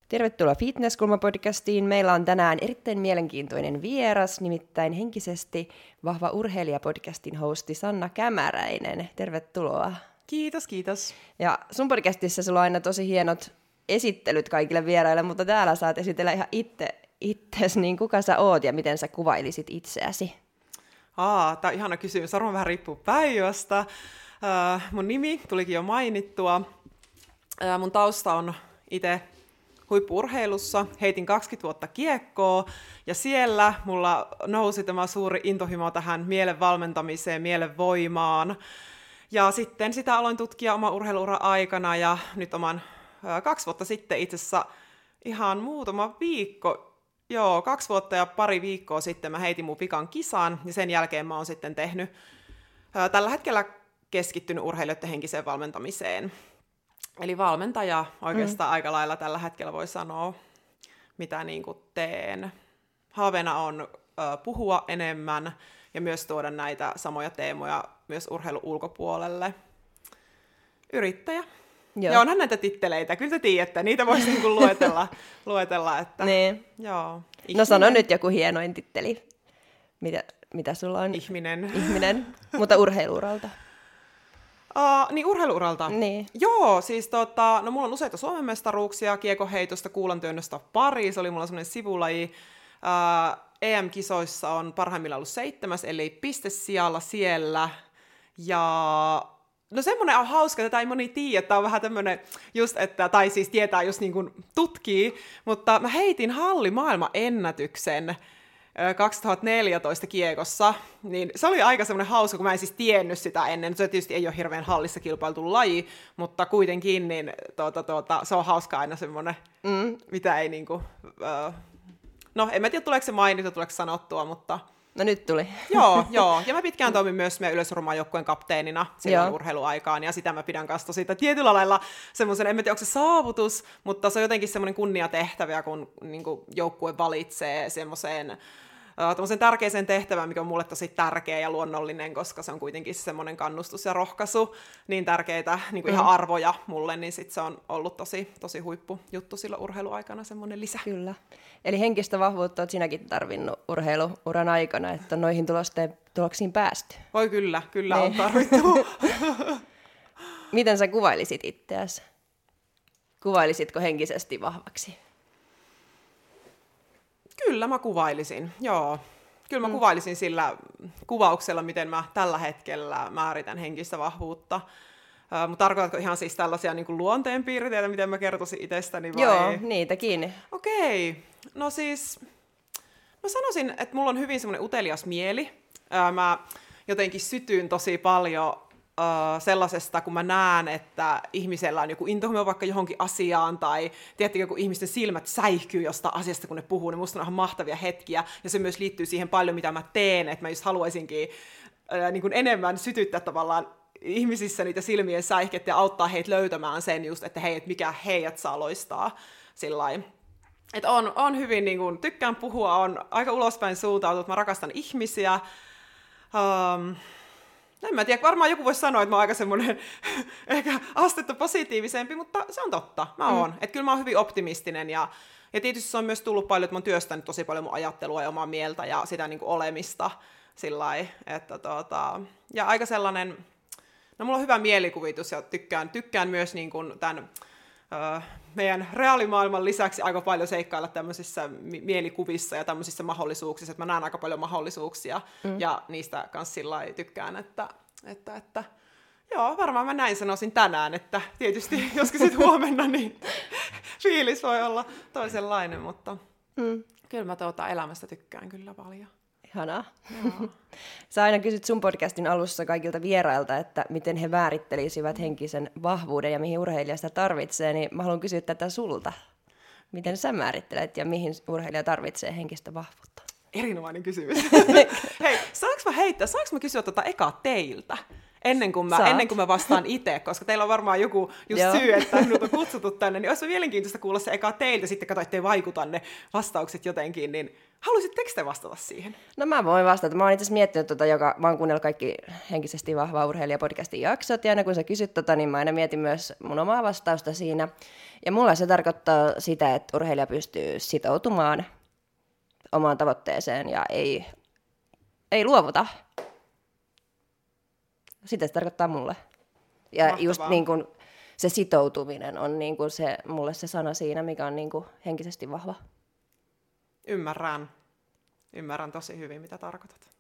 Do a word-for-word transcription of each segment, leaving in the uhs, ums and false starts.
Tervetuloa Fitnesskulma-podcastiin. Meillä on tänään erittäin mielenkiintoinen vieras, nimittäin Henkisesti vahva urheilija-podcastin hosti Sanna Kämäräinen. Tervetuloa. Kiitos, kiitos. Ja sun podcastissa sulla on aina tosi hienot esittelyt kaikille vieraille, mutta täällä saat esitellä ihan itse, itses, niin kuka sä oot ja miten sä kuvailisit itseäsi? Aa, tää on ihana kysymys. Varmaan vähän riippuu päivästä. Uh, mun nimi tulikin jo mainittua. Uh, mun tausta on itse huippu-urheilussa. Heitin kaksikymmentä vuotta kiekkoa ja siellä mulla nousi tämä suuri intohimo tähän mielen valmentamiseen, mielen voimaan. Ja sitten sitä aloin tutkia oman urheiluuran aikana ja nyt oman uh, kaksi vuotta sitten itse asiassa ihan muutama viikko, joo, kaksi vuotta ja pari viikkoa sitten mä heitin mun vikan kisaan ja sen jälkeen mä oon sitten tehnyt uh, tällä hetkellä keskittynyt urheilijoiden henkiseen valmentamiseen. Eli valmentaja oikeastaan mm. aika lailla tällä hetkellä voi sanoa, mitä niin kuin teen. Haaveena on uh, puhua enemmän ja myös tuoda näitä samoja teemoja myös urheilun ulkopuolelle. Yrittäjä. Joo. Ja onhan näitä titteleitä, kyllä te tiedätte, niitä voisi niin kuin luetella. luetella että, niin. Joo. No sano nyt joku hienoin titteli, mitä, mitä sulla on. Ihminen. Ihminen, mutta urheiluuralta. Uh, niin urheiluuralta? Niin. Joo, siis tota, no mulla on useita Suomen mestaruuksia, kiekoheitosta, kuulantyönnöstä pari, se oli mulla semmoinen sivulaji. Uh, E M-kisoissa on parhaimmillaan ollut seitsemäs, eli pistesijalla siellä. Ja no semmoinen on hauska, että tätä ei moni tiedä, että on vähän tämmöinen just, että, tai siis tietää just niin kuin tutkii, mutta mä heitin halli maailman ennätyksen kaksituhattaneljätoista kiekossa, niin se oli aika semmoinen hauska, kun mä en siis tiennyt sitä ennen. Se tietysti ei ole hirveän hallissa kilpailtu laji, mutta kuitenkin niin, tuota, tuota, se on hauska aina semmoinen, mm. mitä ei niinku... Uh, no, en mä tiedä, tuleeko se mainita, tuleeko sanottua, mutta... No nyt tuli. Joo, joo. Ja mä pitkään toimin myös meidän yleisurheilumaan joukkueen kapteenina silloin urheiluaikaan, ja sitä mä pidän kanssa siitä tietyllä lailla semmoisen, en mä tiedä, onko se saavutus, mutta se on jotenkin semmoinen kunniatehtävä, kun niin kuin joukkue valitsee semmoiseen uh, tärkeäseen tehtävään, mikä on mulle tosi tärkeä ja luonnollinen, koska se on kuitenkin semmoinen kannustus ja rohkaisu, niin tärkeitä niin kuin mm. ihan arvoja mulle, niin sit se on ollut tosi, tosi huippujuttu silloin urheiluaikana, semmoinen lisä. Kyllä. Eli henkistä vahvuutta olet sinäkin tarvinnut urheiluuran aikana, että on noihin tulosten, tuloksiin päästy. Oi kyllä, kyllä niin. On tarvittu. Miten sä kuvailisit itseäsi? Kuvailisitko henkisesti vahvaksi? Kyllä mä kuvailisin, joo. Kyllä mä mm. kuvailisin sillä kuvauksella, miten mä tällä hetkellä määritän henkistä vahvuutta. Uh, mutta tarkoitatko ihan siis tällaisia niin kuin luonteenpiirteitä, miten mä kertoisin itsestäni vai? Joo, niitäkin. Okei, okay. No siis mä sanoisin, että mulla on hyvin semmoinen utelias mieli. Uh, mä jotenkin sytyn tosi paljon uh, sellaisesta, kun mä näen, että ihmisellä on joku intohimo vaikka johonkin asiaan, tai tiedättekö, kun ihmisten silmät säihkyy jostain asiasta, kun ne puhuu, niin musta on ihan mahtavia hetkiä, ja se myös liittyy siihen paljon, mitä mä teen, että mä just haluaisinkin uh, niin kuin enemmän sytyttää tavallaan ihmisissä niitä silmien säihkettä ja auttaa heitä löytämään sen just, että hei, että mikä heidät saa loistaa sillain. Että on, on hyvin, niin kun, tykkään puhua, on aika ulospäin suuntautunut, mä rakastan ihmisiä. Um, en mä tiedä, varmaan joku voisi sanoa, että mä oon aika semmoinen ehkä astetta positiivisempi, mutta se on totta, mä oon. Mm. Että kyllä mä oon hyvin optimistinen ja, ja tietysti se on myös tullut paljon, että mä oon työstänyt tosi paljon mun ajattelua ja omaa mieltä ja sitä niin kuin olemista sillai, että tota, ja aika sellainen... No mulla on hyvä mielikuvitus ja tykkään, tykkään myös niin kuin tämän ö, meidän reaalimaailman lisäksi aika paljon seikkailla tämmöisissä mi- mielikuvissa ja tämmöisissä mahdollisuuksissa, että mä näen aika paljon mahdollisuuksia mm. ja niistä kanssa sillä lailla tykkään, että, että, että joo, varmaan mä näin sanoisin tänään, että tietysti joskus sit huomenna niin fiilis voi olla toisenlainen, mutta mm. kyllä mä tuota elämästä tykkään kyllä paljon. Ihanaa. Sä aina kysyt sun podcastin alussa kaikilta vierailta, että miten he määrittelisivät henkisen vahvuuden ja mihin urheilija sitä tarvitsee, niin mä haluan kysyä tätä sulta. Miten sä määrittelet ja mihin urheilija tarvitsee henkistä vahvuutta? Erinomainen kysymys. Hei, saanko mä heittää, saanko mä kysyä tota ekaa teiltä? Ennen kuin, mä, ennen kuin mä vastaan itse, koska teillä on varmaan joku just syy, että minut on kutsuttu tänne, niin olisi mielenkiintoista kuulla se eka teiltä, sitten katso, ettei vaikuta ne vastaukset jotenkin, niin Haluaisitteko te vastata siihen? No mä voin vastata. Mä oon itse asiassa miettinyt, tota, joka, mä oon kuunnellut kaikki henkisesti vahva urheilija-podcastin jaksot, ja aina kun sä kysyt tota, niin mä aina mietin myös mun omaa vastausta siinä. Ja mulla se tarkoittaa sitä, että urheilija pystyy sitoutumaan omaan tavoitteeseen ja ei, ei luovuta. Sitä se tarkoittaa mulle. Ja Mahtavaa. Just niin kun se sitoutuminen on niin kun se, mulle se sana siinä, mikä on niin kun henkisesti vahva. Ymmärrän. Ymmärrän tosi hyvin, mitä tarkoitat.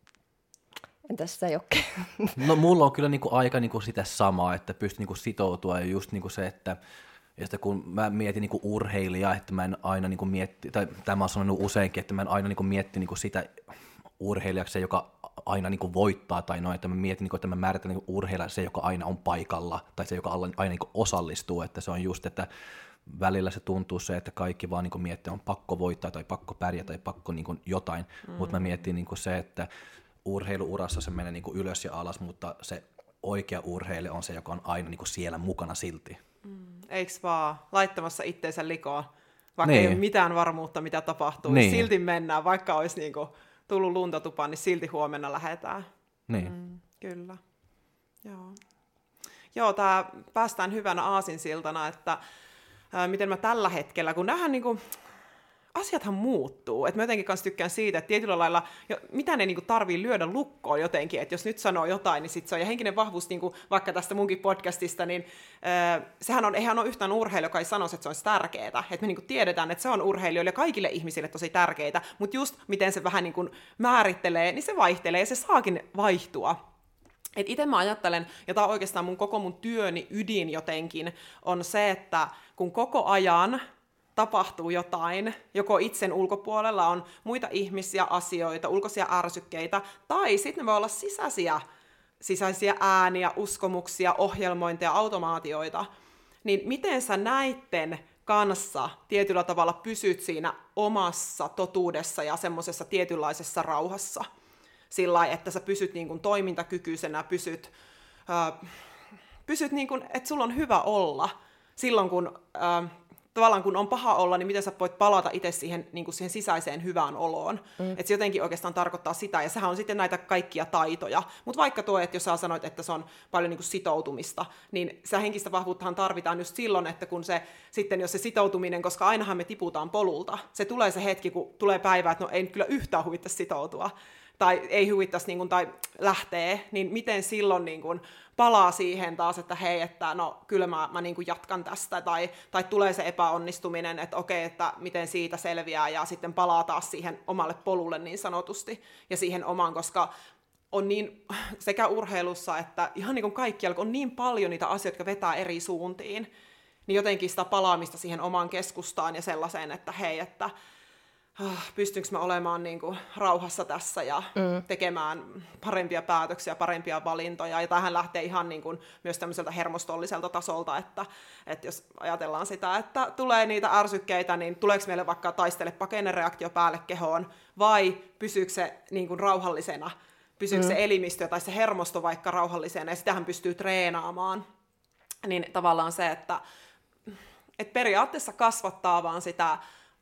Entäs sä, Jokke? No mulla on kyllä niinku aika niinku sitä samaa, että pystyy niinku sitoutua ja just niinku se, että ja sitten kun mä mietin niinku urheilijaa, että mä en aina niinku mietti, tai tämä on sanonut useinkin, että mä en aina niinku mietti niinku sitä urheilijaksi, joka aina niinku voittaa, tai no, että mä mietin, niinku, että mä määritän niinku urheilija se, joka aina on paikalla, tai se, joka aina niinku osallistuu, että se on just, että välillä se tuntuu se, että kaikki vaan niinku miettii, on pakko voittaa, tai pakko pärjätä, tai pakko niinku jotain, mm. mutta mä mietin niinku se, että urheiluurassa se menee niinku ylös ja alas, mutta se oikea urheilija on se, joka on aina niinku siellä mukana silti. Mm. Eiks vaan laittamassa itteensä likoon, vaikka niin. ei ole mitään varmuutta, mitä tapahtuu, niin. silti mennään, vaikka olisi niinku tullut lunta tupaan, niin silti huomenna lähdetään. Niin. Mm, kyllä. Joo, Joo tää päästään hyvänä aasinsiltana, että ää, miten mä tällä hetkellä, kun nähdään niinku, asiathan muuttuu. Et mä jotenkin kanssa tykkään siitä, että tietyllä lailla, mitä ne niinku tarvii lyödä lukkoon jotenkin, että jos nyt sanoo jotain, niin sit se on, ja henkinen vahvuus, niinku, vaikka tästä munkin podcastista, niin äh, sehän on, eihän ole yhtään urheilija, joka ei sanoisi, että se olisi tärkeää. Että me niinku tiedetään, että se on urheilijoille ja kaikille ihmisille tosi tärkeää, mutta just miten se vähän niinku määrittelee, niin se vaihtelee ja se saakin vaihtua. Et itse mä ajattelen, ja tämä on oikeastaan mun koko mun työni ydin jotenkin, on se, että kun koko ajan tapahtuu jotain, joko itsen ulkopuolella on muita ihmisiä, asioita, ulkoisia ärsykkeitä, tai sitten ne voi olla sisäisiä, sisäisiä ääniä, uskomuksia, ohjelmointeja, automaatioita, niin miten sä näitten kanssa tietyllä tavalla pysyt siinä omassa totuudessa ja semmoisessa tietynlaisessa rauhassa, sillä lailla, että sä pysyt niin kuin toimintakykyisenä, pysyt, äh, pysyt niin kuin, että sulla on hyvä olla silloin, kun äh, tavallaan kun on paha olla, niin miten sä voit palata itse siihen, niin kuin siihen sisäiseen hyvään oloon. Mm. Että se jotenkin oikeastaan tarkoittaa sitä, ja sehän on sitten näitä kaikkia taitoja. Mutta vaikka tuo, että jos sä sanoit, että se on paljon niin kuin sitoutumista, niin se henkistä vahvuuttahan tarvitaan just silloin, että kun se sitten, jos se sitoutuminen, koska ainahan me tiputaan polulta, se tulee se hetki, kun tulee päivä, että no ei nyt kyllä yhtään huvittaisi sitoutua, tai ei huvittaisi niin kuin, tai lähtee, niin miten silloin niin kuin palaa siihen taas, että hei, että no kyllä mä, mä niin kuin jatkan tästä, tai, tai tulee se epäonnistuminen, että okei, että miten siitä selviää, ja sitten palaa taas siihen omalle polulle niin sanotusti, ja siihen omaan, koska on niin, sekä urheilussa että ihan niin kuin kaikkialla, on niin paljon niitä asioita, jotka vetää eri suuntiin, niin jotenkin sitä palaamista siihen omaan keskustaan ja sellaiseen, että hei, että pystynkö mä olemaan niin kuin rauhassa tässä ja mm. tekemään parempia päätöksiä, parempia valintoja. Ja tämähän lähtee ihan niin kuin myös tämmöiseltä hermostolliselta tasolta, että, että jos ajatellaan sitä, että tulee niitä ärsykkeitä, niin tuleeko meille vaikka taistele pakenereaktio päälle kehoon, vai pysyykö se niin kuin rauhallisena, pysyykö mm. se elimistö tai se hermosto vaikka rauhallisena, ja sitähän pystyy treenaamaan. Niin tavallaan se, että, että periaatteessa kasvattaa vaan sitä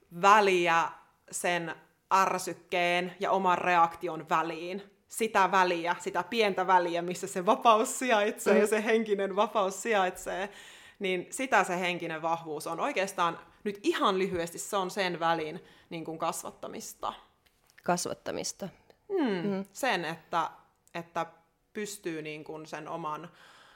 väliä sen ärsykkeen ja oman reaktion väliin. Sitä väliä, sitä pientä väliä, missä se vapaus sijaitsee mm. ja se henkinen vapaus sijaitsee, niin sitä se henkinen vahvuus on. Oikeastaan nyt ihan lyhyesti se on sen välin niin kuin kasvattamista. Kasvattamista. Hmm, mm. Sen, että, että pystyy niin kuin sen oman,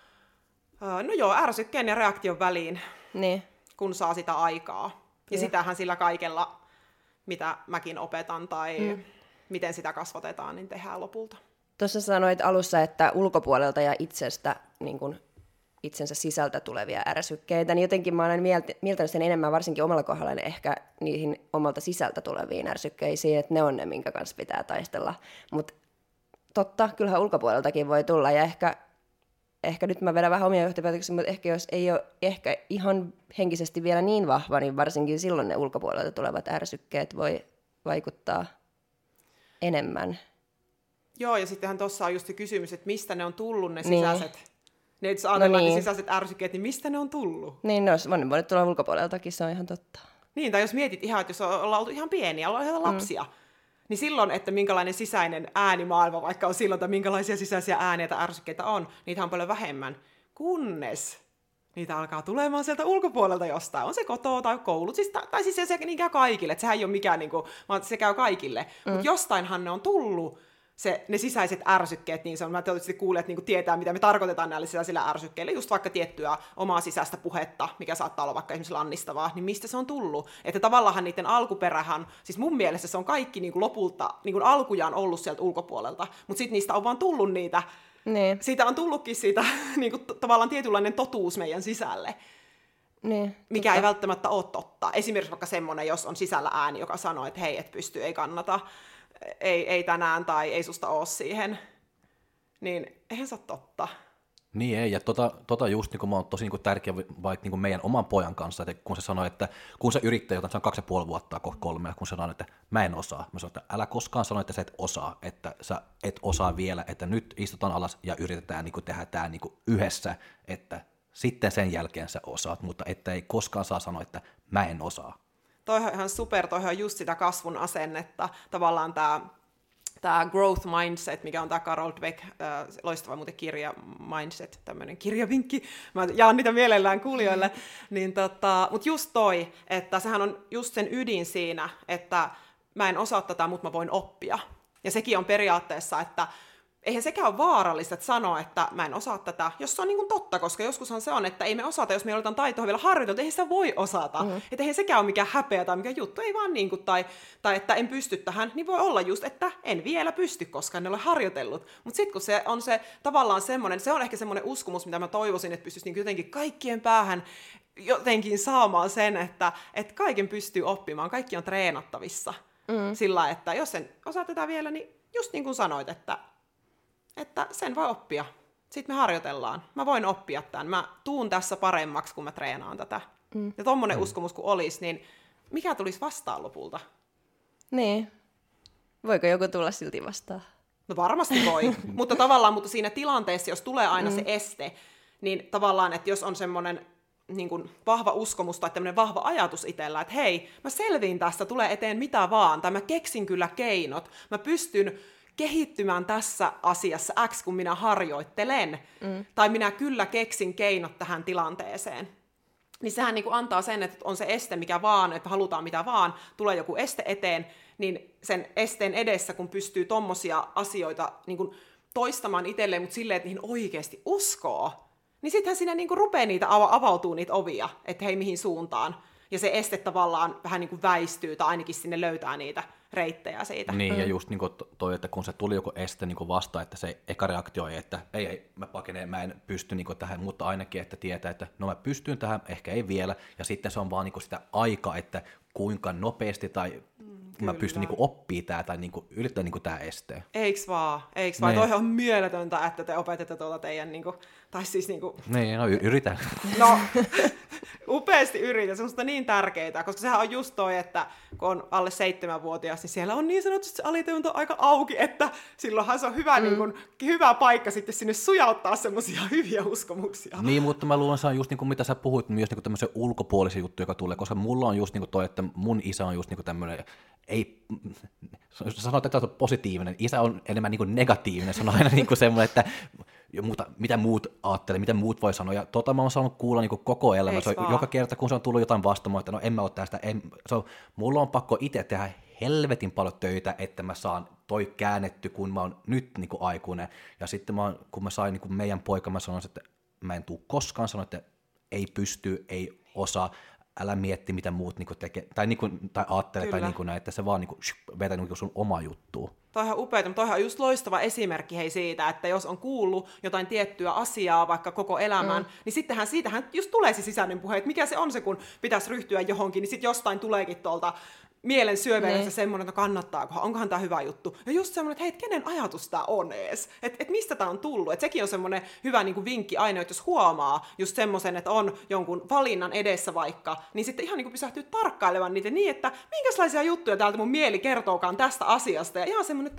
no joo, ärsykkeen ja reaktion väliin, niin. kun saa sitä aikaa. Ja, ja sitähän sillä kaikella, mitä mäkin opetan tai mm. miten sitä kasvatetaan, niin tehdään lopulta. Tuossa sanoit alussa, että ulkopuolelta ja itsestä, niin kuin itsensä sisältä tulevia ärsykkeitä, niin jotenkin mä olen mieltänyt sen enemmän, varsinkin omalla kohdalla, ehkä niihin omalta sisältä tuleviin ärsykkeisiin, että ne on ne, minkä kanssa pitää taistella. Mutta totta, kyllähän ulkopuoleltakin voi tulla, ja ehkä, ehkä nyt mä vedän vähän omia johtopäätöksiä, mutta ehkä jos ei ole ehkä ihan henkisesti vielä niin vahva, niin varsinkin silloin ne ulkopuolelta tulevat ärsykkeet voi vaikuttaa enemmän. Joo, ja sittenhän tuossa on just se kysymys, että mistä ne on tullut ne niin. sisäiset, ne, jos ajatellaan no niin. ne sisäiset ärsykkeet, niin mistä ne on tullut? Niin, no monen voi tulla ulkopuoleltakin, se on ihan totta. Niin, tai jos mietit ihan, että jos ollaan oltu ihan pieniä, ollaan ihan lapsia, mm. niin silloin, että minkälainen sisäinen äänimaailma vaikka on silloin, tai minkälaisia sisäisiä ääniä tai ärsykkeitä on, niitä on paljon vähemmän, kunnes niitä alkaa tulemaan sieltä ulkopuolelta jostain. On se kotoa tai koulut, siis, tai siis se niin käy kaikille, että sehän ei ole mikään, niin kuin, vaan se käy kaikille. Mm. Mutta jostainhan ne on tullut, se, ne sisäiset ärsykkeet, niin se on, mä tietysti kuulijat niin tietää, mitä me tarkoitetaan näillä sisäisillä ärsykkeillä, just vaikka tiettyä omaa sisäistä puhetta, mikä saattaa olla vaikka esimerkiksi lannistavaa, niin mistä se on tullut. Että tavallaan niiden alkuperähän, siis mun mielestä se on kaikki niin kuin lopulta, niin kuin alkujaan ollut sieltä ulkopuolelta, mutta sitten niistä on vaan tullut niitä, niin. Siitä on tullutkin siitä niin kuin, tavallaan tietynlainen totuus meidän sisälle, niin, mikä totta. Ei välttämättä ole totta. Esimerkiksi vaikka semmoinen, jos on sisällä ääni, joka sanoo, että hei, et pysty, ei kannata, ei, ei tänään tai ei susta ole siihen, niin eihän se ole totta. Niin ei, ja tota, tota just niin kuin mä oon tosi niin kuin tärkeä vaikka niin kuin meidän oman pojan kanssa, että kun se sanoi, että kun se yrittää jotain, se on kaksi ja puoli vuotta, kohta kolme, ja kun se sanoo, että mä en osaa, mä sanon, että älä koskaan sano, että sä et osaa, että sä et osaa vielä, että nyt istutaan alas ja yritetään niin kuin tehdä tämä niin kuin yhdessä, että sitten sen jälkeen sä osaat, mutta että ei koskaan saa sanoa, että mä en osaa. Toihan on ihan super, toihan on just sitä kasvun asennetta, tavallaan tämä Tämä growth mindset, mikä on tämä Carol Dweck, äh, loistava muuten kirja, mindset, tämmöinen kirjavinkki, mä jaan niitä mielellään kuulijoille, niin tota, mutta just toi, että sehän on just sen ydin siinä, että mä en osaa tätä, mutta mä voin oppia. Ja sekin on periaatteessa, että eihän sekään ole vaarallista, että sanoa, että mä en osaa tätä, jos se on niin kuin totta, koska joskushan se on, että ei me osata, jos me jotain taitoa vielä harjoitella, eihän sitä voi osata. Mm-hmm. Että eihän sekään ole mikään häpeä tai mikään juttu, ei vaan niin kuin, tai, tai että en pysty tähän, niin voi olla just, että en vielä pysty, koska en ole harjoitellut. Mutta sitten kun se on se tavallaan semmoinen, se on ehkä semmoinen uskomus, mitä mä toivoisin, että pystyisi niin jotenkin kaikkien päähän jotenkin saamaan sen, että, että kaiken pystyy oppimaan, kaikki on treenattavissa. Mm-hmm. Sillä, että jos en osaa tätä vielä, niin just niin kuin sanoit, että että sen voi oppia. Sitten me harjoitellaan. Mä voin oppia tämän. Mä tuun tässä paremmaksi, kun mä treenaan tätä. Mm. Ja tommonen mm. uskomus kun olisi, niin mikä tulisi vastaan lopulta? Niin. Voiko joku tulla silti vastaan? No varmasti voi. mutta tavallaan mutta siinä tilanteessa, jos tulee aina mm. se este, niin tavallaan, että jos on semmoinen niin kuin vahva uskomus tai tämmöinen vahva ajatus itsellä, että hei, mä selviin tästä, tulee eteen mitä vaan, tai mä keksin kyllä keinot, mä pystyn kehittymään tässä asiassa X, kun minä harjoittelen, mm. tai minä kyllä keksin keinot tähän tilanteeseen. Niin sehän niin kuin antaa sen, että on se este mikä vaan, että halutaan mitä vaan, tulee joku este eteen, niin sen esteen edessä, kun pystyy tommosia asioita niin kuin toistamaan itselleen, mutta silleen, että niihin oikeasti uskoo, niin sittenhän siinä niin kuin rupeaa niitä, avautuu niitä ovia, että hei mihin suuntaan. Ja se este tavallaan vähän niin kuin väistyy, tai ainakin sinne löytää niitä reittejä siitä. Niin, mm. ja just niin kuin toi, että kun se tuli joku este niin kuin vastaan, että se eka reaktio ei, että ei, ei, mä pakenen, mä en pysty niin kuin tähän, mutta ainakin, että tietää, että no mä pystyn tähän, ehkä ei vielä, ja sitten se on vaan niin kuin sitä aikaa, että kuinka nopeasti tai mm, mä pystyn niin kuin oppimaan tää tai niin kuin ylittää niin kuin tää este. Eiks vaan, eiks vaan, toihan on mieletöntä, että te opetatte tuota teidän, niin kuin, tai siis niin kuin... Niin, no yritän. No, upeasti yritän, se on niin tärkeää, koska sehän on just toi, että kun on alle seitsemänvuotias, niin siellä on niin sanotusti se alitajunta aika auki, että silloinhan se on hyvä, mm. niin kuin, hyvä paikka sitten sinne sujauttaa semmoisia hyviä uskomuksia. Niin, mutta mä luulen, se on just niin kuin mitä sä puhuit, myös niin kuin tämmöisen ulkopuolisen juttu, joka tulee, koska mulla on just niin kuin toi, että mun isä on just niin kuin tämmöinen, ei, sanoit, että on positiivinen, isä on enemmän niin kuin negatiivinen, se on aina niin kuin semmoinen, että muuta, mitä muut ajattelee, mitä muut voi sanoa, ja tota mä oon saanut kuulla niin kuin koko elämä, se on, joka kerta kun se on tullut jotain vastaamaan, että no en mä ole tästä, en, se on, mulla on pakko itse tehdä helvetin paljon töitä, että mä saan toi käännetty, kun mä oon nyt niin kuin aikuinen, ja sitten mä oon, kun mä sain niin kuin meidän poika, mä sanoin, että mä en tuu koskaan sanoa, että ei pysty, ei osaa, älä mietti, mitä muut niinku tekee, tai, niinku, tai ajattelee, tai niinku näin, että se vaan niinku, vetää niinku sun oma juttua. Toihan on upeaa, mutta toihan on just loistava esimerkki hei siitä, että jos on kuullut jotain tiettyä asiaa vaikka koko elämän, mm. niin sittenhän siitähän just tulee se sisäinen puhe, että mikä se on se, kun pitäisi ryhtyä johonkin, niin sitten jostain tuleekin tuolta mielen syöveydessä semmoinen, että kannattaako, onkohan tämä hyvä juttu. Ja just semmoinen, että hei, kenen ajatus tämä on ees? Että et mistä tämä on tullut? Että sekin on semmoinen hyvä niin kuin vinkki aina, että jos huomaa just semmoisen, että on jonkun valinnan edessä vaikka, niin sitten ihan niin kuin pysähtyy tarkkailemaan niitä niin, että minkälaisia juttuja täältä mun mieli kertookaan tästä asiasta. Ja ihan semmoinen, että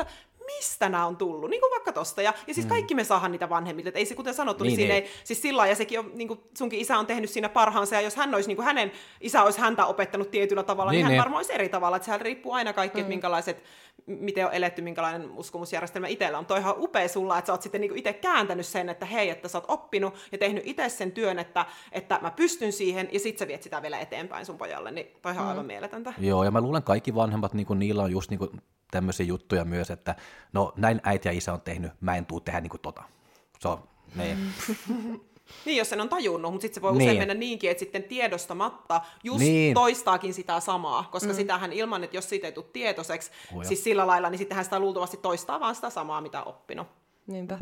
mistä nämä on tullut, niin kuin vaikka tosta. Ja, ja siis kaikki me saadaan niitä vanhemmilta, että ei se kuten sanottu, niin, niin siinä ei, siis sillä ja sekin on, niin kuin sunkin isä on tehnyt siinä parhaansa, ja jos hän olisi, niin kuin hänen isä olisi häntä opettanut tietyllä tavalla, niin, niin hän niin. varmaan olisi eri tavalla, että sehän riippuu aina kaikki, mm. että minkälaiset, miten on eletty, minkälainen uskomusjärjestelmä itsellä on. Toi ihan upea sulla, että sä oot sitten niin kuin itse kääntänyt sen, että hei, että sä oot oppinut ja tehnyt itse sen työn, että, että mä pystyn siihen, ja sit sä viet sitä vielä eteenpäin sun pojalle, niin toi on mm. aivan mieletöntä. Joo, ja mä luulen kaikki vanhemmat, niin kuin niillä on just niin kuin tämmöisiä juttuja myös, että no näin äiti ja isä on tehnyt, mä en tuu tehdä niin kuin tota. Se on, niin. Niin, jos sen on tajunnut, mutta sitten se voi usein niin. mennä niinkin, että sitten tiedostamatta just niin. toistaakin sitä samaa, koska mm. sitähän ilman, että jos siitä ei tule tietoiseksi, oh, siis sillä lailla, niin sittenhän sitä luultavasti toistaa vaan sitä samaa, mitä on oppinut. Niinpä.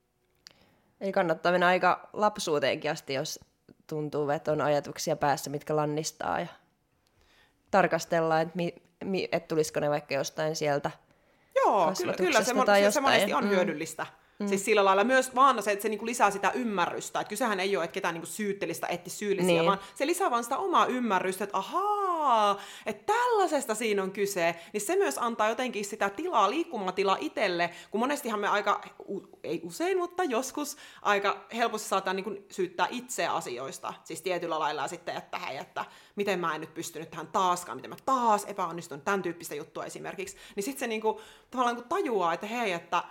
Eli kannattaa mennä aika lapsuuteenkin asti, jos tuntuu, että on ajatuksia päässä, mitkä lannistaa ja tarkastellaan, että, mi, mi, että tulisiko ne vaikka jostain sieltä Joo, kyllä, kyllä se, mon, se, se monesti on mm. hyödyllistä. Mm. Siis sillä lailla myös vaan se, että se niinku lisää sitä ymmärrystä. Että kysehän ei ole, että ketään niinku syyttelistä etti syyllisiä, niin. vaan se lisää vaan sitä omaa ymmärrystä, että ahaa, että tällaisesta siinä on kyse. Niin se myös antaa jotenkin sitä tilaa, liikkumatilaa itselle, kun monestihan me aika, ei usein, mutta joskus aika helposti saadaan niinku syyttää itseä asioista. Siis tietyllä lailla sitten, että hei, että miten mä en nyt pystynyt tähän taaskaan, miten mä taas epäonnistun, tämän tyyppistä juttua esimerkiksi. Niin sitten se niinku, tavallaan kun tajuaa, että hei, että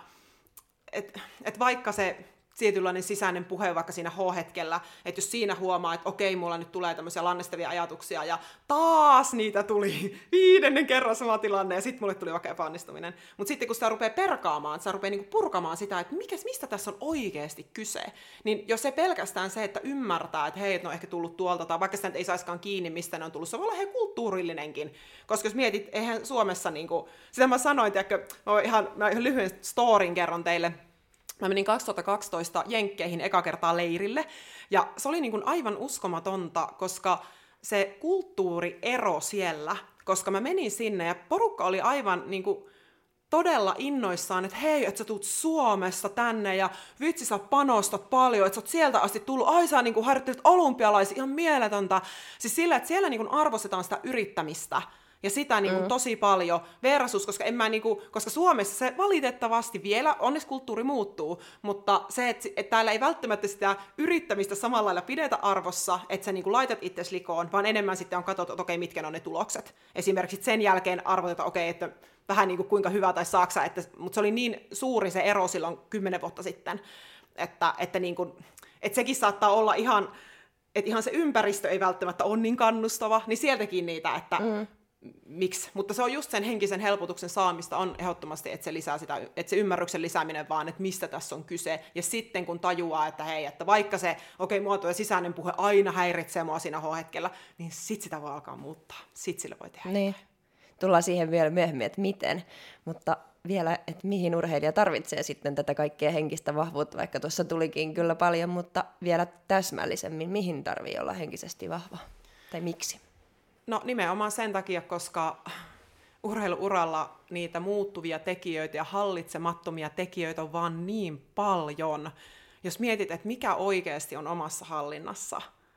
Että et vaikka se tietynlainen sisäinen puhe vaikka siinä H-hetkellä, että jos siinä huomaa, että okei, mulla nyt tulee tämmöisiä lannistavia ajatuksia, ja taas niitä tuli viidennen kerran sama tilanne, ja sitten mulle tuli vaikka epäonnistuminen. Mutta sitten kun sitä rupeaa perkaamaan, sitä rupeaa niinku purkamaan sitä, että mikä, mistä tässä on oikeasti kyse, niin jos se pelkästään se, että ymmärtää, että hei, et ne on ehkä tullut tuolta, tai vaikka sitä nyt ei saiskaan kiinni, mistä ne on tullut, se voi olla hei kulttuurillinenkin. Koska jos mietit, eihän Suomessa, niinku, sitä mä sanoin, tiedätkö, mä ihan, mä ihan lyhyen storin kerron teille. Mä menin kaksituhattakaksitoista Jenkkeihin eka kertaa leirille, ja se oli niin kuin aivan uskomatonta, koska se kulttuuriero siellä, koska mä menin sinne, ja porukka oli aivan niin kuin todella innoissaan, että hei, että sä tuut Suomesta tänne, ja vitsi sä panostat paljon, että sä oot sieltä asti tullut, ai sä niin kuin harjoittelet olympialaisia, ihan mieletöntä. Siis sillä, että siellä niin kuin arvostetaan sitä yrittämistä, ja sitä niin kuin, mm. tosi paljon versus, koska, en mä, niin kuin, koska Suomessa se valitettavasti vielä, onneksi kulttuuri muuttuu, mutta se, että, että täällä ei välttämättä sitä yrittämistä samalla lailla pidetä arvossa, että sä niin kuin, laitat itsesi likoon, vaan enemmän sitten on katsottu, että okei, mitkä on ne tulokset. Esimerkiksi sen jälkeen arvotetaan, okei, että vähän niin kuin, kuinka hyvä tai saksa, että, mutta se oli niin suuri se ero silloin kymmenen vuotta sitten, että, että, niin kuin, että sekin saattaa olla ihan, että ihan se ympäristö ei välttämättä ole niin kannustava, niin sieltäkin niitä, että mm. miksi, mutta se on just sen henkisen helpotuksen saamista on ehdottomasti, että se lisää sitä, että se ymmärryksen lisääminen vaan, että mistä tässä on kyse, ja sitten kun tajuaa, että hei, että vaikka se, okei, mua tuo sisäinen puhe aina häiritsee mua siinä H-hetkellä, niin sit sitä voi alkaa muuttaa, sit sillä voi tehdä. Niin, tullaan siihen vielä myöhemmin, että miten, mutta vielä, että mihin urheilija tarvitsee sitten tätä kaikkea henkistä vahvuutta, vaikka tuossa tulikin kyllä paljon, mutta vielä täsmällisemmin, mihin tarvii olla henkisesti vahva, tai miksi? No nimenomaan sen takia, koska urheiluuralla niitä muuttuvia tekijöitä ja hallitsemattomia tekijöitä on vaan niin paljon. Jos mietit, että mikä oikeasti on omassa hallinnassa,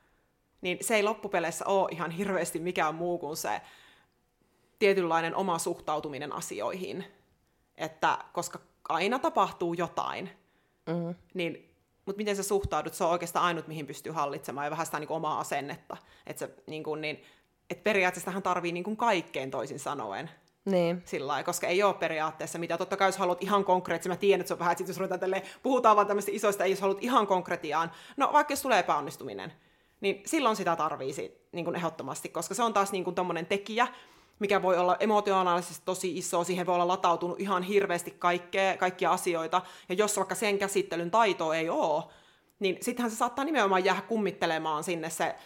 niin se ei loppupeleissä ole ihan hirveästi mikään muu kuin se tietynlainen oma suhtautuminen asioihin. Että koska aina tapahtuu jotain, mm-hmm. niin, mutta miten sä suhtaudut, se on oikeastaan ainut, mihin pystyy hallitsemaan, ja vähän sitä niin kuin omaa asennetta. Että se, niin kuin, niin, et periaatteessa tähän tarvii niin kuin kaikkeen toisin sanoen. Niin. Sillä koska ei ole periaatteessa mitä. Totta kai jos haluat ihan konkreettisesti, mä tiedän, että se on vähän, että sit jos ruvetaan tälleen, puhutaan vaan tämmöistä isoista, ei jos haluat ihan konkretiaan. No vaikka jos tulee epäonnistuminen, niin silloin sitä tarvii niin kuin ehdottomasti, koska se on taas niin kuin tommonen tekijä, mikä voi olla emotionaalisesti tosi iso, siihen voi olla latautunut ihan hirveästi kaikkea, kaikkia asioita, ja jos vaikka sen käsittelyn taitoa ei ole, niin sittenhän se saattaa nimenomaan jäädä kummittelemaan sinne se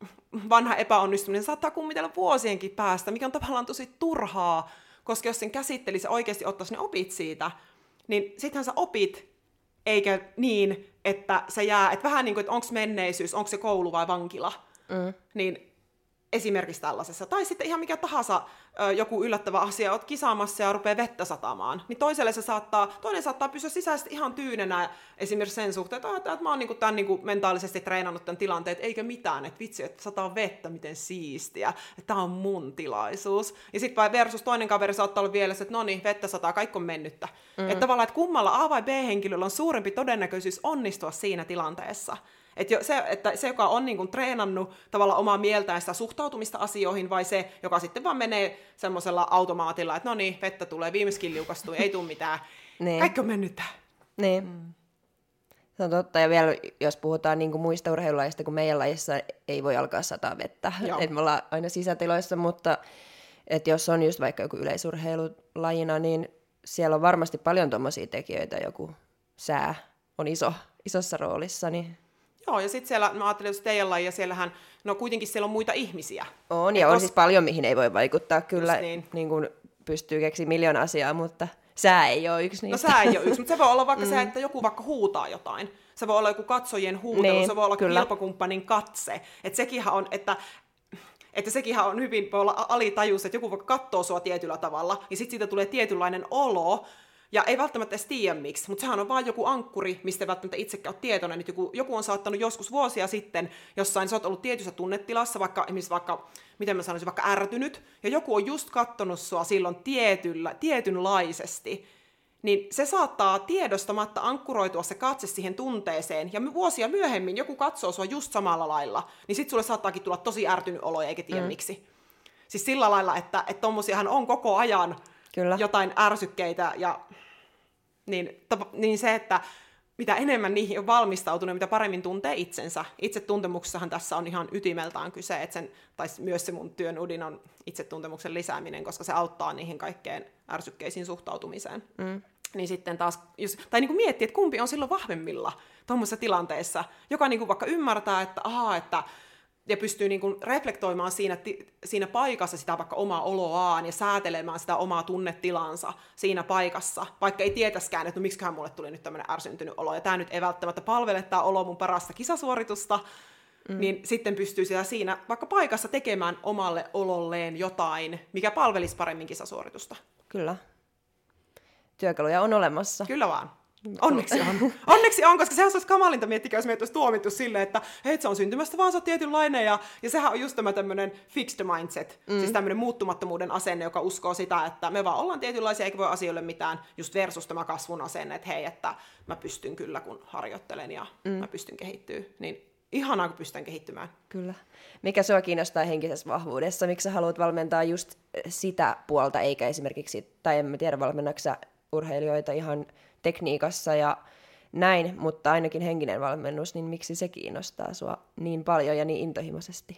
vanha epäonnistuminen, saattaa kummitella vuosienkin päästä, mikä on tavallaan tosi turhaa, koska jos sen käsittelisi ja oikeasti ottaisi ne opit siitä, niin sittenhän sä opit, eikä niin, että se jää, että vähän niin kuin, että onko menneisyys, onko se koulu vai vankila, mm. niin esimerkiksi tällaisessa. Tai sitten ihan mikä tahansa ö, joku yllättävä asia, oot kisaamassa ja rupeaa vettä satamaan, niin toiselle se saattaa, toinen saattaa pysyä sisäisesti ihan tyynenä esimerkiksi sen suhteen, että, että, että mä oon niinku tämän niinku mentaalisesti treenannut tämän tilanteen, että eikä mitään, että vitsi, että sataa vettä, miten siistiä, että tää on mun tilaisuus. Ja sitten versus toinen kaveri saattaa olla vielä se, että no niin, vettä sataa, kaikki on mennyttä. Mm. Että tavallaan, että kummalla A- vai B-henkilöllä on suurempi todennäköisyys onnistua siinä tilanteessa. Että se, että se, joka on niin kuin treenannut tavallaan omaa mieltään sitä suhtautumista asioihin, vai se, joka sitten vaan menee semmoisella automaatilla, että no niin, vettä tulee, viimeiskin liukastui, ei tule mitään. Niin. Kaikki on mennyt. Niin. Mm. Se on totta, ja vielä jos puhutaan niin kuin muista urheilulajista, kun meidän lajissa ei voi alkaa sataa vettä. Että me ollaan aina sisätiloissa, mutta että jos on just vaikka joku yleisurheilulajina, niin siellä on varmasti paljon tommosia tekijöitä, joku sää on iso, isossa roolissa, niin... Joo, ja sitten siellä, mä ajattelin, että teidän lajia, siellähän, no kuitenkin siellä on muita ihmisiä. On, ja on kos... siis paljon, mihin ei voi vaikuttaa, kyllä, niin. Niin kuin pystyy keksiä miljoona asiaa, mutta sää ei ole yksi niistä. No sää ei ole yksi, mutta se voi olla vaikka mm. se, että joku vaikka huutaa jotain. Se voi olla joku katsojien huutelu, niin, se voi olla kyllä. Kilpakumppanin katse. Että sekinhän on, että... Että sekinhän on hyvin, voi olla alitajuus, että joku vaikka katsoo sua tietyllä tavalla, ja sitten siitä tulee tietynlainen olo, ja ei välttämättä edes tiedä miksi, mutta sehän on vaan joku ankkuri, mistä ei välttämättä itsekään ole tietoinen. Että joku, joku on saattanut joskus vuosia sitten jossain, sä oot ollut tietyssä tunnetilassa, vaikka, vaikka, miten mä sanoisin, vaikka ärtynyt, ja joku on just kattonut sua silloin tietyllä, tietynlaisesti, niin se saattaa tiedostamatta ankkuroitua se katse siihen tunteeseen, ja vuosia myöhemmin joku katsoo sua just samalla lailla, niin sit sulle saattaakin tulla tosi ärtynyt olo, eikä tiedä mm. miksi. Siis sillä lailla, että, että tommosiahan on koko ajan Kyllä. jotain ärsykkeitä, ja niin, to, niin se, että mitä enemmän niihin on valmistautunut, mitä paremmin tuntee itsensä. Itsetuntemuksessahan tässä on ihan ytimeltään kyse, että sen, tai myös se mun työn ydin on itsetuntemuksen lisääminen, koska se auttaa niihin kaikkeen ärsykkeisiin suhtautumiseen. Mm. Niin sitten taas, jos, tai niin kuin miettii, että kumpi on silloin vahvemmilla tuommoisessa tilanteessa, joka niin kuin vaikka ymmärtää, että aha, että ja pystyy niin kuin reflektoimaan siinä, siinä paikassa sitä vaikka omaa oloaan ja säätelemään sitä omaa tunnetilansa siinä paikassa, vaikka ei tietäskään, että no miksiköhän mulle tuli nyt tämmöinen ärsyntynyt olo, ja tämä nyt ei välttämättä palvele tämä olo mun parasta kisasuoritusta, mm. niin sitten pystyy sitä siinä vaikka paikassa tekemään omalle ololleen jotain, mikä palvelisi paremmin kisasuoritusta. Kyllä. Työkaluja on olemassa. Kyllä vaan. Onneksi on. Onneksi on, koska sehän olisi kamalinta miettiä, jos meitä olisi tuomittu silleen, että hei, se on syntymästä vaan, se on tietynlainen, ja, ja sehän on just tämä tämmöinen fixed mindset, mm. siis tämmöinen muuttumattomuuden asenne, joka uskoo sitä, että me vaan ollaan tietynlaisia, eikä voi asioille mitään, just versus tämä kasvun asenne, että hei, että mä pystyn kyllä, kun harjoittelen, ja mm. mä pystyn kehittyä, niin ihanaa, kun pystyn kehittymään. Kyllä. Mikä sua kiinnostaa henkisessä vahvuudessa? Miksi sä haluat valmentaa just sitä puolta, eikä esimerkiksi, tai en tiedä, valmennaksä urheilijoita ihan tekniikassa ja näin, mutta ainakin henkinen valmennus, niin miksi se kiinnostaa sua niin paljon ja niin intohimoisesti?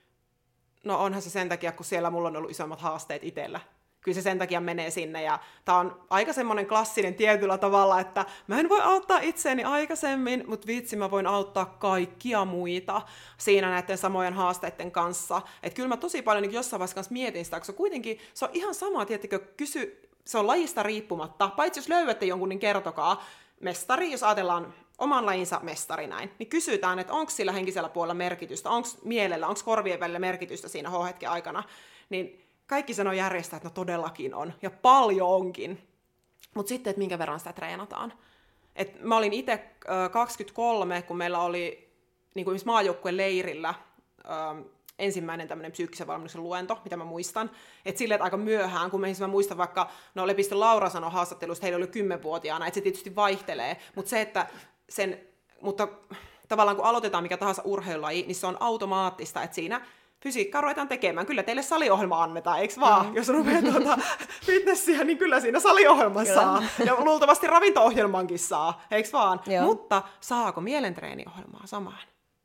No onhan se sen takia, kun siellä mulla on ollut isommat haasteet itsellä. Kyllä se sen takia menee sinne, ja tää on aika semmoinen klassinen tietyllä tavalla, että mä en voi auttaa itseäni aikaisemmin, mutta vitsi, mä voin auttaa kaikkia muita siinä näiden samojen haasteiden kanssa. Että kyllä mä tosi paljon niin jossain vaiheessa kanssa mietin sitä, koska kuitenkin se on ihan sama, tiettikö, kysy, se on lajista riippumatta, paitsi jos löydätte jonkun, niin kertokaa. Mestari, jos ajatellaan oman lajinsa mestari näin, niin kysytään, että onko sillä henkisellä puolella merkitystä, onko mielellä, onko korvien välillä merkitystä siinä H-hetken aikana, niin kaikki sanoo järjestää, että no todellakin on, ja paljon onkin. Mutta sitten, että minkä verran sitä treenataan. Et mä olin itse äh, kaksikymmentäkolme, kun meillä oli niin kuin maajoukkueen leirillä äh, ensimmäinen tämmöinen psyykkisen valmennuksen luento, mitä mä muistan. Että silleen, että aika myöhään, kun mä, mä muistan vaikka, no Lepistön Laura sanoi haastattelusta, heillä oli kymmenvuotiaana, että se tietysti vaihtelee. Mutta se, että sen, mutta tavallaan kun aloitetaan mikä tahansa urheilulaji, niin se on automaattista, että siinä fysiikkaa ruvetaan tekemään. Kyllä teille saliohjelma annetaan, eikö vaan? Mm. Jos rupeaa tuota fitnessiä, niin kyllä siinä saliohjelman saa. Ja luultavasti ravinto-ohjelmankin saa, eikö vaan? Joo. Mutta saako mielentreeniohjelmaa samaan?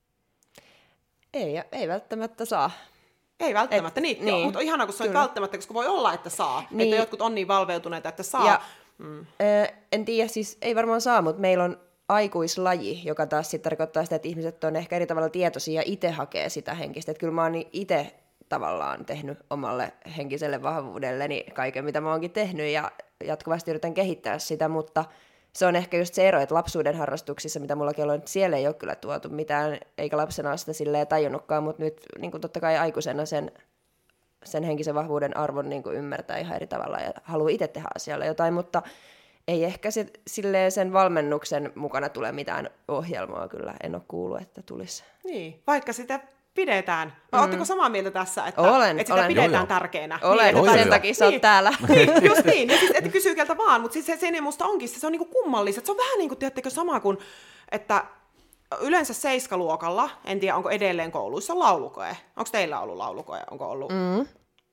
Ei, ei välttämättä saa. Ei välttämättä, Et, niin, niin. Mutta on ihanaa, kun se on välttämättä, koska voi olla, että saa. Niin. Että jotkut on niin valveutuneita, että saa. Ja, mm. ö, en tiedä, siis ei varmaan saa, mutta meillä on aikuislaji, joka taas sitten tarkoittaa sitä, että ihmiset on ehkä eri tavalla tietoisia ja itse hakee sitä henkistä. Että kyllä mä oon itse tavallaan tehnyt omalle henkiselle vahvuudelleni kaiken, mitä mä oonkin tehnyt, ja jatkuvasti yritän kehittää sitä, mutta se on ehkä just se ero, että lapsuuden harrastuksissa, mitä mullakin on ollut, siellä ei ole kyllä tuotu mitään, eikä lapsena ole sitä silleen tajunnutkaan, mutta nyt niin kuin totta kai aikuisena sen, sen henkisen vahvuuden arvon niin kuin ymmärtää ihan eri tavalla ja haluaa itse tehdä asialle jotain, mutta ei ehkä se, silleen sen valmennuksen mukana tule mitään ohjelmaa kyllä, en ole kuullut, että tulisi. Niin, vaikka sitä pidetään. Vai mm. Oletteko samaa mieltä tässä, että, olen, että sitä olen. pidetään joo, joo. tärkeänä? Olen, niin, sen joo. takia sä oot niin. täällä. Niin, just niin, ja siis, että kysyy keltä vaan, mutta siis se, se musta onkin, se, se on niinku kummallista. Se on vähän niin kuin, tiedättekö, sama kuin, että yleensä seiskaluokalla, en tiedä onko edelleen kouluissa laulukoe. Onko teillä ollut laulukoe? Onko ollut? Mm.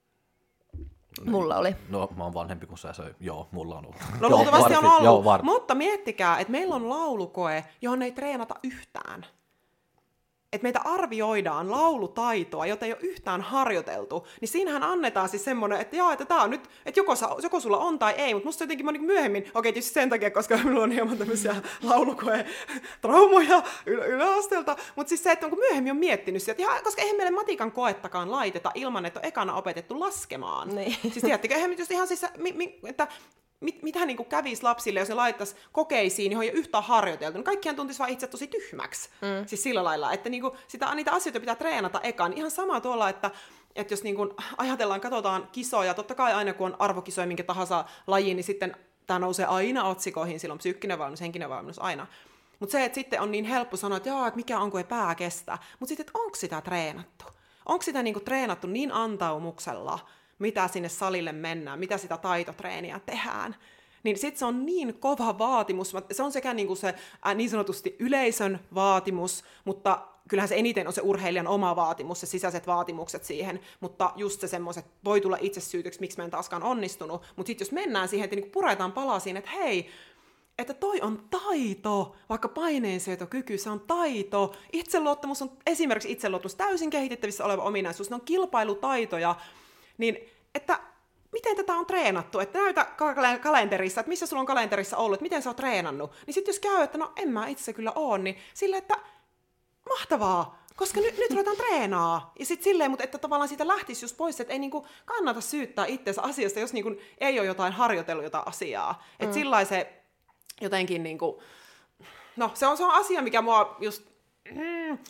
Mulla oli. No, mä oon vanhempi kuin sä, se, joo, mulla on ollut. No luultavasti on ollut, joo, var... mutta miettikää, että meillä on laulukoe, johon ei treenata yhtään. Että meitä arvioidaan laulutaitoa, jota ei ole yhtään harjoiteltu, niin siinähän annetaan siis semmoinen, että jaa, että tää on nyt, että joko, sa, joko sulla on tai ei, mutta musta jotenkin mä niin myöhemmin, okei tietysti sen takia, koska minulla on hieman tämmöisiä laulukoe-traumoja ylä- yläasteelta, mutta siis se, että onko myöhemmin on miettinyt sitä, että jaa, koska eihän meille matikan koettakaan laiteta ilman, että on ekana opetettu laskemaan. Niin. Siis tiedättekö, eihän just ihan siis, mi, mi, että Mit, mitä niin kuin kävisi lapsille, jos ne laittaisi kokeisiin, johon ei ole yhtään harjoiteltu, niin kaikkiaan tuntisi vaan itse tosi tyhmäksi. Mm. Siis sillä lailla, että niin kuin sitä, niitä asioita pitää treenata ekaan. Ihan sama tuolla, että, että jos niin kuin ajatellaan, katsotaan kisoja, totta kai aina kun on arvokisoja minkä tahansa lajiin, niin sitten tämä nousee aina otsikoihin, silloin psyykkinen valmennus, henkinen valmennus aina. Mutta se, että sitten on niin helppo sanoa, että, jaa, että mikä on, kun ei pää kestä. Mutta sitten, että onko sitä treenattu? Onko sitä niin kuin treenattu niin antaumuksella, mitä sinne salille mennään, mitä sitä taitotreeniä tehdään, niin sitten se on niin kova vaatimus. Se on sekä niinku se äh, niin sanotusti yleisön vaatimus, mutta kyllähän se eniten on se urheilijan oma vaatimus, se sisäiset vaatimukset siihen, mutta just se semmoiset voi tulla itsesyytöksi, miksi mä en taaskaan onnistunut, mutta sitten jos mennään siihen, että niinku puretaan palaa siinä, että hei, että toi on taito, vaikka paineensietokyky, se on taito. Itseluottamus on esimerkiksi itseluottamus täysin kehitettävissä oleva ominaisuus, ne on kilpailutaitoja, niin että miten tätä on treenattu, että näytä kalenterissa, että missä sulla on kalenterissa ollut, että miten sä oot treenannut, niin sitten jos käy, että no en mä itse kyllä oo, niin silleen, että mahtavaa, koska nyt, nyt ruvetaan treenaa. Ja sitten silleen, mutta että tavallaan siitä lähtisi just pois, että ei niinku kannata syyttää itseänsä asiasta, jos niinku ei ole jotain harjoitellut jotain asiaa. Mm. Että sillä se jotenkin niinku, no se on, se on asia, mikä mua just... Mm,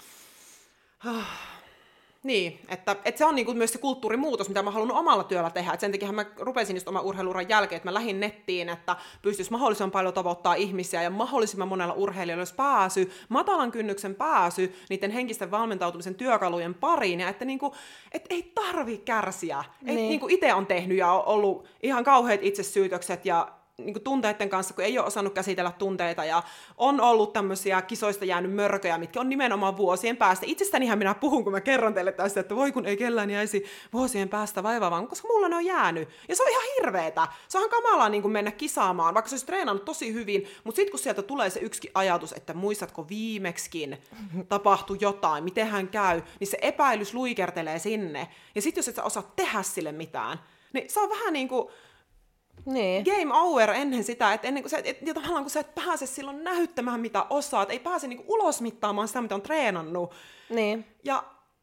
Niin, että, että se on niinku myös se kulttuurimuutos, mitä mä haluan omalla työllä tehdä. Et sen takia mä rupesin just oman urheiluuran jälkeen, että mä lähdin nettiin, että pystyisi mahdollisimman paljon tavoittaa ihmisiä ja mahdollisimman monella urheilijoilla olisi pääsy, matalan kynnyksen pääsy niiden henkisten valmentautumisen työkalujen pariin, ja että niinku, et ei tarvi kärsiä. Niin. Ei, niinku itse on tehnyt ja on ollut ihan kauheat itsesyytökset ja niin tunteiden kanssa, kun ei ole osannut käsitellä tunteita ja on ollut tämmöisiä kisoista jäänyt mörköjä, mitkä on nimenomaan vuosien päästä. Itsestänihän minä puhun, kun mä kerron teille tästä, että voi kun ei kellään jäisi vuosien päästä vaivaamaan, koska mulla ne on jäänyt. Ja se on ihan hirveetä. Se on ihan kamalaa niin kuin mennä kisaamaan, vaikka se olisi treenannut tosi hyvin, mutta sitten kun sieltä tulee se yksi ajatus, että muistatko viimeksikin tapahtui jotain, miten hän käy, niin se epäilys luikertelee sinne. Ja sitten jos et sä osaa tehdä sille mitään, niin se on vähän niin kuin niin. game over ennen sitä, että ennen kuin sä, et, ja tavallaan kun sä et pääse silloin näyttämään mitä osaat, ei pääse niinku ulos mittaamaan sitä, mitä on treenannut. Niin. Ja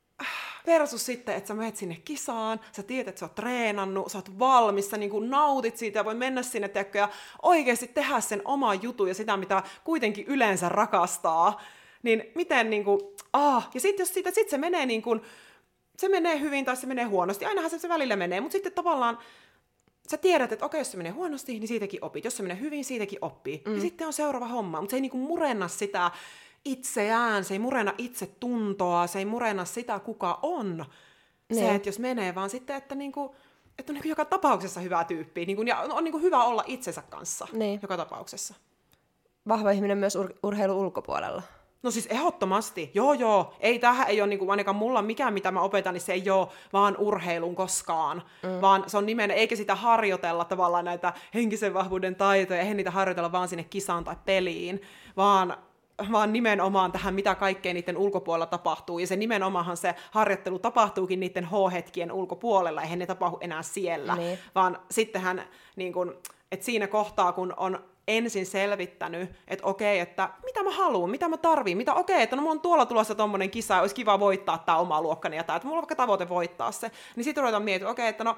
versus sitten, että sä menet sinne kisaan, sä tiedät, että sä oot treenannut, sä oot valmis, sä niinku nautit siitä ja voi mennä sinne tekkö, ja oikeasti tehdä sen oman jutun ja sitä, mitä kuitenkin yleensä rakastaa. Niin miten niinku, ah, ja sitten jos siitä, sit se menee niinku, se menee hyvin tai se menee huonosti, ainahan se, se välillä menee, mutta sitten tavallaan sä tiedät, että okei, jos se menee huonosti, niin siitäkin opit. Jos se menee hyvin, siitäkin oppii. Mm. Ja sitten on seuraava homma. Mutta se ei niinku murenna sitä itseään, se ei murenna itsetuntoa, se ei murenna sitä, kuka on. Ne. Se, että jos menee, vaan sitten, että, niinku, että on niinku joka tapauksessa hyvä tyyppi. Niinku, ja on niinku hyvä olla itsensä kanssa ne. Joka tapauksessa. Vahva ihminen myös ur- urheilun ulkopuolella. No siis ehdottomasti, joo joo, ei tähän ei ole niinku, ainakaan mulla mikään mitä mä opetan, niin se ei ole vaan urheilun koskaan, mm. vaan se on nimenomaan, eikä sitä harjoitella tavallaan näitä henkisen vahvuuden taitoja, eihän niitä harjoitella vaan sinne kisaan tai peliin, vaan, vaan nimenomaan tähän mitä kaikkea niiden ulkopuolella tapahtuu, ja se nimenomaanhan se harjoittelu tapahtuukin niiden H-hetkien ulkopuolella, eihän ne tapahdu enää siellä, niin. Vaan sittenhän niin kun, että siinä kohtaa, kun on ensin selvittänyt, että okei, että mitä mä haluan, mitä mä tarviin, mitä okei, että no mulla on tuolla tulossa tommonen kisa, olisi kiva voittaa tää oma luokkani ja tää, että mulla on vaikka tavoite voittaa se, niin sitten ruvetaan miettimään, okei, että no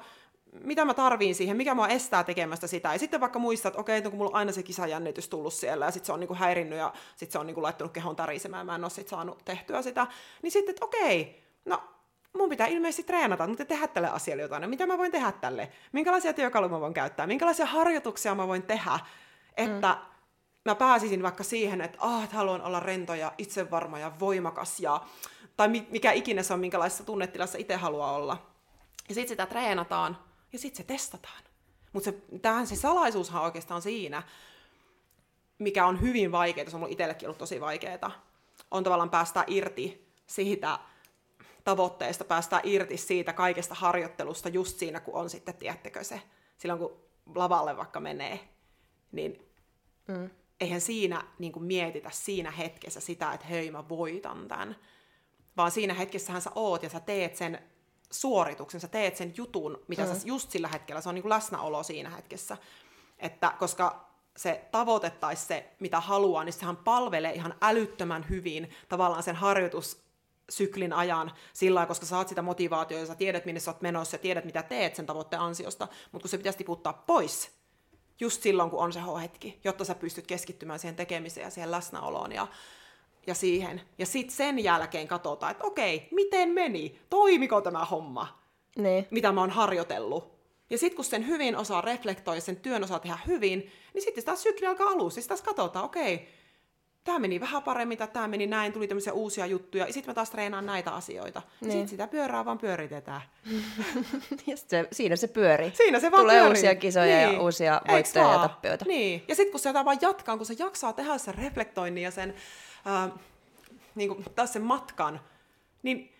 mitä mä tarviin siihen, mikä mua estää tekemästä sitä. Ja sitten vaikka muistat, että okei, kun mulla on aina se kisajännitys tullut siellä, ja sitten se on niinku häirinnyt, ja sitten se on niinku laittanut kehon tärisemään, mä en ole sit saanut tehtyä sitä. Niin sitten, että okei, no mun pitää ilmeisesti treenata, mutta tehdä tälle asialle jotain. No, mitä mä voin tehdä tälle? Minkälaisia työkaluja mä voin käyttää? Minkälaisia harjoituksia mä voin tehdä, että mm. mä pääsisin vaikka siihen, että, ah, että haluan olla rento ja itsevarma ja voimakas, ja, tai mikä ikinä se on, minkälaisessa tunnetilassa itse haluaa olla. Ja sitten sitä treenataan, ja sitten se testataan. Mutta se, tämähän se salaisuushan oikeastaan siinä, mikä on hyvin vaikeaa, se on mulla itsellekin ollut tosi vaikeaa, on tavallaan päästä irti siitä tavoitteesta, päästään irti siitä kaikesta harjoittelusta just siinä, kun on sitten, tiedättekö se, silloin kun lavalle vaikka menee, niin mm. eihän siinä niin kuin mietitä siinä hetkessä sitä, että hei, mä voitan tämän, vaan siinä hetkessähän sä oot ja sä teet sen suorituksen, sä teet sen jutun, mitä mm. sä just sillä hetkellä, se on niin kuin läsnäolo siinä hetkessä, että koska se tavoite tai se, mitä haluaa, niin sehän palvelee ihan älyttömän hyvin tavallaan sen harjoitussyklin ajan sillä koska sä saat sitä motivaatiota ja sä tiedät, minne sä oot menossa ja tiedät, mitä teet sen tavoitteen ansiosta, mutta kun se pitäisi tiputtaa pois just silloin, kun on se H-hetki, jotta sä pystyt keskittymään siihen tekemiseen ja siihen läsnäoloon ja, ja siihen. Ja sitten sen jälkeen katsotaan, että okei, miten meni? Toimiko tämä homma? Ne. Mitä mä oon harjoitellut? Ja sitten kun sen hyvin osaa reflektoida ja sen työn osaa tehdä hyvin, niin sitten taas sykli alkaa alussa. Sitten taas katsotaan, okei, tämä meni vähän paremmin, tai tämä meni näin, tuli tämmöisiä uusia juttuja, ja sitten mä taas treenaan näitä asioita. Ja sitten sitä pyörää vaan pyöritetään. Ja se, siinä se pyörii. Siinä se vaan Tulee pyörii. uusia kisoja niin. ja uusia voittoja ja tappioita. Niin, ja sitten kun se vaan jatkaa, kun se jaksaa tehdä sen reflektoinnin ja sen, äh, niin kuin, taas sen matkan, niin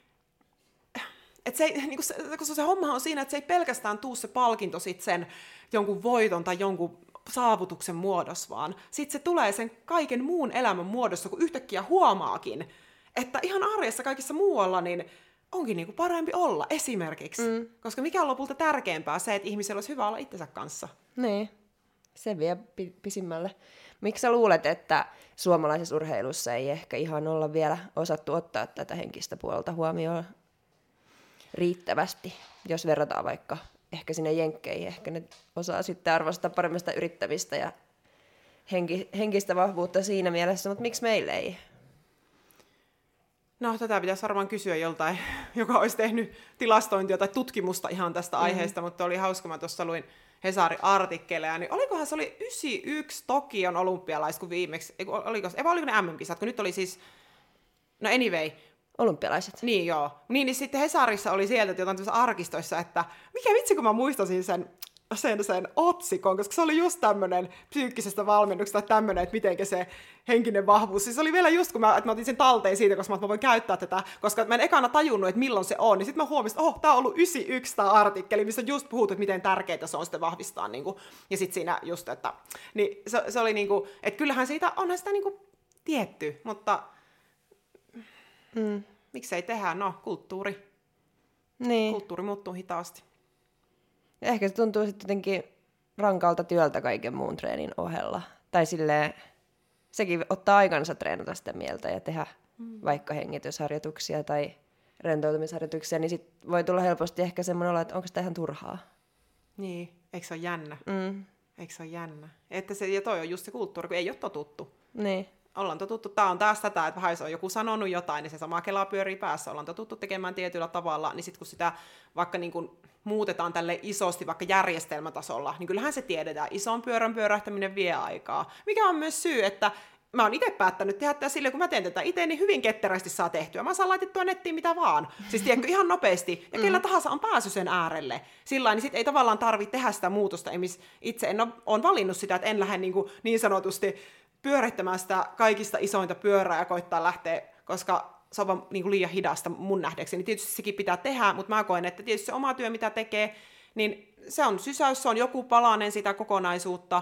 et se, niin kun se, kun se homma on siinä, että se ei pelkästään tuu se palkinto sit sen jonkun voiton tai jonkun saavutuksen muodossa, vaan sitten se tulee sen kaiken muun elämän muodossa, kun yhtäkkiä huomaakin, että ihan arjessa kaikissa muualla niin onkin niinku parempi olla esimerkiksi. Mm. Koska mikä on lopulta tärkeämpää se, että ihmisellä olisi hyvä olla itsensä kanssa. Niin, se vie pisimmälle. Miksi sä luulet, että suomalaisessa urheilussa ei ehkä ihan olla vielä osattu ottaa tätä henkistä puolta huomioon riittävästi, jos verrataan vaikka ehkä sinne jenkkeihin, ehkä ne osaa sitten arvostaa paremmista yrittämistä ja henki, henkistä vahvuutta siinä mielessä, mutta miksi meille ei? No, tätä pitäisi varmaan kysyä joltain, joka olisi tehnyt tilastointia tai tutkimusta ihan tästä mm. aiheesta, mutta oli hauska, mä tuossa luin Hesarin artikkeleja, niin olikohan se oli yhdeksänkymmentäyksi Tokion olympialais, kun viimeksi, ei, oliko, ei, oliko ne M M-kisat, kun nyt oli siis, no anyway, olympialaiset. Niin joo. Niin, niin sitten Hesarissa oli sieltä jotain tämmöisissä arkistoissa, että mikä vitsi, kun mä muistasin sen, sen, sen otsikon, koska se oli just tämmöinen psyykkisestä valmennuksesta tämmöinen, että mitenkä se henkinen vahvuus. Siis se oli vielä just, kun mä, että mä otin sen talteen siitä, koska mä, mä voin käyttää tätä, koska mä en ekana tajunnut, että milloin se on. Niin sitten mä huomasin, että oh, tää on ollut yhdeksänkymmentäyksi tää artikkeli, missä just puhut, että miten tärkeää se on sitten vahvistaa. Niin kuin, ja sitten siinä just, että niin se, se oli niin kuin, että kyllähän siitä onhan sitä niin kuin tietty, mutta mm. miksei tehdä? No, kulttuuri. Niin. Kulttuuri muuttuu hitaasti. Ja ehkä se tuntuu sitten jotenkin rankalta työltä kaiken muun treenin ohella. Tai silleen, sekin ottaa aikansa treenata sitä mieltä ja tehdä mm. vaikka hengitysharjoituksia tai rentoutumisharjoituksia, niin sit voi tulla helposti ehkä semmoinen olo, että onko sitä ihan turhaa. Niin, eikö se ole jännä? Mm. Eikö se ole jännä? Että se, ja toi on just se kulttuuri, kun ei ole totuttu. Niin. Ollaan totuttu, tää on taas tätä, että jos on joku sanonut jotain, niin se sama kelaa pyörii päässä. Ollaan totuttu tekemään tietyllä tavalla, niin sitten kun sitä vaikka niin kun muutetaan tälle isosti, vaikka järjestelmätasolla, niin kyllähän se tiedetään. Ison pyörän pyörähtäminen vie aikaa. Mikä on myös syy, että mä oon itse päättänyt tehdä tätä silleen, kun mä teen tätä itse, niin hyvin ketterästi saa tehtyä. Mä saan laitettua nettiin mitä vaan. Siis tiedätkö, ihan nopeasti. Ja kellä tahansa on päässyt sen äärelle. Sillain, niin sit ei tavallaan tarvitse tehdä sitä muutosta. Itse en ole, on valinnut sitä, että en lähde niin, kuin, niin sanotusti pyörittämään sitä kaikista isointa pyörää ja koittaa lähteä, koska se on vaan niin kuin liian hidasta mun nähdäkseni. Tietysti sekin pitää tehdä, mutta mä koen, että tietysti se oma työ, mitä tekee, niin se on sysäys, se on joku palanen sitä kokonaisuutta.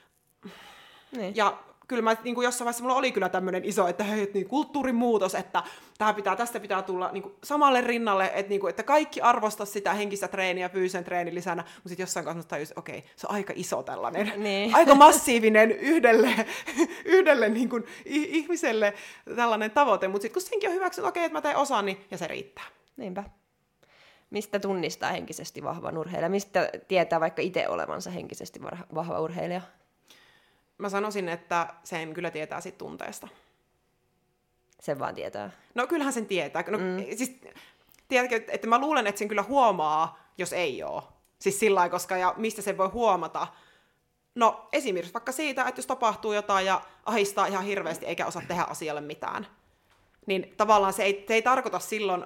Niin. Ja kyllä mä niin kuin jossain vaiheessa mulla oli kyllä tämmöinen iso, että hei, niin kulttuurimuutos, että tää pitää, tästä pitää tulla niin kuin samalle rinnalle, että, niin kuin, että kaikki arvostaa sitä henkistä treeniä fyysisen treenin lisänä, mutta sitten jossain kanssa tajusin, okei, okay, se on aika iso tällainen, niin. aika massiivinen yhdelle, yhdelle niin kuin, ihmiselle tällainen tavoite, mutta sitten kun senkin on hyväksynyt, okei, okay, että mä teen osan, niin ja se riittää. Niinpä. Mistä tunnistaa henkisesti vahvan urheilija? Mistä tietää vaikka itse olevansa henkisesti vahva urheilija? Mä sanoisin, että sen kyllä tietää sit tunteesta. Sen vaan tietää. No kyllähän sen tietää. No, mm. siis, tiedätkö, että mä luulen, että sen kyllä huomaa, jos ei ole. Siis sillä lailla, koska ja mistä sen voi huomata. No esimerkiksi vaikka siitä, että jos tapahtuu jotain ja ahistaa ihan hirveästi eikä osaa tehdä asialle mitään. Niin tavallaan se ei, se ei tarkoita silloin,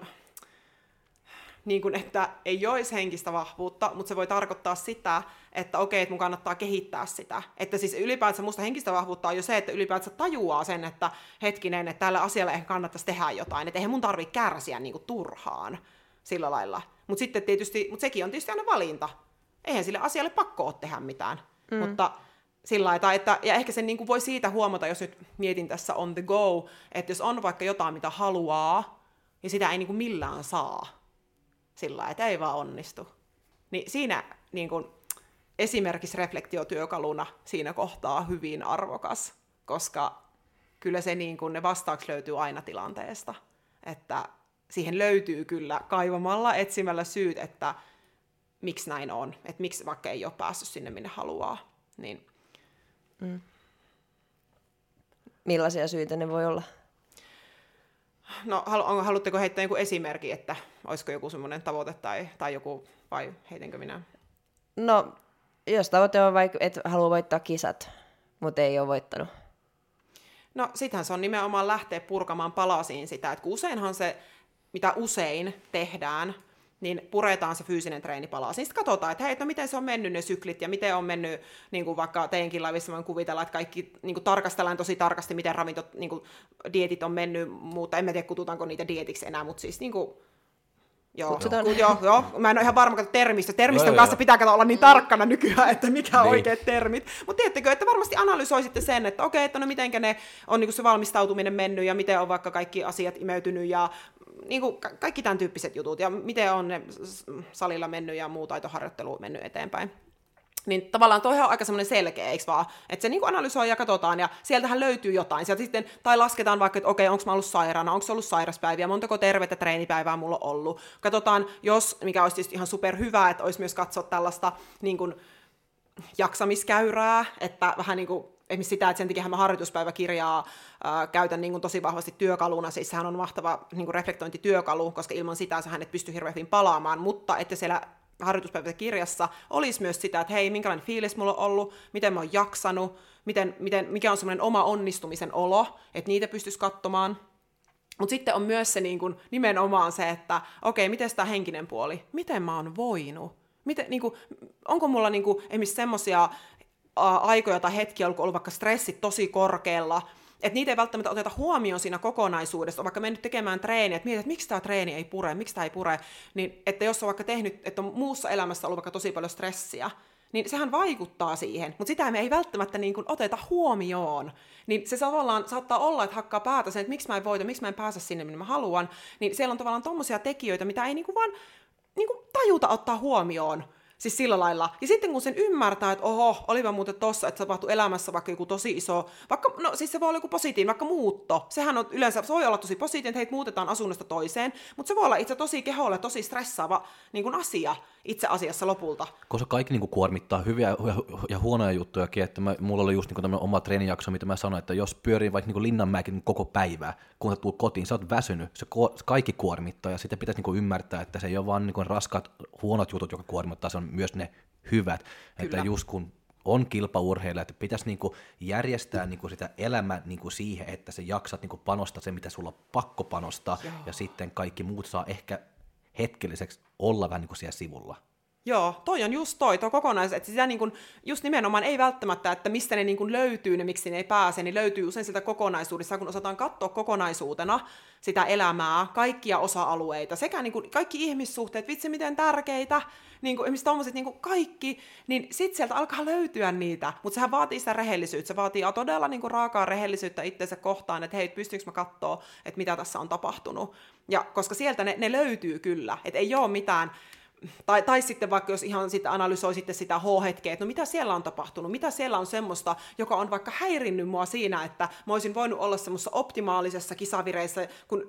niin kuin, että ei olisi henkistä vahvuutta, mutta se voi tarkoittaa sitä, että okei, että mun kannattaa kehittää sitä. Että siis ylipäätään musta henkistä vahvuutta on jo se, että ylipäätään tajuaa sen, että hetkinen, että tällä asialla ehkä kannattaisi tehdä jotain. Että eihän mun tarvitse kärsiä niin kuin turhaan sillä lailla. Mutta sitten tietysti, mutta sekin on tietysti aina valinta. Eihän sille asialle pakko ole tehdä mitään. Mm. Mutta sillä lailla, että, ja ehkä sen niin kuin voi siitä huomata, jos nyt mietin tässä on the go, että jos on vaikka jotain, mitä haluaa, niin sitä ei niin kuin millään saa. Sillä lailla, että ei vaan onnistu. Niin siinä niin kun, esimerkiksi reflektiotyökaluna siinä kohtaa hyvin arvokas, koska kyllä se niin kun, ne vastaukset löytyy aina tilanteesta. Että siihen löytyy kyllä kaivamalla, etsimällä syyt, että miksi näin on. Että miksi vaikka ei ole päässyt sinne, minne haluaa. Niin. Mm. Millaisia syitä ne voi olla? No, halu- haluatteko heittää joku esimerkki, että olisiko joku semmoinen tavoite tai, tai joku, vai heitenkö minä? No, jos tavoite on vaikka, että haluaa voittaa kisat, mutta ei ole voittanut. No, sittenhän se on nimenomaan lähteä purkamaan palasiin sitä, että kun useinhan se, mitä usein tehdään, niin puretaan se fyysinen treeni palasiin. Sitten katsotaan, että hei, no miten se on mennyt ne syklit ja miten on mennyt, niin kuin vaikka teidänkin laivissa voin kuvitella, että kaikki niin kuin tarkastellaan tosi tarkasti, miten ravintot, niin kuin dieetit on mennyt, mutta en mä tiedä, kututaanko niitä dietiksi enää, mutta siis niin kuin, joo, ku, joo, joo, mä en ole ihan varma, että termistö. Termistön joo, kanssa joo. Pitää olla niin tarkkana nykyään, että mikä on niin. Oikeat termit. Mutta tiedättekö, että varmasti analysoisitte sen, että okei, että no mitenkä ne on niin kuin se valmistautuminen mennyt ja miten on vaikka kaikki asiat imeytynyt ja niin kuin kaikki tämän tyyppiset jutut ja miten on ne salilla mennyt ja muu taitoharjoittelu mennyt eteenpäin. Niin tavallaan toi on aika semmoinen selkeä, eikö vaan? Että se niin kuin analysoi ja katsotaan, ja sieltähän löytyy jotain. Sieltä sitten, tai lasketaan vaikka, että okei, onko mä ollut sairaana, onko se ollut sairaspäiviä, montako tervettä treenipäivää mulla on ollut. Katsotaan, jos, mikä olisi tietysti ihan superhyvä, että olisi myös katsoa tällaista niin kuin jaksamiskäyrää, että vähän niin kuin esimerkiksi sitä, että sen takia mä harjoituspäiväkirjaa ää, käytän niin kuin tosi vahvasti työkaluna, siis sehän on mahtava niin kuin reflektointityökalu, koska ilman sitä sähän et pysty hirveän hyvin palaamaan, mutta että siellä harjoituspäiväkirjassa olisi myös sitä, että hei, minkälainen fiilis mulla on ollut, miten mä oon jaksanut, miten, miten, mikä on semmoinen oma onnistumisen olo, että niitä pystyisi katsomaan. Mutta sitten on myös se niin kuin, nimenomaan se, että okei, miten tämä henkinen puoli, miten mä oon voinut, miten, niin kuin, onko mulla niin kuin, esimerkiksi semmoisia aikoja tai hetkiä ollut, ollut vaikka stressit tosi korkealla, että niitä ei välttämättä oteta huomioon siinä kokonaisuudessa, on vaikka mennyt tekemään treeniä, että mietit, että miksi tämä treeni ei pure, miksi tämä ei pure, niin että jos on vaikka tehnyt, että on muussa elämässä ollut vaikka tosi paljon stressiä, niin sehän vaikuttaa siihen, mutta sitä me ei välttämättä niin kuin oteta huomioon. Niin se tavallaan saattaa olla, että hakkaa päätä sen, että miksi mä en voita, miksi mä en pääse sinne, minne mä haluan, niin siellä on tavallaan tommosia tekijöitä, mitä ei niin kuin vaan niin kuin tajuta ottaa huomioon. Siis sillä lailla. Ja sitten kun sen ymmärtää, että oho, olipa muuten tossa, että tapahtui elämässä vaikka joku tosi iso, vaikka, no siis se voi olla joku positiivinen, vaikka muutto. Sehän on yleensä, se voi olla tosi positiivinen, että heitä muutetaan asunnosta toiseen, mutta se voi olla itse tosi keholle tosi stressaava niin kuin asia itse asiassa lopulta. Koska kaikki niin kuin kuormittaa hyviä ja huonoja juttujakin, että mä, mulla oli just niin kuin tämmöinen oma treenijakso, mitä mä sanoin, että jos pyörii vaikka niin kuin Linnanmäki koko päivää, kun sä tulet kotiin, sä oot väsynyt, se ko- kaikki kuormittaa ja sitä pitäisi niin kuin ymmärtää, että se ei ole vaan niin kuin raskaat huonot jutut, jotka kuormittaa, se on myös ne hyvät. Kyllä. Että just kun on kilpaurheilija, että pitäisi niinku järjestää niinku sitä elämää niinku siihen, että sä jaksat niinku panostaa se, mitä sulla on pakko panostaa, Joo. ja sitten kaikki muut saa ehkä hetkelliseksi olla vähän niinku siellä sivulla. Joo, toi on just toi, toi kokonaisuus, että sitä niin kuin, just nimenomaan ei välttämättä, että mistä ne niin kuin löytyy, ne miksi ne ei pääse, niin löytyy usein siltä kokonaisuudessa, kun osataan katsoa kokonaisuutena sitä elämää, kaikkia osa-alueita, sekä niin kuin kaikki ihmissuhteet, vitsi miten tärkeitä, niin kuin, esimerkiksi tommoset niin kuin kaikki, niin sit sieltä alkaa löytyä niitä, mutta sehän vaatii sitä rehellisyyttä, se vaatii todella niin kuin raakaa rehellisyyttä itseensä kohtaan, että hei, pystyykö mä katsoa, että mitä tässä on tapahtunut, ja koska sieltä ne, ne löytyy kyllä, että ei ole mitään. Tai, tai sitten vaikka jos ihan sitä analysoi sitten sitä H-hetkeä, että no mitä siellä on tapahtunut, mitä siellä on semmoista, joka on vaikka häirinnyt mua siinä, että mä olisin voinut olla semmoisessa optimaalisessa kisavireissä, kun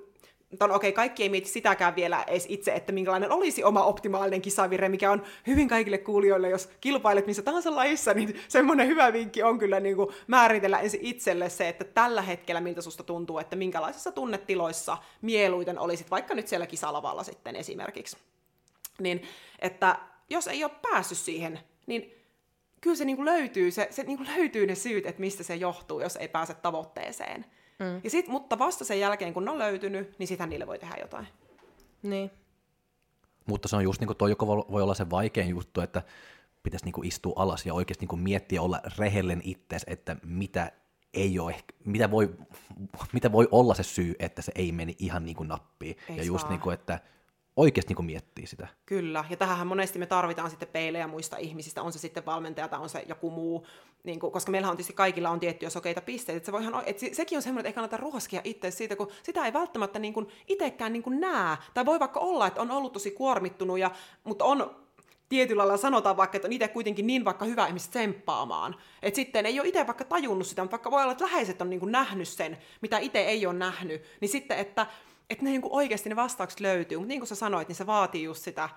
okei, okay, kaikki ei mieti sitäkään vielä edes itse, että minkälainen olisi oma optimaalinen kisavire, mikä on hyvin kaikille kuulijoille, jos kilpailet missä tahansa lajissa, niin semmoinen hyvä vinkki on kyllä niin kuin määritellä ensin itselle se, että tällä hetkellä miltä susta tuntuu, että minkälaisissa tunnetiloissa mieluiten olisit, vaikka nyt siellä kisalavalla sitten esimerkiksi. Niin, että jos ei ole päässyt siihen, niin kyllä se, niin kuin löytyy, se, se niin kuin löytyy ne syyt, että mistä se johtuu, jos ei pääse tavoitteeseen. Mm. Ja sit, mutta vasta sen jälkeen, kun ne on löytynyt, niin sitähän niille voi tehdä jotain. Niin. Mutta se on just niin kuin toi, joka voi olla se vaikein juttu, että pitäisi niin kuin istua alas ja oikeasti niin kuin miettiä, olla rehellinen itseäsi, että mitä, ei ole ehkä, mitä, voi, mitä voi olla se syy, että se ei meni ihan niin kuin nappiin. Ei ja just niin kuin, että oikeasti niin kuin miettii sitä. Kyllä, ja tähän monesti me tarvitaan sitten peilejä muista ihmisistä, on se sitten valmentaja tai on se joku muu, niin kuin, koska meillähän on tietysti kaikilla on tiettyjä sokeita pisteitä, että se voi ihan, että sekin on semmoinen, että ei kannata ruoskia itse siitä, kun sitä ei välttämättä niin kuin itsekään niin kuin näe, tai voi vaikka olla, että on ollut tosi kuormittunut, ja, mutta on tietyllä lailla sanotaan vaikka, että on itse kuitenkin niin vaikka hyvä ihmistä tsemppaamaan, että sitten ei ole itse vaikka tajunnut sitä, mutta vaikka voi olla, että läheiset on niin kuin nähnyt sen, mitä itse ei ole nähnyt, niin sitten, että että ne niin kuin oikeasti ne vastaukset löytyy, mutta niin kuin sä sanoit, niin se vaatii just sitä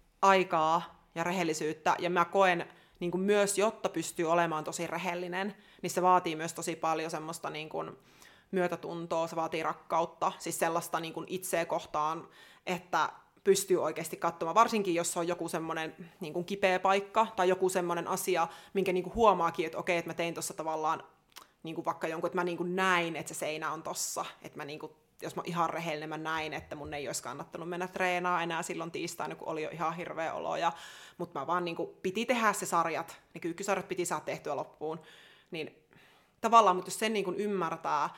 aikaa ja rehellisyyttä, ja mä koen niin kuin myös, jotta pystyy olemaan tosi rehellinen, niin se vaatii myös tosi paljon semmoista niin kuin myötätuntoa, se vaatii rakkautta, siis sellaista niin kuin itseä kohtaan, että pystyy oikeasti katsomaan, varsinkin jos on joku semmoinen niin kuin kipeä paikka, tai joku semmoinen asia, minkä niin kuin huomaakin, että okei, että mä tein tuossa tavallaan niin kuin vaikka jonkun, että mä niin kuin näin, että se seinä on tossa, että mä niin kuin jos mä ihan rehellinen, mä näin, että mun ei olisi kannattanut mennä treenaa enää silloin tiistaina, kun oli jo ihan hirveä olo. Ja, mutta mä vaan niin kuin, piti tehdä se sarjat, ne kyykkysarjat piti saada tehtyä loppuun. Niin tavallaan, mutta jos sen niin kuin ymmärtää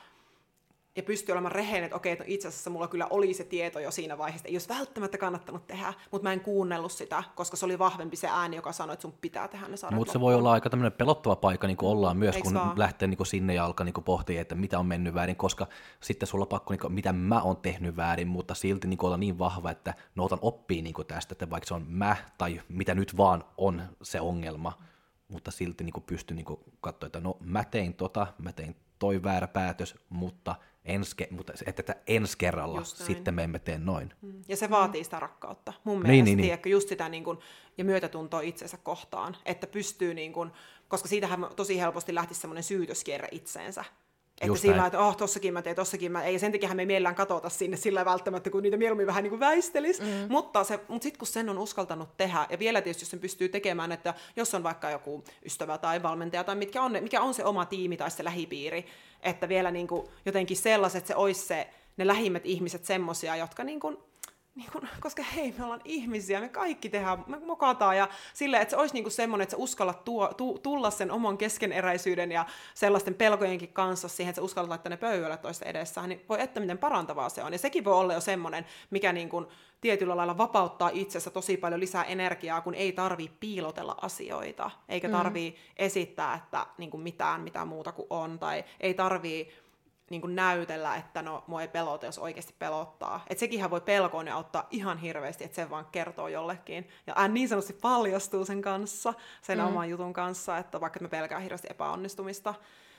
ja pystyy olemaan rehellinen, että okei, että itse asiassa mulla kyllä oli se tieto jo siinä vaiheessa, ei olisi välttämättä kannattanut tehdä, mutta mä en kuunnellut sitä, koska se oli vahvempi se ääni, joka sanoi, että sun pitää tehdä ne sarjat. Mutta se voi olla aika tämmöinen pelottava paikka, niin kuin ollaan myös, Eiks kun vaan? lähtee niin kuin sinne ja alkaa niin kuin pohtia, että mitä on mennyt väärin, koska sitten sulla on pakko, niin kuin, mitä mä oon tehnyt väärin, mutta silti niin kuin olla niin vahva, että no otan oppia niin kuin tästä, että vaikka se on mä tai mitä nyt vaan on se ongelma, mutta silti niin kuin pystyn niin kuin katsoa, että no mä tein tota, mä tein toi väärä päätös, mutta Ensi, mutta että ensi kerralla sitten me emme tee noin. Ja se vaatii sitä rakkautta. Mun mielestä, niin, niin, tiedätkö, just sitä niin kuin, ja myötätuntoa itsensä kohtaan, että pystyy, niin kuin, koska siitähän tosi helposti lähtisi semmoinen syytöskierre itseensä. Että just sillä, että oh, tossakin mä teen, tossakin mä, ei sen takiahan me mielellään katsota sinne sillä välttämättä, kun niitä mieluummin vähän niin kuin väistelisi, mm. mutta, se, mutta sitten kun sen on uskaltanut tehdä, ja vielä tietysti jos sen pystyy tekemään, että jos on vaikka joku ystävä tai valmentaja, tai mitkä on, mikä on se oma tiimi tai se lähipiiri, että vielä niin kuin jotenkin sellaiset, että se olisi se, ne lähimmät ihmiset semmoisia, jotka niin kuin, niin kuin, koska hei, me ollaan ihmisiä, me kaikki tehdään, me mokataan, ja silleen, että se olisi niin kuin semmoinen, että sä uskallat tuo, tu, tulla sen oman keskeneräisyyden ja sellaisten pelkojenkin kanssa siihen, että sä uskallat laittaa ne pöydälle toista edessä, niin voi että miten parantavaa se on. Ja sekin voi olla jo semmoinen, mikä niin kuin tietyllä lailla vapauttaa itsessä tosi paljon lisää energiaa, kun ei tarvii piilotella asioita, eikä tarvii mm. esittää, että niin kuin mitään, mitään muuta kuin on, tai ei tarvii niin kuin näytellä, että no, mua ei pelota, jos oikeasti pelottaa. Että sekinhän voi pelkoon ja auttaa ihan hirveästi, että se vaan kertoo jollekin. Ja hän niin sanotusti paljastuu sen kanssa, sen mm. oman jutun kanssa, että vaikka me pelkää hirveästi epäonnistumista,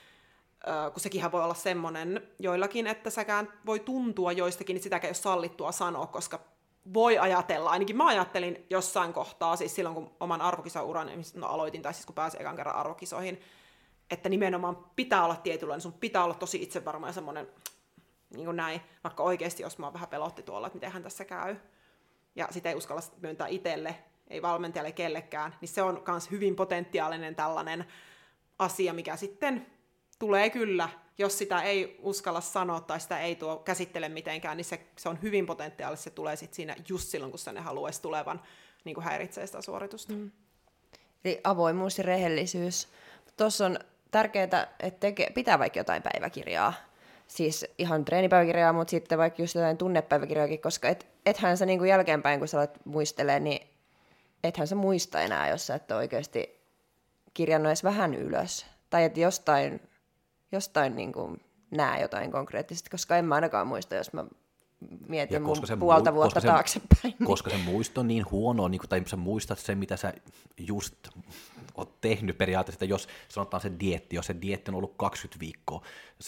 kun sekinhän voi olla semmoinen joillakin, että säkään voi tuntua joistakin, että sitäkään ei ole sallittua sanoa, koska voi ajatella, ainakin mä ajattelin jossain kohtaa, siis silloin kun oman arvokisauran no, aloitin, tai siis kun pääsin ekan kerran arvokisoihin, että nimenomaan pitää olla tietynlainen, sun pitää olla tosi itsevarma ja semmoinen, niin kuin näin, vaikka oikeasti jos mä vähän pelotti tuolla, että mitenhän tässä käy, ja sitä ei uskalla myöntää itselle, ei valmentajalle kellekään, niin se on myös hyvin potentiaalinen tällainen asia, mikä sitten tulee kyllä, jos sitä ei uskalla sanoa tai sitä ei tuo käsittele mitenkään, niin se, se on hyvin potentiaalista, se tulee sitten siinä just silloin, kun sen haluaisi tulevan niin kuin häiritsee sitä suoritusta. Mm. Eli avoimuus ja rehellisyys. Tuossa on tärkeää, että teke, pitää vaikka jotain päiväkirjaa, siis ihan treenipäiväkirjaa, mutta sitten vaikka just jotain tunnepäiväkirjaakin, koska et, ethän sä niinku jälkeenpäin, kun sä alat muistelee, niin ethän sä muista enää, jos sä et ole oikeasti kirjannut edes vähän ylös. Tai että jostain, jostain niinku näe jotain konkreettisesti, koska en mä ainakaan muista, jos mä mietin mun puolta mu- vuotta koska taaksepäin. Se, koska se muisto on niin huono, niin kun, tai sä muistat sen, mitä sä just oot tehnyt periaatteessa, että jos sanotaan se dieetti, jos se dieetti on ollut kaksikymmentä viikkoa, se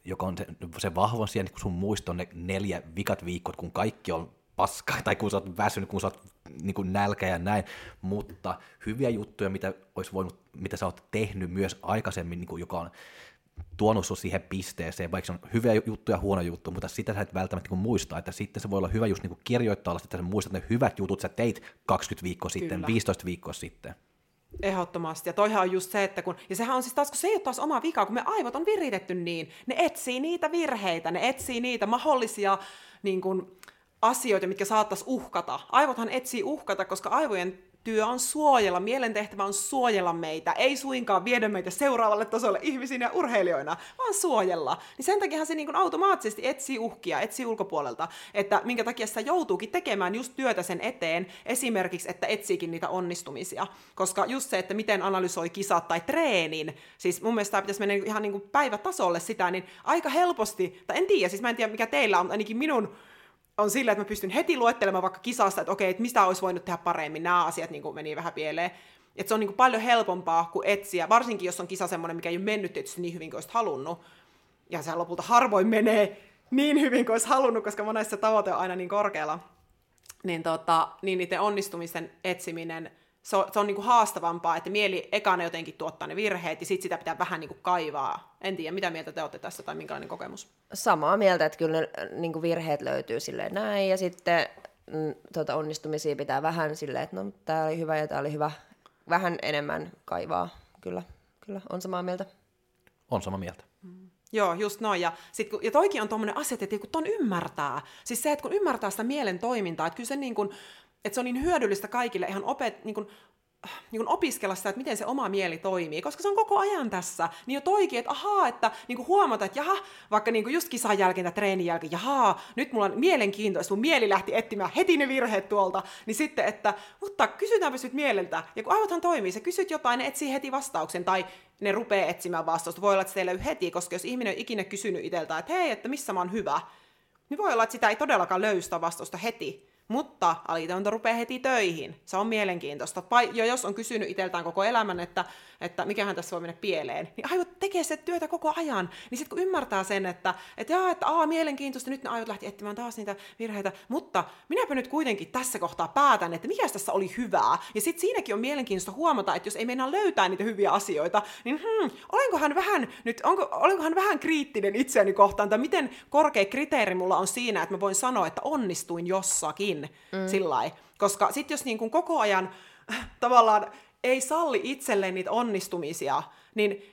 joka on se, se vahvoin siellä, kun sun muisto on ne neljä vikat viikot, kun kaikki on paskaa, tai kun sä oot väsynyt, kun sä oot niin kuin nälkä ja näin, mutta hyviä juttuja, mitä, olisi voinut, mitä sä oot tehnyt myös aikaisemmin, niin kuin, joka on tuonut sun siihen pisteeseen, vaikka se on hyviä juttuja ja huono juttu, mutta sitä sä et välttämättä niin muistaa, että sitten se voi olla hyvä just niin kuin kirjoittaa alas, että sä muistat ne hyvät jutut, sä teit kaksikymmentä viikkoa sitten, Kyllä. viisitoista viikkoa sitten. Ehdottomasti. Ja toihan on just se, että kun, ja sehän on siis taas, kun se ei ole taas oma vika, kun me aivot on viritetty niin, ne etsii niitä virheitä, ne etsii niitä mahdollisia niin kuin, asioita, mitkä saattaisi uhkata. Aivothan etsii uhkata, koska aivojen työ on suojella, mielen tehtävä on suojella meitä, ei suinkaan viedä meitä seuraavalle tasolle ihmisinä ja urheilijoina, vaan suojella. Niin sen takiahan se niin kuin automaattisesti etsii uhkia, etsii ulkopuolelta, että minkä takia sitä joutuukin tekemään just työtä sen eteen, esimerkiksi, että etsiikin niitä onnistumisia. Koska just se, että miten analysoi kisat tai treenin, siis mun mielestä pitäisi mennä ihan niin kuin päivätasolle sitä, niin aika helposti, tai en tiedä, siis mä en tiedä mikä teillä on, mutta ainakin minun on sillä, että mä pystyn heti luettelemaan vaikka kisasta, että okei, että mistä olisi voinut tehdä paremmin, nämä asiat niin kuin meni vähän pieleen. Että se on niin kuin paljon helpompaa kuin etsiä, varsinkin jos on kisa semmoinen, mikä ei ole mennyt tietysti niin hyvin kuin olisit halunnut. Ja se lopulta harvoin menee niin hyvin kuin olisi halunnut, koska monessa tavoite on aina niin korkealla. Niin, tota, niin niiden onnistumisten etsiminen, se on, se on niin kuin haastavampaa, että mieli ekana jotenkin tuottaa ne virheet, ja sitten sitä pitää vähän niin kuin kaivaa. En tiedä, mitä mieltä te olette tästä, tai minkälainen kokemus? Samaa mieltä, että kyllä ne niin kuin virheet löytyy silleen näin, ja sitten mm, tuota, onnistumisia pitää vähän silleen, että no, tämä oli hyvä ja tämä oli hyvä. Vähän enemmän kaivaa, kyllä, kyllä, on samaa mieltä. On samaa mieltä. Mm. Joo, just noin. Ja, sit, kun, ja toikin on tuommoinen asia, että kun ton ymmärtää, siis se, että kun ymmärtää sitä mielen toimintaa, että kyllä se niin kuin, että se on niin hyödyllistä kaikille ihan opet, niin kuin, niin kuin opiskella sitä, että miten se oma mieli toimii, koska se on koko ajan tässä. Niin jo toikin, että ahaa, että niin kuin huomata, että jaha, vaikka niin kuin just kisan jälkeen tai treenin jälkeen, jaha, nyt mulla on mielenkiintoista, mun mieli lähti etsimään heti ne virheet tuolta, niin sitten, että mutta kysytäänpä nyt mieleltä. Ja kun aivothan toimii, sä kysyt jotain, ne etsii heti vastauksen, tai ne rupeaa etsimään vastausta. Voi olla, että se ei löydy heti, koska jos ihminen on ikinä kysynyt itseltään, että hei, että missä mä oon hyvä, niin voi olla, että sitä ei todellakaan löydy sitä vastausta heti. Mutta alitajunta rupeaa heti töihin. Se on mielenkiintoista. Ja jos on kysynyt itseltään koko elämän, että, että mikähän tässä voi mennä pieleen, niin aivot tekee se työtä koko ajan. Niin sitten kun ymmärtää sen, että, että, jaa, että aa, mielenkiintoista, nyt ne aivot lähti etsimään taas niitä virheitä, mutta minäpä nyt kuitenkin tässä kohtaa päätän, että mikä tässä oli hyvää. Ja sitten siinäkin on mielenkiintoista huomata, että jos ei meinaa löytää niitä hyviä asioita, niin hmm, olenkohan vähän, nyt, onko, olenkohan vähän kriittinen itseäni kohtaan, tai miten korkea kriteeri mulla on siinä, että mä voin sanoa, että onnistuin jossakin. Mm. Sillai. Koska sitten jos niin kun koko ajan äh, tavallaan ei salli itselleen niitä onnistumisia, niin,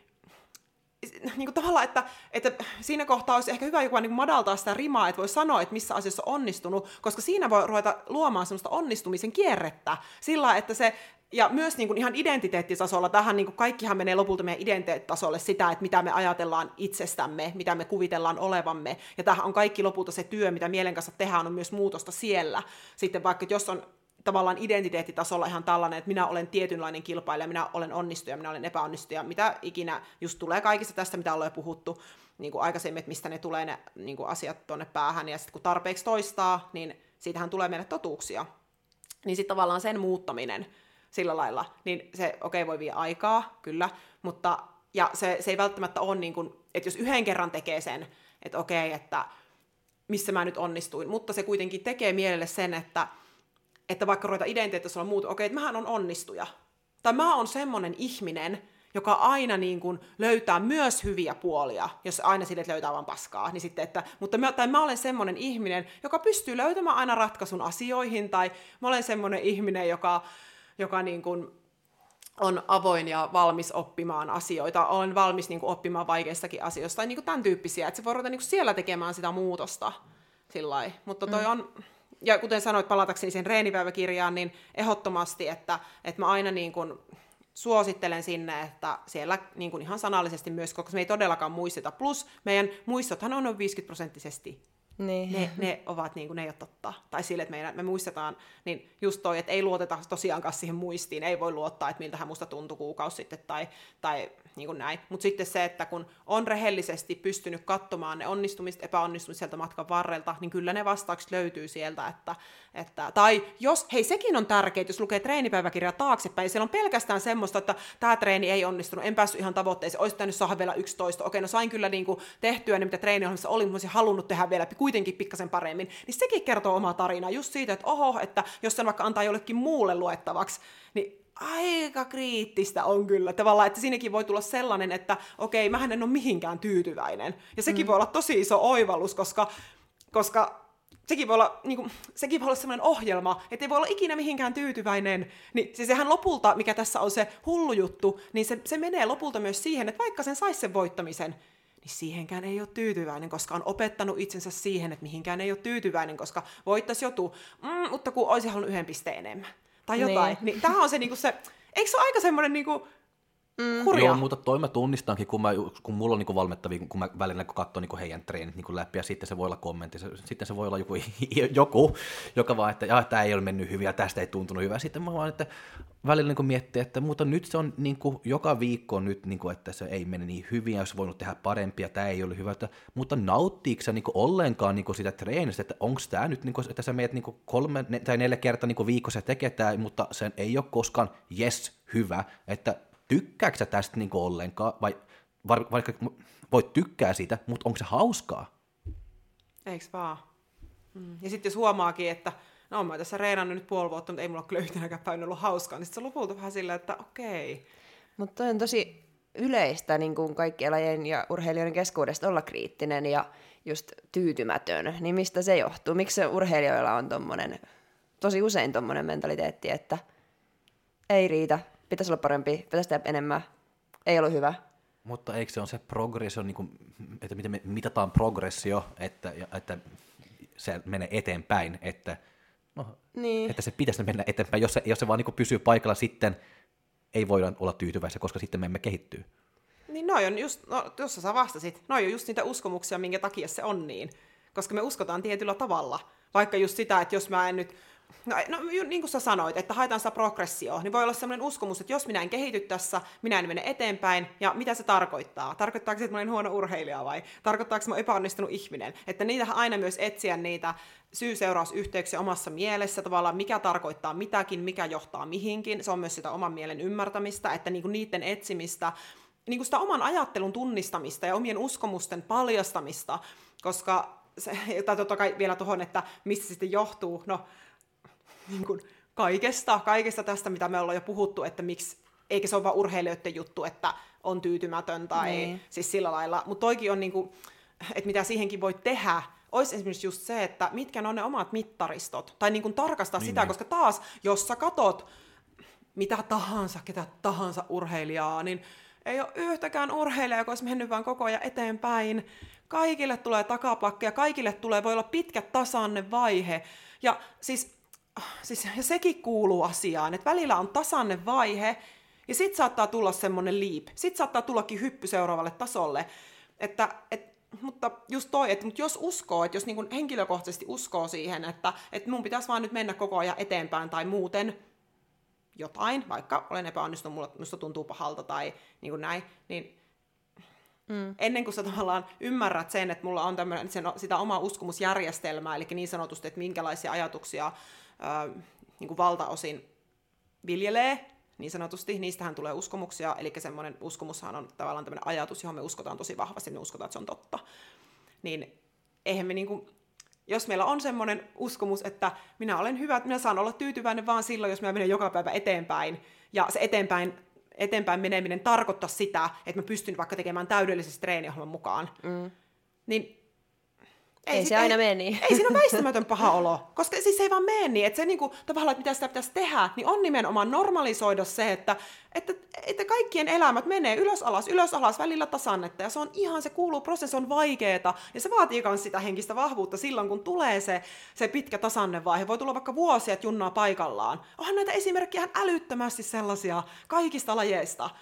niin kuin tavallaan, että, että siinä kohtaa olisi ehkä hyvä joku niin madaltaa sitä rimaa, että voi sanoa, että missä asiassa on onnistunut, koska siinä voi ruveta luomaan semmoista onnistumisen kierrettä. Sillä että se, ja myös niin kuin ihan identiteettitasolla, tähän niin kuin kaikkihan menee lopulta meidän identiteettitasolle sitä, että mitä me ajatellaan itsestämme, mitä me kuvitellaan olevamme, ja tämähän on kaikki lopulta se työ, mitä mielen kanssa tehdään, on myös muutosta siellä. Sitten vaikka jos on tavallaan identiteettitasolla ihan tällainen, että minä olen tietynlainen kilpailija, minä olen onnistuja, minä olen epäonnistuja, mitä ikinä just tulee kaikista tästä, mitä ollaan jo puhuttu niin kuin aikaisemmin, että mistä ne tulee ne niin kuin asiat tuonne päähän, ja sitten kun tarpeeksi toistaa, niin siitähän tulee meille totuuksia. Niin sitten tavallaan sen muuttaminen sillä lailla, niin se okei okay, voi vie aikaa, kyllä, mutta ja se, se ei välttämättä ole niin kuin, että jos yhden kerran tekee sen, että okei, okay, että missä mä nyt onnistuin, mutta se kuitenkin tekee mielelle sen, että että vaikka ruveta identiteettitasolla muuta, okei, että mähän on onnistuja. Tai mä oon semmoinen ihminen, joka aina niin kuin löytää myös hyviä puolia, jos aina sille löytää vaan paskaa. Niin sitten, että, mutta mä, tai mä olen semmoinen ihminen, joka pystyy löytämään aina ratkaisun asioihin, tai mä olen semmoinen ihminen, joka, joka niin kuin on avoin ja valmis oppimaan asioita, olen valmis niin kuin oppimaan vaikeistakin asioista, tai niin kuin tämän tyyppisiä, että se voi ruveta niin kuin siellä tekemään sitä muutosta. Sillai. Mutta toi mm. on... Ja kuten sanoit, palatakseni sen reenipäiväkirjaan, niin ehdottomasti, että, että mä aina niin kuin suosittelen sinne, että siellä niin kuin ihan sanallisesti myös, koska me ei todellakaan muisteta. Plus meidän muistothan on noin viisikymmentä prosenttisesti Niin. Ne, ne ovat niin kuin, ne ei ole totta. Tai sille, että meidän, me muistetaan, niin just toi, että ei luoteta tosiaankaan siihen muistiin, ei voi luottaa, että miltähän musta tuntui kuukausi sitten tai, tai niin kuin näin. Mutta sitten se, että kun on rehellisesti pystynyt katsomaan ne onnistumiset, epäonnistumiset sieltä matkan varrelta, niin kyllä ne vastaukset löytyy sieltä. Että, että, tai jos, hei sekin on tärkeää, jos lukee treenipäiväkirjaa taaksepäin, siellä on pelkästään semmoista, että tämä treeni ei onnistunut, en päässyt ihan tavoitteeseen, olisi pitänyt saada vielä yksitoista, okei, no sain kyllä niin kuin tehtyä ne, mitä treeniohjelmassa oli, mutta olisin halunnut tehdä vielä kuitenkin pikkasen paremmin, niin sekin kertoo omaa tarinaa just siitä, että oho, että jos sen vaikka antaa jollekin muulle luettavaksi, niin aika kriittistä on kyllä tavallaan, että siinäkin voi tulla sellainen, että okei, mähän en ole mihinkään tyytyväinen. Ja sekin mm. voi olla tosi iso oivallus, koska, koska sekin voi olla, niin kuin, sekin voi olla sellainen ohjelma, että ei voi olla ikinä mihinkään tyytyväinen. Niin siis sehän lopulta, mikä tässä on se hullu juttu, niin se, se menee lopulta myös siihen, että vaikka sen saisi sen voittamisen, niin siihenkään ei ole tyytyväinen, koska on opettanut itsensä siihen, että mihinkään ei ole tyytyväinen, koska voittaisi joku, mm, mutta kun olisi halunnut yhden pisteen enemmän. Tai jotain. Niin. Niin tämä on se, niinku se, eikö se ole aika semmoinen niinku, mm. hurja? Joo, mutta toi mä tunnistankin, kun, mä, kun mulla on niinku valmettavia, kun mä välillä katsoo niinku heidän treenit niinku läpi, ja sitten se voi olla kommentti, se, sitten se voi olla joku, joku joka vaan, että tämä ei ole mennyt hyvin, ja tästä ei tuntunut hyvää. Sitten mä vaan, että välillä niinku miettii, että mutta nyt se on niinku, joka viikko nyt, niinku, että se ei mene niin hyvin, ja olisi voinut tehdä parempia, tämä ei ole hyvä, että, mutta nauttiiko sä niinku ollenkaan niinku sitä treenistä, että onko tämä nyt, niinku, että sä meet niinku kolme ne, tai neljä kertaa niinku viikossa tekee tämä, mutta sen ei ole koskaan yes, hyvä, että tykkääkö sä tästä niinku ollenkaan, vai vaikka voit tykkää siitä, mutta onko se hauskaa? Eiks vaan? Mm. Ja sitten jos huomaakin, että no mä oon tässä reenannut nyt puoli vuotta, mutta ei mulla kyllä yhtenäkään päin ollut hauskaa, niin sitten se lopulta vähän sillä, että okei. Mutta on tosi yleistä niin kuin kaikkien lajien ja urheilijoiden keskuudesta olla kriittinen ja just tyytymätön. Niin mistä se johtuu? Miksi se urheilijoilla on tommonen, tosi usein tommonen mentaliteetti, että ei riitä, pitäisi olla parempi, pitäisi tehdä enemmän, ei ollut hyvä. Mutta eikö se ole se progressio, niin kuin, että miten me mitataan progressio, että, että se menee eteenpäin, että, no, niin. että se pitäisi mennä eteenpäin. Jos se, jos se vaan niin pysyy paikalla, sitten ei voida olla tyytyväisiä, koska sitten me emme kehittyy. Niin noi on just, no, jos sä vastasit, noi on just niitä uskomuksia, minkä takia se on niin. Koska me uskotaan tietyllä tavalla. Vaikka just sitä, että jos mä en nyt, no, no niin kuin sä sanoit, että haetaan sitä progressioa, niin voi olla sellainen uskomus, että jos minä en kehity tässä, minä en mene eteenpäin, ja mitä se tarkoittaa? Tarkoittaako se, että mä olen huono urheilija vai tarkoittaako se, että mä olen epäonnistunut ihminen? Että niitähän aina myös etsiä niitä syy-seurausyhteyksiä omassa mielessä, tavallaan mikä tarkoittaa mitäkin, mikä johtaa mihinkin. Se on myös sitä oman mielen ymmärtämistä, että niinku niiden etsimistä, niinku sitä oman ajattelun tunnistamista ja omien uskomusten paljastamista, koska se, tai totta kai vielä tuohon, että mistä se sitten johtuu, no niin kuin kaikesta, kaikesta tästä, mitä me ollaan jo puhuttu, että miksi, eikä se ole vaan urheilijoiden juttu, että on tyytymätön tai niin. Siis sillä lailla, mutta toikin on niin kuin, että mitä siihenkin voi tehdä, olisi esimerkiksi just se, että mitkä ne on ne omat mittaristot, tai niin kuin tarkastaa niin, sitä, niin. Koska taas, jos sä katot mitä tahansa, ketä tahansa urheilijaa, niin ei ole yhtäkään urheilijaa, joka olisi mennyt vaan koko ajan eteenpäin. Kaikille tulee takapakkeja, kaikille tulee, voi olla pitkä tasanne vaihe. Ja siis, siis ja sekin kuuluu asiaan, että välillä on tasanne vaihe, ja sit saattaa tulla semmoinen leap. Sit saattaa tullakin hyppy seuraavalle tasolle. Että, et, mutta just toi, että jos uskoo, että jos niin kuin henkilökohtaisesti uskoo siihen, että, että mun pitäisi vaan nyt mennä koko ajan eteenpäin tai muuten jotain, vaikka olen epäonnistunut, musta tuntuu pahalta tai niin kuin näin, niin Mm. ennen kuin sä tavallaan ymmärrät sen, että mulla on tämmöinen, sen, sitä omaa uskomusjärjestelmää, eli niin sanotusti, että minkälaisia ajatuksia ää, niin kuin valtaosin viljelee, niin sanotusti, niistähän tulee uskomuksia, eli semmoinen uskomushan on tavallaan tämmöinen ajatus, johon me uskotaan tosi vahvasti, me uskotaan, että se on totta. Niin eihän me niinku, jos meillä on semmoinen uskomus, että minä olen hyvä, että minä saan olla tyytyväinen vaan silloin, jos minä menen joka päivä eteenpäin, ja se eteenpäin eteenpäin meneminen tarkoittaa sitä, että mä pystyn vaikka tekemään täydellisesti treeniohjelman mukaan, mm. niin ei, ei se aina mene niin. Ei siinä ole väistämätön paha olo, koska siis se ei vaan mene niin, että se niinku, tavallaan, että mitä sitä pitäisi tehdä, niin on nimenomaan normalisoida se, että, että, että kaikkien elämät menee ylös alas, ylös alas, välillä tasannetta, ja se on ihan, se kuuluu prosessi, on vaikeeta, ja se vaatii myös sitä henkistä vahvuutta silloin, kun tulee se, se pitkä tasannevaihe. Voi tulla vaikka vuosia, että junnaa paikallaan. Onhan näitä esimerkkejä ihan älyttömästi sellaisia kaikista lajeista.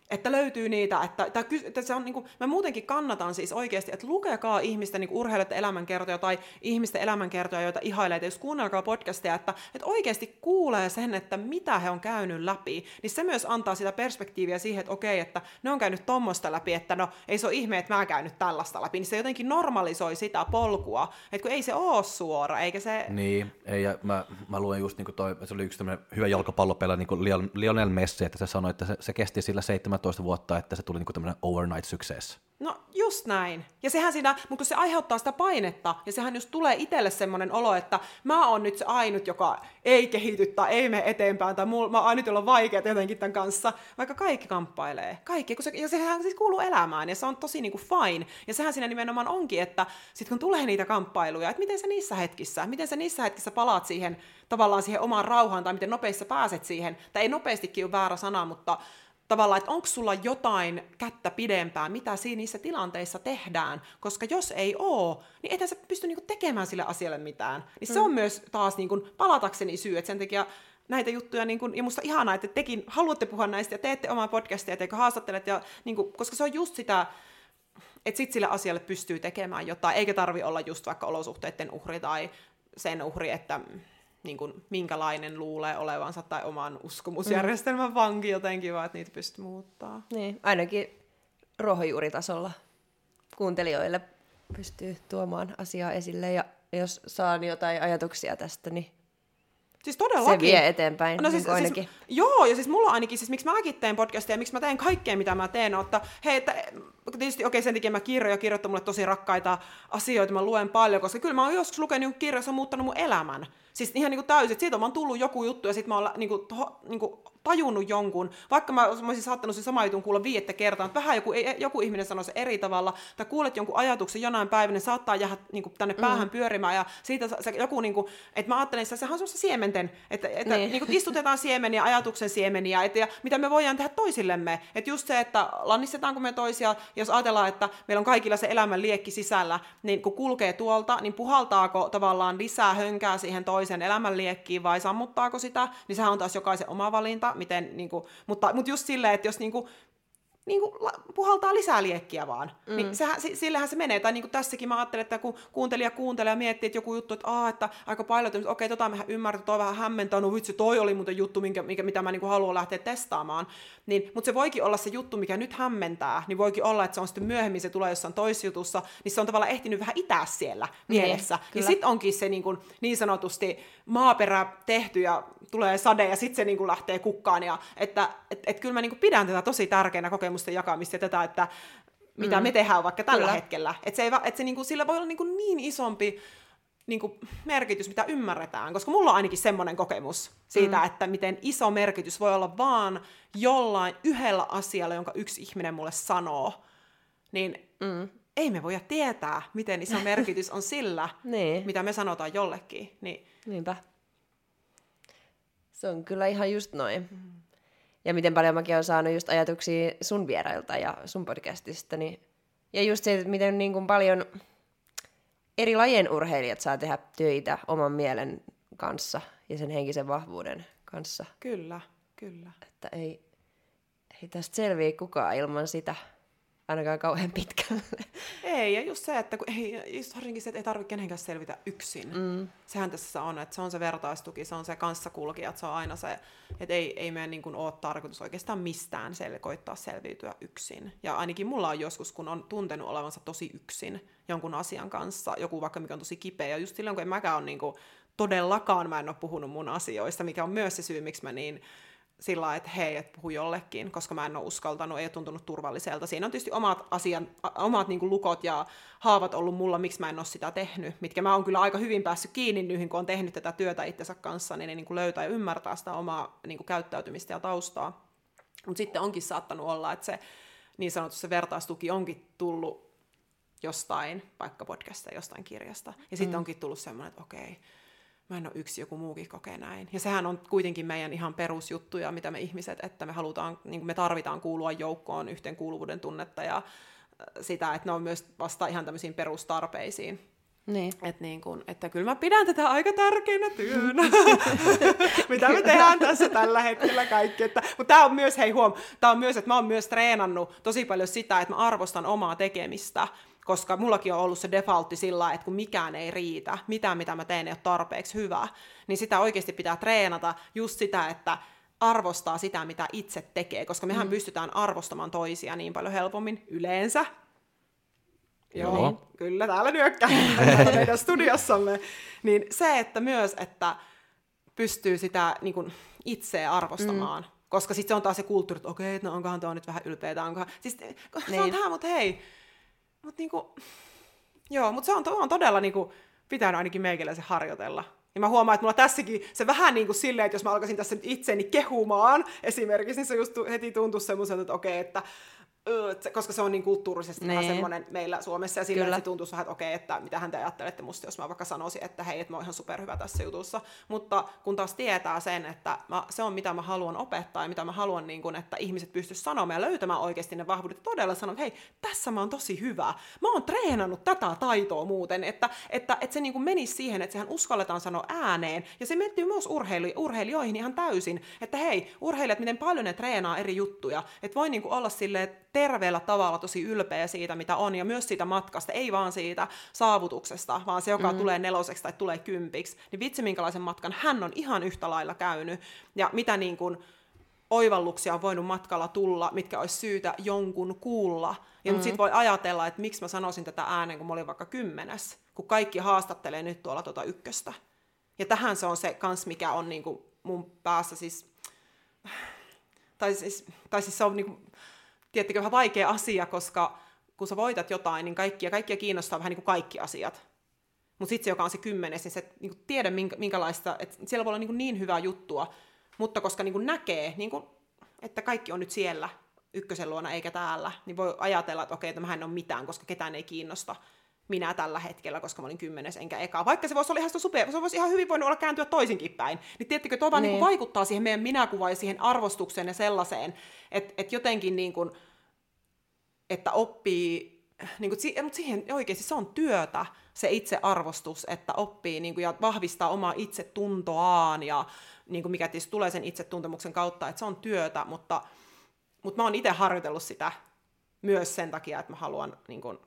Että löytyy niitä, että, että, että se on niin kuin, mä muutenkin kannatan siis oikeasti, että lukekaa ihmisten niin urheilijoiden elämänkertoja tai ihmisten elämänkertoja, joita ihailee, että jos kuunnelkaa podcasteja, että, että oikeasti kuulee sen, että mitä he on käynyt läpi, niin se myös antaa sitä perspektiiviä siihen, että okei, että ne on käynyt tommosta läpi, että no ei se ole ihme, että mä käyn nyt tällaista läpi, niin se jotenkin normalisoi sitä polkua, että kun ei se ole suora, eikä se... Niin, ei, ja mä, mä luen just niin kuin toi, se oli yksi tämmöinen hyvä jalkapallopelaaja, niin kuin Lionel Messi, että se sanoi, että se, se kesti sillä seitsemäntoista vuotta, että se tuli niin kuin tämmöinen overnight success. No just näin. Ja sehän siinä, mutta kun se aiheuttaa sitä painetta, ja sehän just tulee itselle semmoinen olo, että mä oon nyt se ainut, joka ei kehity tai ei mene eteenpäin, tai mulla, mä oon ainut, jolla on vaikeaa jotenkin tämän kanssa, vaikka kaikki kamppailee. Kaikki, kun se, ja sehän siis kuuluu elämään, ja se on tosi niinku fine. Ja sehän siinä nimenomaan onkin, että sit kun tulee niitä kamppailuja, että miten sä niissä hetkissä, miten sä niissä hetkissä palaat siihen, tavallaan siihen omaan rauhaan, tai miten nopeasti sä pääset siihen, tai ei nopeastikin ole väärä sana, mutta tavallaan, että onko sulla jotain kättä pidempää, mitä siinä niissä tilanteissa tehdään, koska jos ei oo, niin ethän sä pysty niinku tekemään sille asialle mitään. Niin se on myös taas niinku palatakseni syy, että sen takia näitä juttuja, niinku, ja musta ihanaa, että tekin haluatte puhua näistä ja teette omaa podcastia, ja teikö haastattelet, ja, niinku, koska se on just sitä, että sit sille asialle pystyy tekemään jotain, eikä tarvi olla just vaikka olosuhteiden uhri tai sen uhri, että niin kuin, minkälainen luulee olevansa tai oman uskomusjärjestelmän mm. vanki jotenkin, vaan että niitä pystyy muuttaa. Niin, ainakin ruohonjuuritasolla kuuntelijoille pystyy tuomaan asiaa esille, ja jos saan jotain ajatuksia tästä, niin siis todellakin. Se vie eteenpäin, no niin siis, ainakin. Siis, joo, ja siis mulla ainakin, siis miksi mäkin teen podcastia ja miksi mä teen kaikkea, mitä mä teen, on, että hei, että tietysti okei, okay, sen takia mä kirjoin ja kirjoittan mulle tosi rakkaita asioita, mä luen paljon, koska kyllä mä oon joskus lukenut kirjoja, se on muuttanut mun elämän. Siis ihan niin kuin täysin, että siitä on vaan tullut joku juttu ja sit mä oon niin kuin, to, niin kuin tajunnut jonkun, vaikka mä, mä olisin saattanut sen sama jutun kuulla viidettä kertaa, että vähän joku, joku ihminen sanoo se eri tavalla, tai kuulet jonkun ajatuksen jonain päivänä, saattaa jäädä niin kuin tänne päähän mm. pyörimään, ja siitä se, joku, niin kuin, että mä ajattelen, että sehän on semmoista siementen, että, että niin. Niin kuin istutetaan siemeniä, ajatuksen siemeniä, että, ja mitä me voidaan tehdä toisillemme, että just se, että lannistetaanko me toisia, jos ajatellaan, että meillä on kaikilla se elämän liekki sisällä, niin kun kulkee tuolta, niin puhaltaako tavallaan lisää hönkää siihen toisen elämän liekkiin, vai sammuttaako sitä, niin sehän on taas jokaisen oma valinta, miten, niin kuin, mutta, mutta just silleen, että jos niin kuin, niin kuin puhaltaa lisää liekkiä vaan, mm. niin sehän, sillähän se menee. Tai niin kuin tässäkin mä ajattelen, että kun kuuntelija kuuntelee ja miettii, että joku juttu, että, Aa, että aika paljon, että okei, tota mehän ymmärrän, toi vähän hämmentää, no vitsi, toi oli muuten juttu, minkä, minkä, mitä mä niin kuin haluan lähteä testaamaan. Niin, mutta se voikin olla se juttu, mikä nyt hämmentää, niin voikin olla, että se on sitten myöhemmin, se tulee jossain toisjutussa, niin se on tavallaan ehtinyt vähän itää siellä mielessä. Niin sitten onkin se niin, kuin, niin sanotusti maaperä tehty ja tulee sade ja sitten se niin kuin lähtee kukkaan. Ja, että et, et kyllä mä niin kuin pidän tätä tosi tärkeänä kokemusten jakamista ja tätä, että mitä mm. me tehdään vaikka tällä kyllä. hetkellä. Että se ei, et se niin kuin, sillä voi olla niin, kuin niin isompi niin kuin merkitys, mitä ymmärretään, koska mulla on ainakin semmoinen kokemus siitä, mm. että miten iso merkitys voi olla vaan jollain yhdellä asialla, jonka yksi ihminen mulle sanoo, niin mm. ei me voida tietää, miten iso merkitys on sillä, niin. mitä me sanotaan jollekin. Niin. Niinpä. Se on kyllä ihan just noin. Mm. Ja miten paljon mäkin olen saanut just ajatuksia sun vierailta ja sun podcastista. Niin... Ja just se, että miten niin kuin paljon eri lajien urheilijat saa tehdä töitä oman mielen kanssa ja sen henkisen vahvuuden kanssa. Kyllä, kyllä. Että ei, ei tästä selviä kukaan ilman sitä, ainakaan kauhean pitkälle. Ei, ja just se, että kun ei, just se, että ei tarvitse kenenkään selvitä yksin. Mm. Sehän tässä on, että se on se vertaistuki, se on se kanssakulkija, että se on aina se, että ei, ei meidän niin kuin ole tarkoitus oikeastaan mistään sel- koittaa selviytyä yksin. Ja ainakin mulla on joskus, kun on tuntenut olevansa tosi yksin jonkun asian kanssa, joku vaikka mikä on tosi kipeä, ja just silloin, kun en mäkään ole niin kuin, todellakaan mä en ole puhunut mun asioista, mikä on myös se syy, miksi mä niin sillä lailla, että hei, et puhu jollekin, koska mä en ole uskaltanut, ei ole tuntunut turvalliselta. Siinä on tietysti omat, asian, omat niin kuin lukot ja haavat ollut mulla, miksi mä en ole sitä tehnyt, mitkä mä oon kyllä aika hyvin päässyt kiinni niihin, kun on tehnyt tätä työtä itsensä kanssa, niin ne niin kuin löytää ja ymmärtää sitä omaa niin kuin käyttäytymistä ja taustaa. Mutta sitten onkin saattanut olla, että se niin sanottu se vertaistuki onkin tullut jostain, vaikka podcasta, jostain kirjasta. Ja sitten mm. onkin tullut semmoinen, että okei, mä en ole yksi, joku muukin kokee näin. Ja sehän on kuitenkin meidän ihan perusjuttuja, mitä me ihmiset, että me halutaan, niin kuin me tarvitaan kuulua joukkoon, yhteenkuuluvuuden tunnetta ja sitä, että ne on myös vasta ihan tämmöisiin perustarpeisiin. Niin. Et niin kun, että kyllä mä pidän tätä aika tärkeänä työnä, mitä me tehdään tässä tällä hetkellä kaikki. Että, mutta tää on myös, hei huom, tää on myös, että mä oon myös treenannut tosi paljon sitä, että mä arvostan omaa tekemistä, koska mullakin on ollut se defaultti sillä, että kun mikään ei riitä, mitään mitä mä teen ei ole tarpeeksi hyvä, niin sitä oikeasti pitää treenata just sitä, että arvostaa sitä, mitä itse tekee, koska mehän mm. pystytään arvostamaan toisia niin paljon helpommin yleensä. Joo, Joo. Kyllä, täällä nyökkää meidän studiossamme. Niin se, että myös, että pystyy sitä niin kuin itseä arvostamaan, mm. koska sitten se on taas se kulttuuri, että okei, no onkohan tuo nyt vähän ylpeätä, onkohan... Siis niin. Se on tähän, mutta hei, mutta niinku... Joo, mutta se on, on todella niinku, pitänyt ainakin meikäläisen harjoitella. Ja mä huomaan, että mulla tässäkin se vähän niin kuin silleen, että jos mä alkaisin tässä nyt itseni kehumaan esimerkiksi, niin se just heti tuntuu semmoiselta, että okei, että koska se on niin kulttuurisesti nee. vähän semmoinen meillä Suomessa, ja sillä että se tuntuu vähän, että okei, että mitähän te ajattelette musta, jos mä vaikka sanoisin, että hei, että mä oon ihan superhyvä tässä jutussa. Mutta kun taas tietää sen, että mä, se on mitä mä haluan opettaa, ja mitä mä haluan, niin kun, että ihmiset pystyisivät sanomaan ja löytämään oikeasti ne vahvuudet, todella sanoa, että hei, tässä mä oon tosi hyvä. Mä oon treenannut tätä taitoa muuten, että, että, että se niin kuin menisi siihen, että sehän uskalletaan sanoa ääneen, ja se mentyy myös urheili, urheilijoihin ihan täysin, että hei, urheilijat, miten paljon ne treenaa eri juttuja, että voi niin kuin olla silleen, terveellä tavalla tosi ylpeä siitä, mitä on, ja myös siitä matkasta, ei vaan siitä saavutuksesta, vaan se, joka mm. tulee neloseksi tai tulee kympiksi, niin vitsi, minkälaisen matkan hän on ihan yhtä lailla käynyt, ja mitä niin kuin oivalluksia on voinut matkalla tulla, mitkä olisi syytä jonkun kuulla. Ja mm. sitten voi ajatella, että miksi mä sanoisin tätä ääneen, kun mä olin vaikka kymmenes, kun kaikki haastattelee nyt tuolla tuota ykköstä. Ja tähän se on se kans, mikä on niin kuin mun päässä siis, tai siis, tai siis se on niin kuin, tiettikö, vähän vaikea asia, koska kun sä voitat jotain, niin kaikkia, kaikkia kiinnostaa vähän niin kuin kaikki asiat. Mutta sitten se, joka on se kymmenes, niin se niin kuin tiedä, minkä, minkälaista, että siellä voi olla niin, kuin niin hyvää juttua, mutta koska niin kuin näkee, niin kuin, että kaikki on nyt siellä ykkösen luona eikä täällä, niin voi ajatella, että okei, että mähän en ole mitään, koska ketään ei kiinnosta minä tällä hetkellä, koska mä olin kymmenes enkä eka. Vaikka se voisi olla ihan super, se voisi ihan hyvin voinut olla kääntyä toisinkin päin. Niin tiedättekö, tuo vaan niin. niin kuin vaikuttaa siihen meidän minäkuvaan ja siihen arvostukseen ja sellaiseen, että, että jotenkin niin kuin, että oppii, niin kuin, mutta siihen oikeasti se on työtä, se itsearvostus, että oppii niin kuin, ja vahvistaa omaa itsetuntoaan, ja niin kuin, mikä tietysti tulee sen itsetuntemuksen kautta, että se on työtä, mutta, mutta mä oon itse harjoitellut sitä myös sen takia, että mä haluan niin kuin,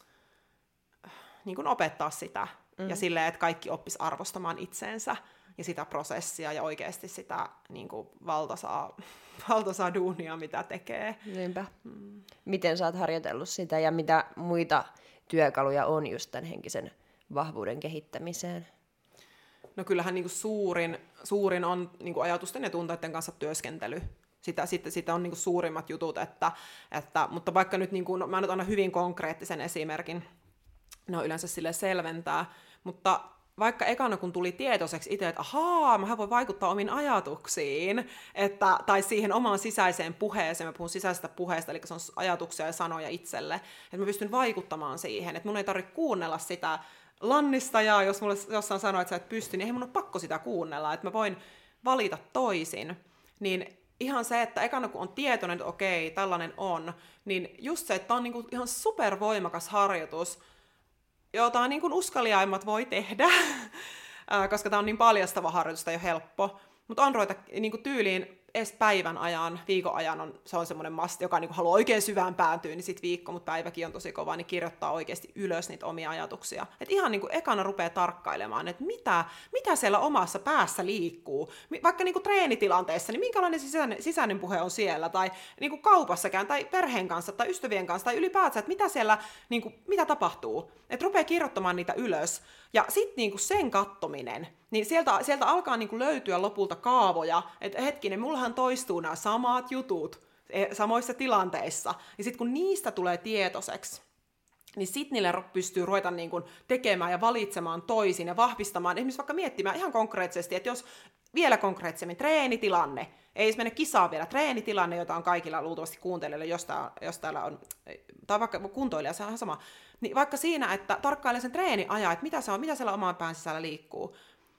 niin kuin opettaa sitä, mm. ja silleen, että kaikki oppis arvostamaan itseensä, ja sitä prosessia, ja oikeasti sitä niin kuin, valtasaa, valtasaa duunia, mitä tekee. Niinpä. Mm. Miten sä oot harjoitellut sitä, ja mitä muita työkaluja on just tämän henkisen vahvuuden kehittämiseen? No kyllähän niin kuin suurin, suurin on niin kuin ajatusten ja tunteiden kanssa työskentely. Sitä, sitten, sitä on niin kuin suurimmat jutut, että, että, mutta vaikka nyt, niin kuin, no, mä nyt annan hyvin konkreettisen esimerkin, no yleensä sille selventää, mutta vaikka ekana kun tuli tietoiseksi itse, että ahaa, mä voin vaikuttaa omiin ajatuksiin, että, tai siihen omaan sisäiseen puheeseen, mä puhun sisäisestä puheesta, eli se on ajatuksia ja sanoja itselle, että mä pystyn vaikuttamaan siihen, että mun ei tarvitse kuunnella sitä lannistajaa, jos mulle jossain sanoo, että sä et pysty, niin ei mun ole pakko sitä kuunnella, että mä voin valita toisin, niin ihan se, että ekana kun on tietoinen, että okei, tällainen on, niin just se, että tää on niinku ihan supervoimakas harjoitus, jota niin kuin uskaliaimmat voi tehdä, koska tämä on niin paljastava harjoitus, ei ole helppo. Mutta on ruveta niin kuin tyyliin edes päivän ajan, viikon ajan, on, se on semmoinen masti, joka niin kuin haluaa oikein syvään pääntyä, niin sitten viikko, mutta päiväkin on tosi kova, niin kirjoittaa oikeasti ylös niitä omia ajatuksia. Et ihan niin kuin ekana rupeaa tarkkailemaan, että mitä, mitä siellä omassa päässä liikkuu. Vaikka niin kuin treenitilanteessa, niin minkälainen sisäinen, sisäinen puhe on siellä, tai niin kuin kaupassakaan, tai perheen kanssa, tai ystävien kanssa, tai ylipäätään, että mitä siellä, niin kuin, mitä tapahtuu. Että rupeaa kirjoittamaan niitä ylös. Ja sitten niin kuin sen kattominen, niin sieltä, sieltä alkaa niin kuin löytyä lopulta kaavoja, että hetkinen, mullahan toistuu nämä samat jutut samoissa tilanteissa. Ja sitten kun niistä tulee tietoiseksi, niin sitten niille pystyy ruveta niin kuin tekemään ja valitsemaan toisin ja vahvistamaan. Esimerkiksi vaikka miettimään ihan konkreettisesti, että jos vielä konkreettisemmin treenitilanne, ei edes mene kisaan vielä, treenitilanne, jota on kaikilla luultavasti kuuntelijoilla, jos, tää, jos täällä on, tai vaikka kuntoilija, se on ihan sama, niin vaikka siinä, että tarkkailee sen treeniajan, että mitä, se on, mitä siellä oman pään sisällä liikkuu,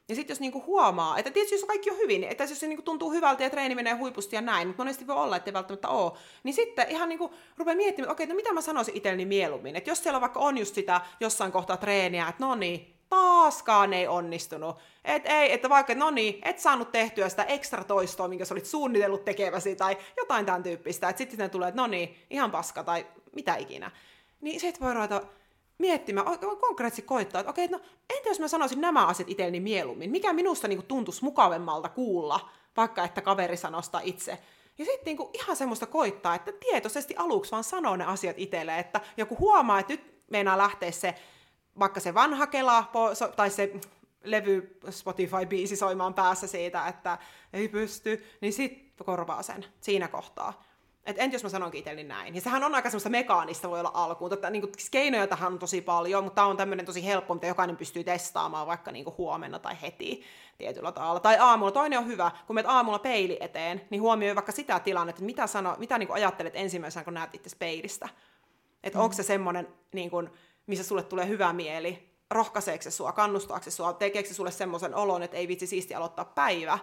Ja sitten jos niinku huomaa, että tietysti jos kaikki on hyvin, niin että jos se niinku tuntuu hyvältä ja treeni menee huipusti ja näin, mutta monesti voi olla, että ei välttämättä ole, niin sitten ihan niinku rupeaa miettimään, että okei, no mitä mä sanoisin itselleni mieluummin. Että jos siellä vaikka on just sitä jossain kohtaa treeniä, että no niin, taaskaan ei onnistunut. Et ei, että vaikka, no niin, et saanut tehtyä sitä ekstra toistoa, minkä sä olit suunnitellut tekeväsi, tai jotain tämän tyyppistä, että sitten ne tulee, että no niin, ihan paska, tai mitä ikinä. Niin sit voi ruveta miettimään, konkreettisesti koittaa, että okei, no entä jos mä sanoisin nämä asiat itselleni mieluummin? Mikä minusta niin kuin tuntuisi mukavemmalta kuulla, vaikka että kaveri sanosta itse? Ja sitten niin kuin ihan semmoista koittaa, että tietoisesti aluksi vaan sanoo ne asiat itselle, että joku huomaa, että nyt meinaa lähteä se, vaikka se vanha Kela, tai se levy Spotify-biisi soimaan päässä siitä, että ei pysty, niin sitten korvaa sen siinä kohtaa. Että entä jos mä sanonkin itselleni näin? Ja sehän on aika semmoista mekaanista, voi olla alkuun. Totta, niin kuin, keinoja tähän on tosi paljon, mutta tämä on tämmöinen tosi helppo, mitä jokainen pystyy testaamaan vaikka niin kuin huomenna tai heti tietyllä tavalla. Tai aamulla. Toinen on hyvä, kun menet aamulla peili eteen, niin huomioi vaikka sitä tilannetta, että mitä, sano, mitä niin kuin ajattelet ensimmäisenä, kun näet itse peilistä. Että mm. onko se semmoinen, niin kuin, missä sulle tulee hyvä mieli, rohkaiseeko se sua, kannustaako se sua, tekeekö se sulle semmoisen olon, että ei vitsi siisti aloittaa päivä.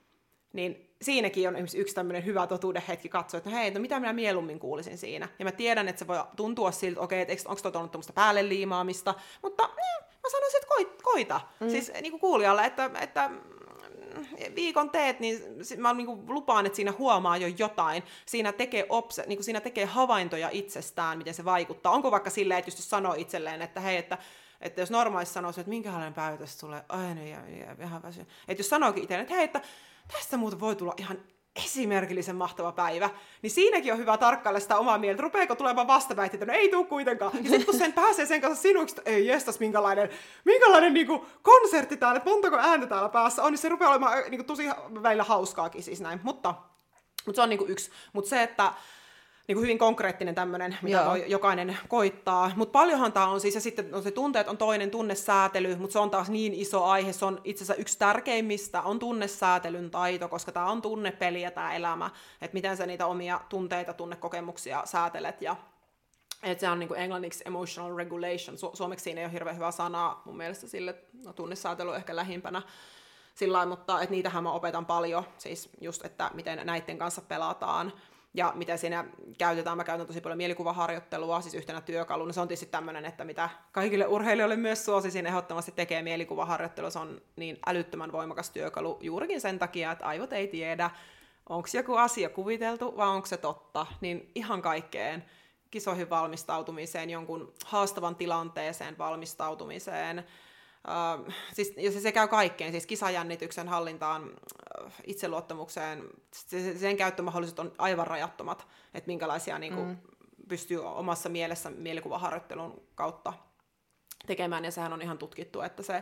Niin siinäkin on yksi tämmöinen hyvä totuuden hetki katsoa, että no hei, no mitä minä mieluummin kuulisin siinä. Ja mä tiedän, että se voi tuntua siltä, okei, okay, että onko toi ollut tämmöistä päälle liimaamista, mutta mm, mä sanoisin, että koit, koita. Mm. Siis niin kuin kuulijalle, että, että viikon teet, niin mä niin kuin lupaan, että siinä huomaa jo jotain. Siinä tekee, obse, niin kuin siinä tekee havaintoja itsestään, miten se vaikuttaa. Onko vaikka silleen, että jos sanoo itselleen, että hei, että että jos normaalisti sanoisi, että minkälainen päivä tästä tulee, aina ja, ja vähän väsyä. Että jos sanookin itselleen, että hei, että tästä muuten voi tulla ihan esimerkillisen mahtava päivä, niin siinäkin on hyvä tarkkailla sitä omaa mieltä. Rupeeko tulemaan vastaväitteitä, no ei tule kuitenkaan. Ja sitten kun sen pääsee sen kanssa sinuiksi, että ei jestas, minkälainen, minkälainen niinku konsertti täällä, että montako ääntä täällä päässä on, niin se rupeaa olemaan niinku tosi välillä hauskaakin siis näin. Mutta, mutta se on niinku yksi. Mutta se, että niin kuin hyvin konkreettinen tämmöinen, mitä voi jokainen koittaa. Mutta paljonhan tämä on siis, ja sitten on se tunteet on toinen, tunnesäätely, mutta se on taas niin iso aihe, se on itse asiassa yksi tärkeimmistä, on tunnesäätelyn taito, koska tämä on tunnepeliä tämä elämä, että miten sä niitä omia tunteita, tunnekokemuksia säätelet, ja että se on niin kuin englanniksi emotional regulation, Su- suomeksi siinä ei ole hirveän hyvä sana mun mielestä sille, no tunnesäätely on ehkä lähimpänä, sillä mutta että niitähän mä opetan paljon, siis just, että miten näiden kanssa pelataan, ja mitä siinä käytetään, mä käytän tosi paljon mielikuvaharjoittelua, siis yhtenä työkaluna. Se on tietysti tämmöinen, että mitä kaikille urheilijoille myös suosisin ehdottomasti tekee mielikuvaharjoittelua. Se on niin älyttömän voimakas työkalu juurikin sen takia, että aivot ei tiedä, onko joku asia kuviteltu vai onko se totta. Niin ihan kaikkeen, kisoihin valmistautumiseen, jonkun haastavan tilanteeseen valmistautumiseen. Uh, siis, ja se, se käy kaikkeen, siis kisajännityksen hallintaan, uh, itseluottamukseen, se, sen käyttömahdollisuudet on aivan rajattomat, että minkälaisia niin kuin, mm. pystyy omassa mielessä mielikuvaharjoittelun kautta tekemään, ja sehän on ihan tutkittu, että se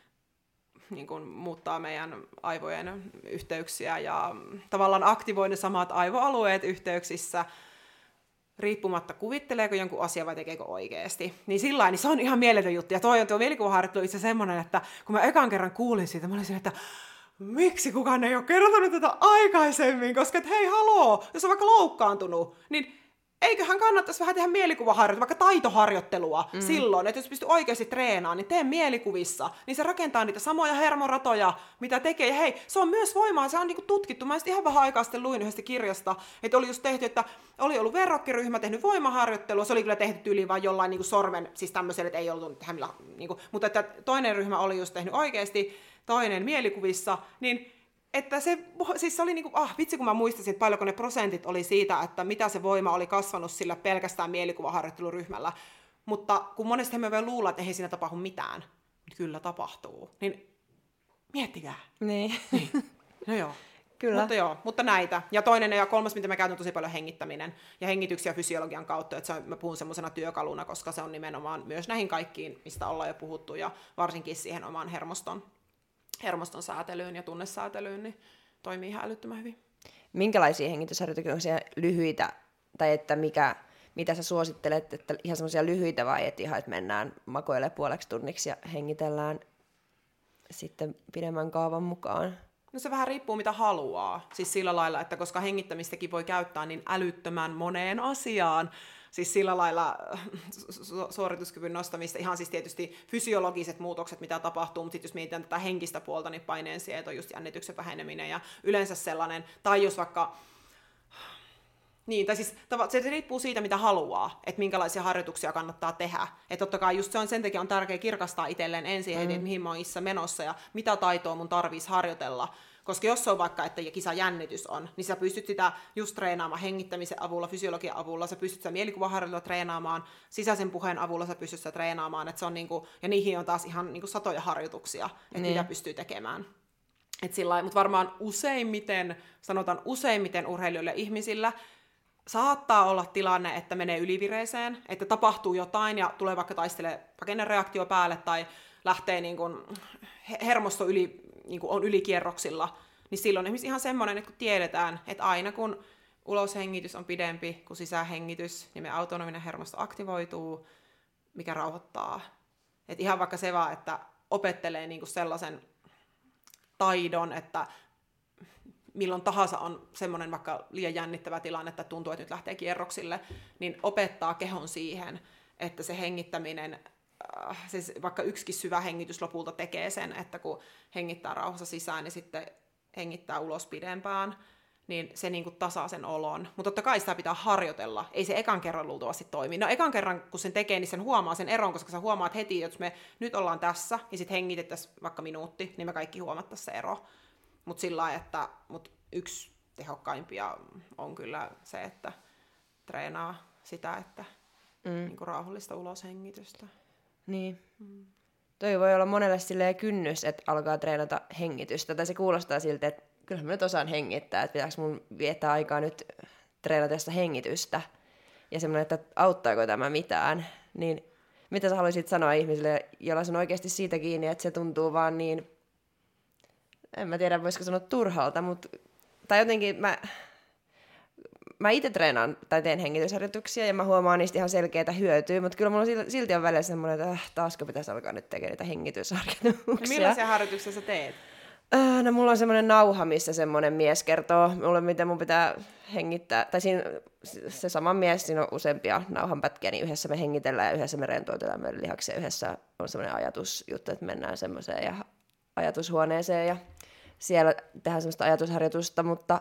niin kuin, muuttaa meidän aivojen yhteyksiä ja tavallaan aktivoi ne samat aivoalueet yhteyksissä, riippumatta kuvitteleeko jonkun asia vai tekeekö oikeasti. Niin sillain, niin se on ihan mieletön juttu. Ja toi on tuo mielikuvaharjoittelu itse semmoinen, että kun mä ekan kerran kuulin siitä, mä olin että miksi kukaan ei ole kertonut tätä aikaisemmin, koska et hei haloo, jos on vaikka loukkaantunut, niin eiköhän kannattaisi vähän tehdä mielikuvaharjoittelua, vaikka taitoharjoittelua mm. silloin, että jos pystyy oikeasti treenaamaan, niin tee mielikuvissa, niin se rakentaa niitä samoja hermoratoja, mitä tekee. Ja hei, se on myös voimaa, se on niinku tutkittu. Mä ihan vähän aikaa sitten luin yhdestä kirjasta, että oli just tehty, että oli ollut verrokkiryhmä tehnyt voimaharjoittelua, se oli kyllä tehty yli vaan jollain niinku sormen, siis tämmöiselle, että ei ollut hämillä, niinku, mutta että toinen ryhmä oli just tehnyt oikeasti, toinen mielikuvissa, niin että se, siis se oli niinku, ah vitsi kun mä muistasin, että paljonko ne prosentit oli siitä, että mitä se voima oli kasvanut sillä pelkästään mielikuvaharjoitteluryhmällä. Mutta kun monesti me voi luulla, että ei siinä tapahdu mitään, niin kyllä tapahtuu. Niin miettikää. Niin. niin. No joo. Kyllä. Mutta joo, mutta näitä. Ja toinen ja kolmas, mitä mä käytän tosi paljon hengittäminen ja hengityksiä fysiologian kautta, että se on, mä puhun semmoisena työkaluna, koska se on nimenomaan myös näihin kaikkiin, mistä ollaan jo puhuttu ja varsinkin siihen omaan hermoston. hermoston säätelyyn ja tunnesäätelyyn, niin toimii ihan älyttömän hyvin. Minkälaisia hengitysharjoituksia lyhyitä, tai että mikä, mitä sä suosittelet, että ihan semmoisia lyhyitä vai että ihan, että mennään makoille puoleksi tunniksi ja hengitellään sitten pidemmän kaavan mukaan? No se vähän riippuu mitä haluaa. Siis sillä lailla, että koska hengittämistäkin voi käyttää niin älyttömän moneen asiaan. siis sillä lailla su- suorituskyvyn nostamista, ihan siis tietysti fysiologiset muutokset, mitä tapahtuu, mutta sitten jos mietitään tätä henkistä puolta, niin paineen sieto, just jännityksen väheneminen ja yleensä sellainen, tai jos vaikka niin, tai siis se riippuu siitä, mitä haluaa, että minkälaisia harjoituksia kannattaa tehdä. Että totta kai just se on, sen takia on tärkeää kirkastaa itselleen ensin heti, mm. että mihin mä oon itse menossa ja mitä taitoa mun tarvitsisi harjoitella. Koska jos se on vaikka, että kisajännitys on, niin sä pystyt sitä just treenaamaan hengittämisen avulla, fysiologian avulla, sä pystyt sitä mielikuvaharjoitella treenaamaan, sisäisen puheen avulla sä pystyt sitä treenaamaan, että se on niinku, ja niihin on taas ihan niinku satoja harjoituksia, että niin. mitä pystyy tekemään. Mutta varmaan useimmiten, sanotaan useimmiten urheilijoille ihmisillä, saattaa olla tilanne, että menee ylivireeseen, että tapahtuu jotain ja tulee vaikka taistelee rakennereaktio päälle tai lähtee niin kuin hermosto yli, niin kuin on ylikierroksilla, niin silloin esimerkiksi ihan semmoinen, että kun tiedetään, että aina kun uloshengitys on pidempi kuin sisähengitys, niin meidän autonominen hermosto aktivoituu, mikä rauhoittaa. Että ihan vaikka se vaan, että opettelee niin kuin sellaisen taidon, että milloin tahansa on semmoinen vaikka liian jännittävä tilanne, että tuntuu, että nyt lähtee kierroksille, niin opettaa kehon siihen, että se hengittäminen, se vaikka yksikin syvä hengitys lopulta tekee sen, että kun hengittää rauhassa sisään, niin sitten hengittää ulos pidempään, niin se niin kuin tasaa sen olon. Mutta totta kai sitä pitää harjoitella. Ei se ekan kerran luultavasti toimi. No ekan kerran, kun sen tekee, niin sen huomaa sen eron, koska sä huomaat heti, että jos me nyt ollaan tässä, niin sitten hengitettäisiin vaikka minuutti, niin me kaikki huomattaisiin se ero. Mutta sillä lailla, että mut yksi tehokkaimpia on kyllä se, että treenaa sitä, että mm. niinku rauhallista uloshengitystä. Niin. Mm. Toi voi olla monelle silleen kynnys, että alkaa treenata hengitystä. Tai se kuulostaa siltä, että kyllähän mä nyt osaan hengittää, että pitääkö mun viettää aikaa nyt treenata hengitystä. Ja semmoinen, että auttaako tämä mitään. Niin mitä sä haluaisit sanoa ihmisille, jolla on oikeasti siitä kiinni, että se tuntuu vaan niin, en mä tiedä voisiko sanoa turhalta, mutta tai jotenkin mä, mä itse treenaan tai teen hengitysharjoituksia ja mä huomaan niistä ihan selkeitä hyötyä, mutta kyllä mulla silti on välillä semmoinen, että äh, taasko pitäisi alkaa nyt tekemään niitä hengitysharjoituksia. No millaisia harjoituksia sä teet? Äh, no mulla on semmoinen nauha, missä semmoinen mies kertoo mulle, miten mun pitää hengittää. Tai siinä se sama mies, siinä on useampia nauhanpätkiä, niin yhdessä me hengitellään ja yhdessä me rentoutetaan meidän lihaksia. Yhdessä on semmoinen ajatusjuttu, että mennään semmoiseen ja ajatushuoneeseen ja siellä tehdään semmoista ajatusharjoitusta, mutta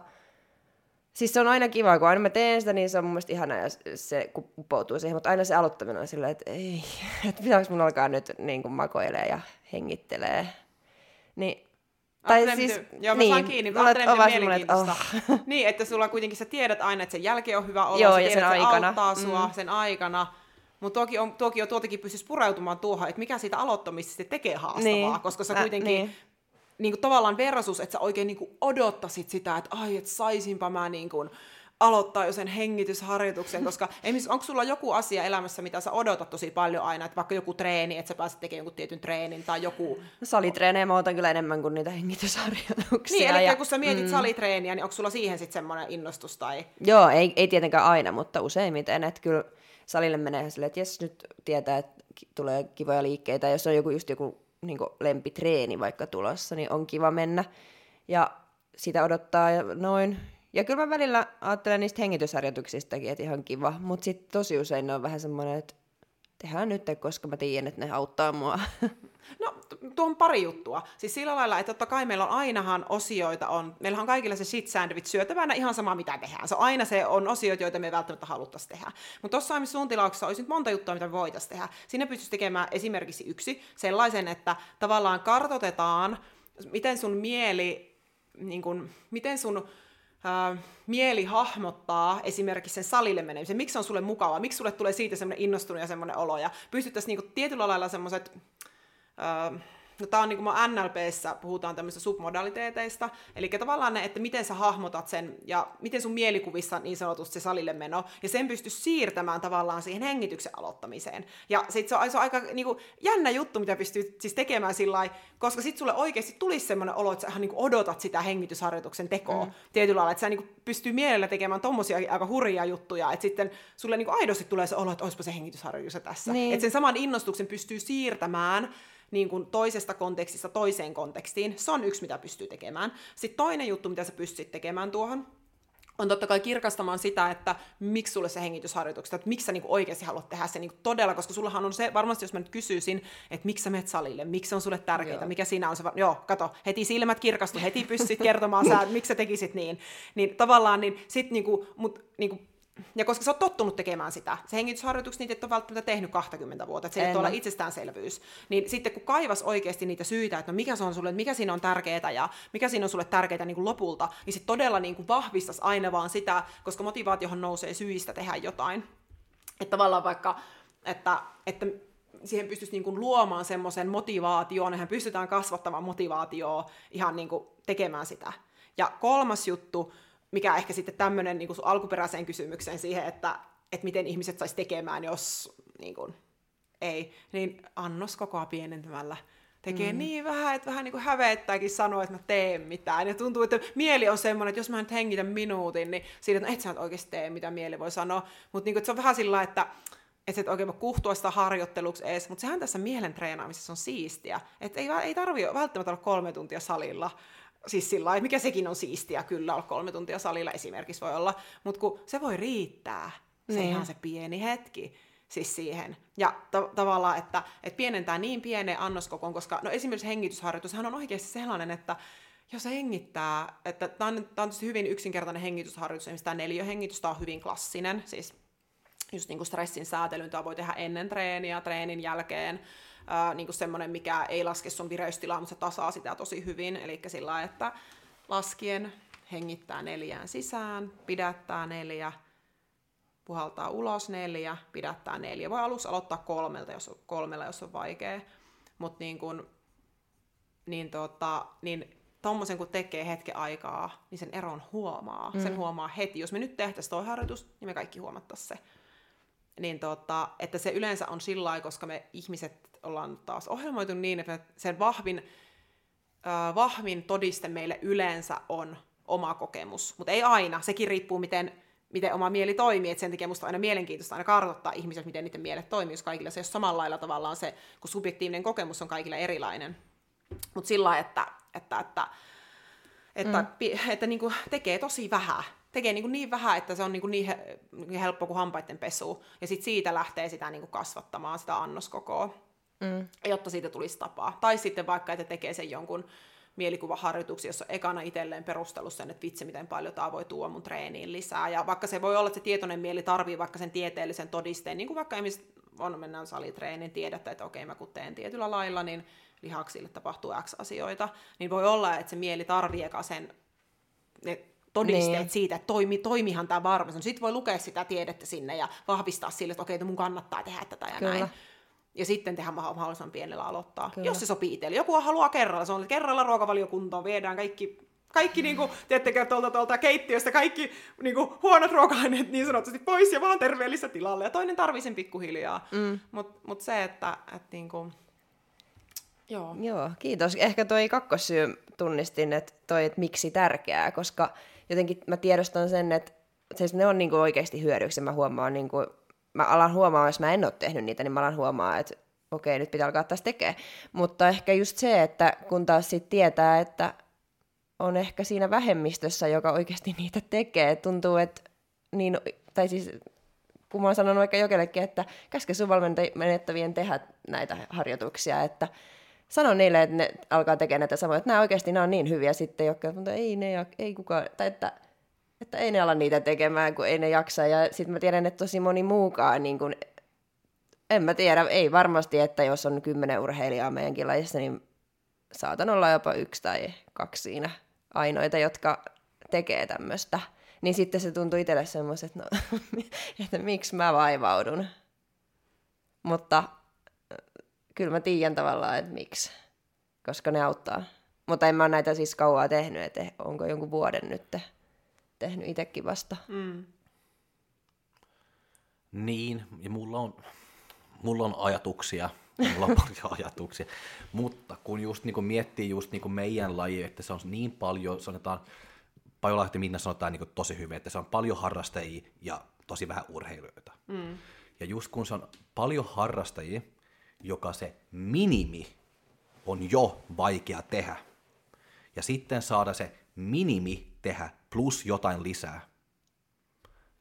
siis se on aina kiva, kun aina mä teen sitä, niin se on mun mielestä ihanaa ja se upoutuu siihen, mutta aina se aloittaminen on silleen, että ei, että pitääkö mun alkaa nyt niin kuin makoilee ja hengittelee. Niin, tai siis, joo, mä niin, saan kiinni, mä ajattelen miten mielenkiintoista. Oh. Niin, että sulla kuitenkin sä tiedät aina, että sen jälkeen on hyvä olo, joo, sä ja tiedät, sen että aikana. se auttaa sua mm. sen aikana. Mutta toki on, toki on tuotakin pystyisi pureutumaan tuohon, että mikä siitä aloittamisesta se tekee haastavaa, niin. koska sä kuitenkin... Äh, niin. Niin kuin tavallaan versus, että sä oikein niin kuin odottasit sitä, että ai, että saisinpa mä niin kuin aloittaa jo sen hengitysharjoituksen, koska onko sulla joku asia elämässä, mitä sä odotat tosi paljon aina, että vaikka joku treeni, että sä pääset tekemään jonkun tietyn treenin tai joku... Salitreenejä mä otan kyllä enemmän kuin niitä hengitysharjoituksia. Niin, eli ja... kun sä mietit mm. salitreeniä, niin onko sulla siihen sitten semmoinen innostus tai... Joo, ei, ei tietenkään aina, mutta useimmiten, että kyllä salille menee silleen, että jes nyt tietää, että tulee kivoja liikkeitä, jos on joku just joku niin kuin lempitreeni vaikka tulossa, niin on kiva mennä ja sitä odottaa ja noin. Ja kyllä mä välillä ajattelen niistä hengitysharjoituksistakin, että ihan kiva, mutta sitten tosi usein ne on vähän semmoinen, että tehdään nyt, koska mä tiedän, että ne auttaa mua. No, tuo on pari juttua. Siis sillä lailla, että totta kai meillä on ainahan osioita, on, meillä on kaikilla se shit sandwich syötävänä ihan sama mitä tehdään. Se on aina se on osioita, joita me ei välttämättä haluttaisi tehdä. Mutta tuossa sun tilauksessa olisi nyt monta juttua, mitä me voitaisiin tehdä. Siinä pystyisi tekemään esimerkiksi yksi sellaisen, että tavallaan kartoitetaan, miten sun mieli, niin kun, miten sun Uh, mieli hahmottaa esimerkiksi sen salille menemisen, miksi se on sulle mukavaa, miksi sulle tulee siitä semmoinen innostunut ja semmoinen olo, ja pystyttäisiin niinku tietyllä lailla semmoiset, uh, no tää on niinku N L P:ssä puhutaan tämmöistä submodaliteeteista, eli tavallaan ne, että miten sä hahmotat sen, ja miten sun mielikuvissa niin sanotusti se salille meno, ja sen pystyisi siirtämään tavallaan siihen hengityksen aloittamiseen. Ja sit se on, se on aika niinku jännä juttu, mitä pystyy siis tekemään sillä lailla, koska sit sulle oikeasti tulisi semmoinen olo, että sä ihan niinku odotat sitä hengitysharjoituksen tekoa mm. tietyllä lailla, että sä niinku pystyy mielellä tekemään tommosia aika hurjia juttuja, että sitten sulle niinku aidosti tulee se olo, että olisipa se hengitysharjoitus tässä. Niin. Että sen saman innostuksen pystyy siirtämään niin kuin toisesta kontekstista toiseen kontekstiin. Se on yksi, mitä pystyy tekemään. Sitten toinen juttu, mitä sä pystyt tekemään tuohon, on totta kai kirkastamaan sitä, että miksi sulle se hengitysharjoitukset, että miksi sä niinku oikeasti haluat tehdä se niinku todella, koska sullahan on se, varmasti jos mä nyt kysyisin, että miksi sä menet salille, miksi se on sulle tärkeää, joo. mikä siinä on se, joo, kato, heti silmät kirkastu, heti pyssyt kertomaan sä, että miksi sä tekisit niin, niin tavallaan, niin sit niinku, mut niinku, ja koska sä oot tottunut tekemään sitä, se hengitysharjoitukset, niitä et ole välttämättä tehnyt kaksikymmentä vuotta, että se ei ole itsestäänselvyys, niin sitten kun kaivas oikeasti niitä syitä, että no mikä se on sulle, mikä siinä on tärkeää ja mikä siinä on sulle tärkeää niin kuin lopulta, niin se todella niin kuin vahvistaisi aina vaan sitä, koska motivaatiohan nousee syistä tehdä jotain. Että tavallaan vaikka, että, että siihen pystyisi niin kuin luomaan semmoisen motivaatioon, nehän pystytään kasvattamaan motivaatioon ihan niin kuin tekemään sitä. Ja kolmas juttu, mikä ehkä sitten tämmöinen niin kuin sun alkuperäiseen kysymykseen siihen, että, että miten ihmiset sais tekemään, jos niin kuin, ei, niin annoskokoa pienentämällä tekee mm. niin vähän, että vähän niin kuin hävettääkin sanoa, että mä teen mitään. Ja tuntuu, että mieli on semmoinen, että jos mä nyt hengitän minuutin, niin siitä, että et sä nyt oikeasti tee, mitä mieli voi sanoa. Mutta niin se on vähän sillä, että että et oikein voi kuhtua sitä harjoitteluksi edes, mutta sehän tässä mielen treenaamisessa on siistiä. Että ei, ei tarvitse välttämättä olla kolme tuntia salilla. Siis sillä lailla, mikä sekin on siistiä, kyllä olla kolme tuntia salilla esimerkiksi voi olla, mutta kun se voi riittää, se niin. ihan se pieni hetki siis siihen. Ja ta- tavallaan, että et pienentää niin pieneen annoskokoon, koska no esimerkiksi hengitysharjoitushan on oikeasti sellainen, että jos hengittää, että tämä on, on tietysti hyvin yksinkertainen hengitysharjoitus, esimerkiksi tämä neliöhengitys, tämä on hyvin klassinen, siis just niin kuin stressin säätelyn, tämä voi tehdä ennen treeniä, treenin jälkeen, Uh, niin kuin semmoinen, mikä ei laske sun vireystilaa, mutta se tasaa sitä tosi hyvin. Eli sillä lailla, että laskien hengittää neljään sisään, pidättää neljä, puhaltaa ulos neljä, pidättää neljä. Voi aluksi aloittaa kolmelta, jos on, kolmella, jos on vaikea. Mutta niin kun, niin tota, niin tommosen kun tekee hetken aikaa, niin sen eron huomaa. Mm. Sen huomaa heti. Jos me nyt tehtäisiin toi harjoitus, niin me kaikki huomattaisiin se. Niin tota, että se yleensä on sillä lailla, koska me ihmiset ollaan taas ohjelmoitu niin, että sen vahvin, äh, vahvin todiste meille yleensä on oma kokemus. Mutta ei aina. Sekin riippuu, miten, miten oma mieli toimii. Et sen takia musta on aina mielenkiintoista aina kartoittaa ihmiset, miten niiden mielet toimii, jos kaikilla se ei ole samalla lailla tavallaan se, kun subjektiivinen kokemus on kaikilla erilainen. Mutta sillä lailla, että, että, että, että, mm. että, että niin kuin tekee tosi vähän. Tekee niin, niin vähän, että se on niin, niin, he, niin helppo kuin hampaiden pesu. Ja sitten siitä lähtee sitä niin kasvattamaan, sitä annoskokoa, mm. jotta siitä tulisi tapaa. Tai sitten vaikka, että tekee sen jonkun mielikuvaharjoituksen, jossa on ekana itselleen perustellut sen, että vitsi, miten paljon tämä voi tuoda mun treeniin lisää. Ja vaikka se voi olla, että se tietoinen mieli tarvii vaikka sen tieteellisen todisteen, niin kuin vaikka ihmiset on mennään salitreeniin, tiedätte, että okei, mä kun teen tietyllä lailla, niin lihaksille tapahtuu X asioita. Niin voi olla, että se mieli tarvii eka sen ne todisteet niin. siitä, että toimi, toimihan tämä varmasti. Sitten voi lukea sitä tiedettä sinne ja vahvistaa sille, että okei, että mun kannattaa tehdä tätä ja Kyllä. näin. Ja sitten tehdään mahdollisimman pienellä aloittaa, Kyllä. jos se sopii itselle. Joku haluaa kerralla, se on kerralla ruokavaliokuntoon, viedään kaikki, kaikki niin kuin, tiedättekö, tuolta, tuolta keittiöstä, kaikki niin kuin, huonot ruoka-aineet niin sanotusti pois ja vaan terveellistä tilalle. Ja toinen tarvii sen pikkuhiljaa. Mm. Mutta mut se, että, että niin kuin, joo. Joo, kiitos. Ehkä toi kakkossyy tunnistin, että toi, että miksi tärkeää, koska jotenkin mä tiedostan sen, että siis ne on niin kuin oikeasti hyödyksi. Mä huomaan, niin kuin, mä alan huomaa, jos mä en ole tehnyt niitä, niin mä alan huomaa, että okei, nyt pitää alkaa taas tekemään. Mutta ehkä just se, että kun taas sit tietää, että on ehkä siinä vähemmistössä, joka oikeasti niitä tekee, tuntuu, että niin, tai siis kun mä oon sanonut vaikka jokellekin, että käske sun valmennettavien tehdä näitä harjoituksia, että sano niille, että ne alkaa tekemään näitä samoja, että nämä oikeasti nämä on niin hyviä sitten, jotka, mutta ei ne, ei kukaan, tai että, että ei ne ala niitä tekemään, kun ei ne jaksa, ja sitten mä tiedän, että tosi moni muukaan, niin kun, en mä tiedä, ei varmasti, että jos on kymmenen urheilijaa meidänkin lajissa, niin saatan olla jopa yksi tai kaksi siinä ainoita, jotka tekee tämmöistä. Niin sitten se tuntuu itselle semmoiset, että, no, että miksi mä vaivaudun. Mutta kyllä mä tiedän tavallaan, että miksi, koska ne auttaa. Mutta en mä ole näitä siis kauaa tehnyt, että onko jonkun vuoden nyt tehnyt itsekin vasta. Mm. Niin, ja mulla on, mulla on ajatuksia, mulla on paljon ajatuksia, mutta kun just niin kun miettii just niin kun meidän laji, että se on niin paljon, sanotaan, Pajolahti Minna sanotaan niin tosi hyvin, että se on paljon harrastajia ja tosi vähän urheilijoita. Mm. Ja just kun se on paljon harrastajia, joka se minimi on jo vaikea tehdä, ja sitten saada se minimi tehdä plus jotain lisää,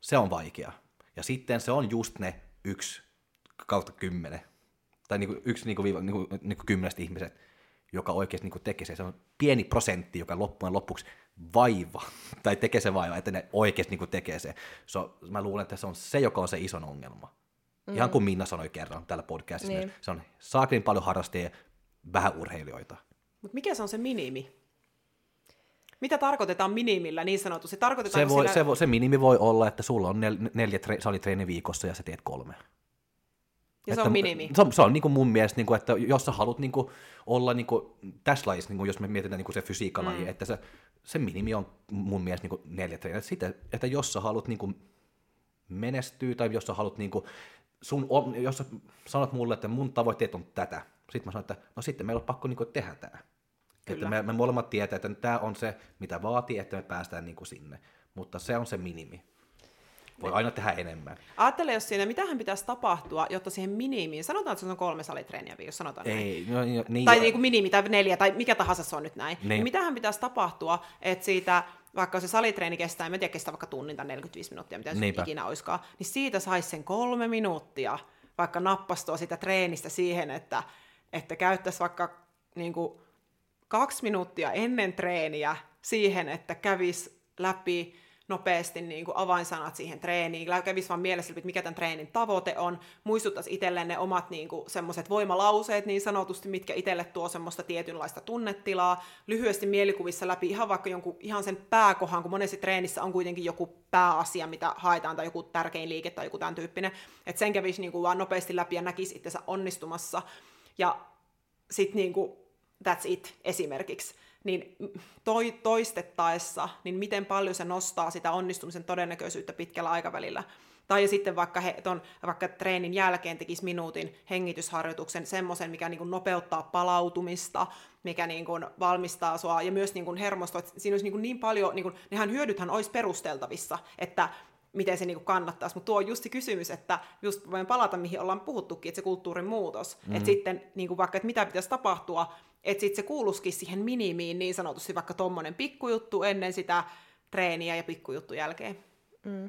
se on vaikea. Ja sitten se on just ne yksi kautta kymmenen, tai niinku yksi niinku, niinku, niinku kymmenestä ihmiset, joka oikeasti niinku tekee se. Se on pieni prosentti, joka loppujen lopuksi vaiva, tai tekee se vaiva, että ne oikeasti niinku tekee se. So, mä luulen, että se on se, joka on se ison ongelma. Mm. Ihan kuin Minna sanoi kerran tällä podcastissa, niin. Se on saaklin paljon harrastajia, vähän urheilijoita. Mutta mikä se on se minimi? Mitä tarkoitetaan minimillä niin sanotusti? Se, voi, sillä... se, voi, se minimi voi olla, että sulla on nel, neljä tre, salitreeni viikossa ja sä teet kolme. Ja että, se on minimi? Se on, se on niin kuin mun mielestä, niin kuin, että jos sä haluat niin kuin, olla niin kuin, tässä lajissa, niin kuin, jos me mietitään niin kuin se fysiikkalaji, mm. että se, se minimi on mun mielestä niin kuin neljä treeniä. Sitten, että jos sä haluat niin kuin, menestyä tai jos sä haluat, niin kuin, sun, jos sä sanot mulle, että mun tavoitteet on tätä, sitten mä sanon, että no sitten meillä on pakko niin kuin, tehdä tämä. Että me, me molemmat tietää, että tämä on se, mitä vaatii, että me päästään niin kuin sinne. Mutta se on se minimi. Voi aina tehdä enemmän. Ajattele, jos siinä, mitähän pitäisi tapahtua, jotta siihen minimiin, sanotaan, että se on kolme salitreeniä viikossa, sanotaan Ei, näin. No, niin, tai niin kuin minimi, tai neljä, tai mikä tahansa se on nyt näin. Niin. Niin mitähän pitäisi tapahtua, että siitä, vaikka se salitreeni kestää, en tiedä, kestää vaikka tunnin tai neljäkymmentäviisi minuuttia, mitä se ikinä olisikaan, niin siitä saisi sen kolme minuuttia, vaikka nappastua sitä treenistä siihen, että, että käyttäisi vaikka niin kuin, kaksi minuuttia ennen treeniä siihen, että kävisi läpi nopeasti niin kuin avainsanat siihen treeniin, kävisi vaan mielessä, että mikä tämän treenin tavoite on, muistuttaisi itselleen ne omat niin kuin, semmoiset voimalauseet niin sanotusti, mitkä itselle tuo semmoista tietynlaista tunnetilaa, lyhyesti mielikuvissa läpi ihan vaikka jonkun ihan sen pääkohan, kun monesti treenissä on kuitenkin joku pääasia, mitä haetaan, tai joku tärkein liike tai joku tämän tyyppinen, että sen kävisi niin kuin, vaan nopeasti läpi ja näkisi itsensä onnistumassa, ja sitten niin kuin that's it esimerkiksi, niin toi, toistettaessa, niin miten paljon se nostaa sitä onnistumisen todennäköisyyttä pitkällä aikavälillä. Tai sitten vaikka, he, ton, vaikka treenin jälkeen tekisi minuutin hengitysharjoituksen, semmoisen, mikä niin kuin nopeuttaa palautumista, mikä niin kuin valmistaa sua, ja myös niin kuin hermostoa. Siinä olisi niin, kuin niin paljon, niin kuin, nehän hyödythän olisi perusteltavissa, että miten se niinku kannattaisi, mutta tuo on just se kysymys, että just voin palata, mihin ollaan puhuttukin, että se kulttuurin muutos, mm-hmm. että sitten niinku vaikka, että mitä pitäisi tapahtua, että sitten se kuuluisikin siihen minimiin niin sanotusti vaikka tommonen pikkujuttu ennen sitä treeniä ja pikkujuttu jälkeen. Mm.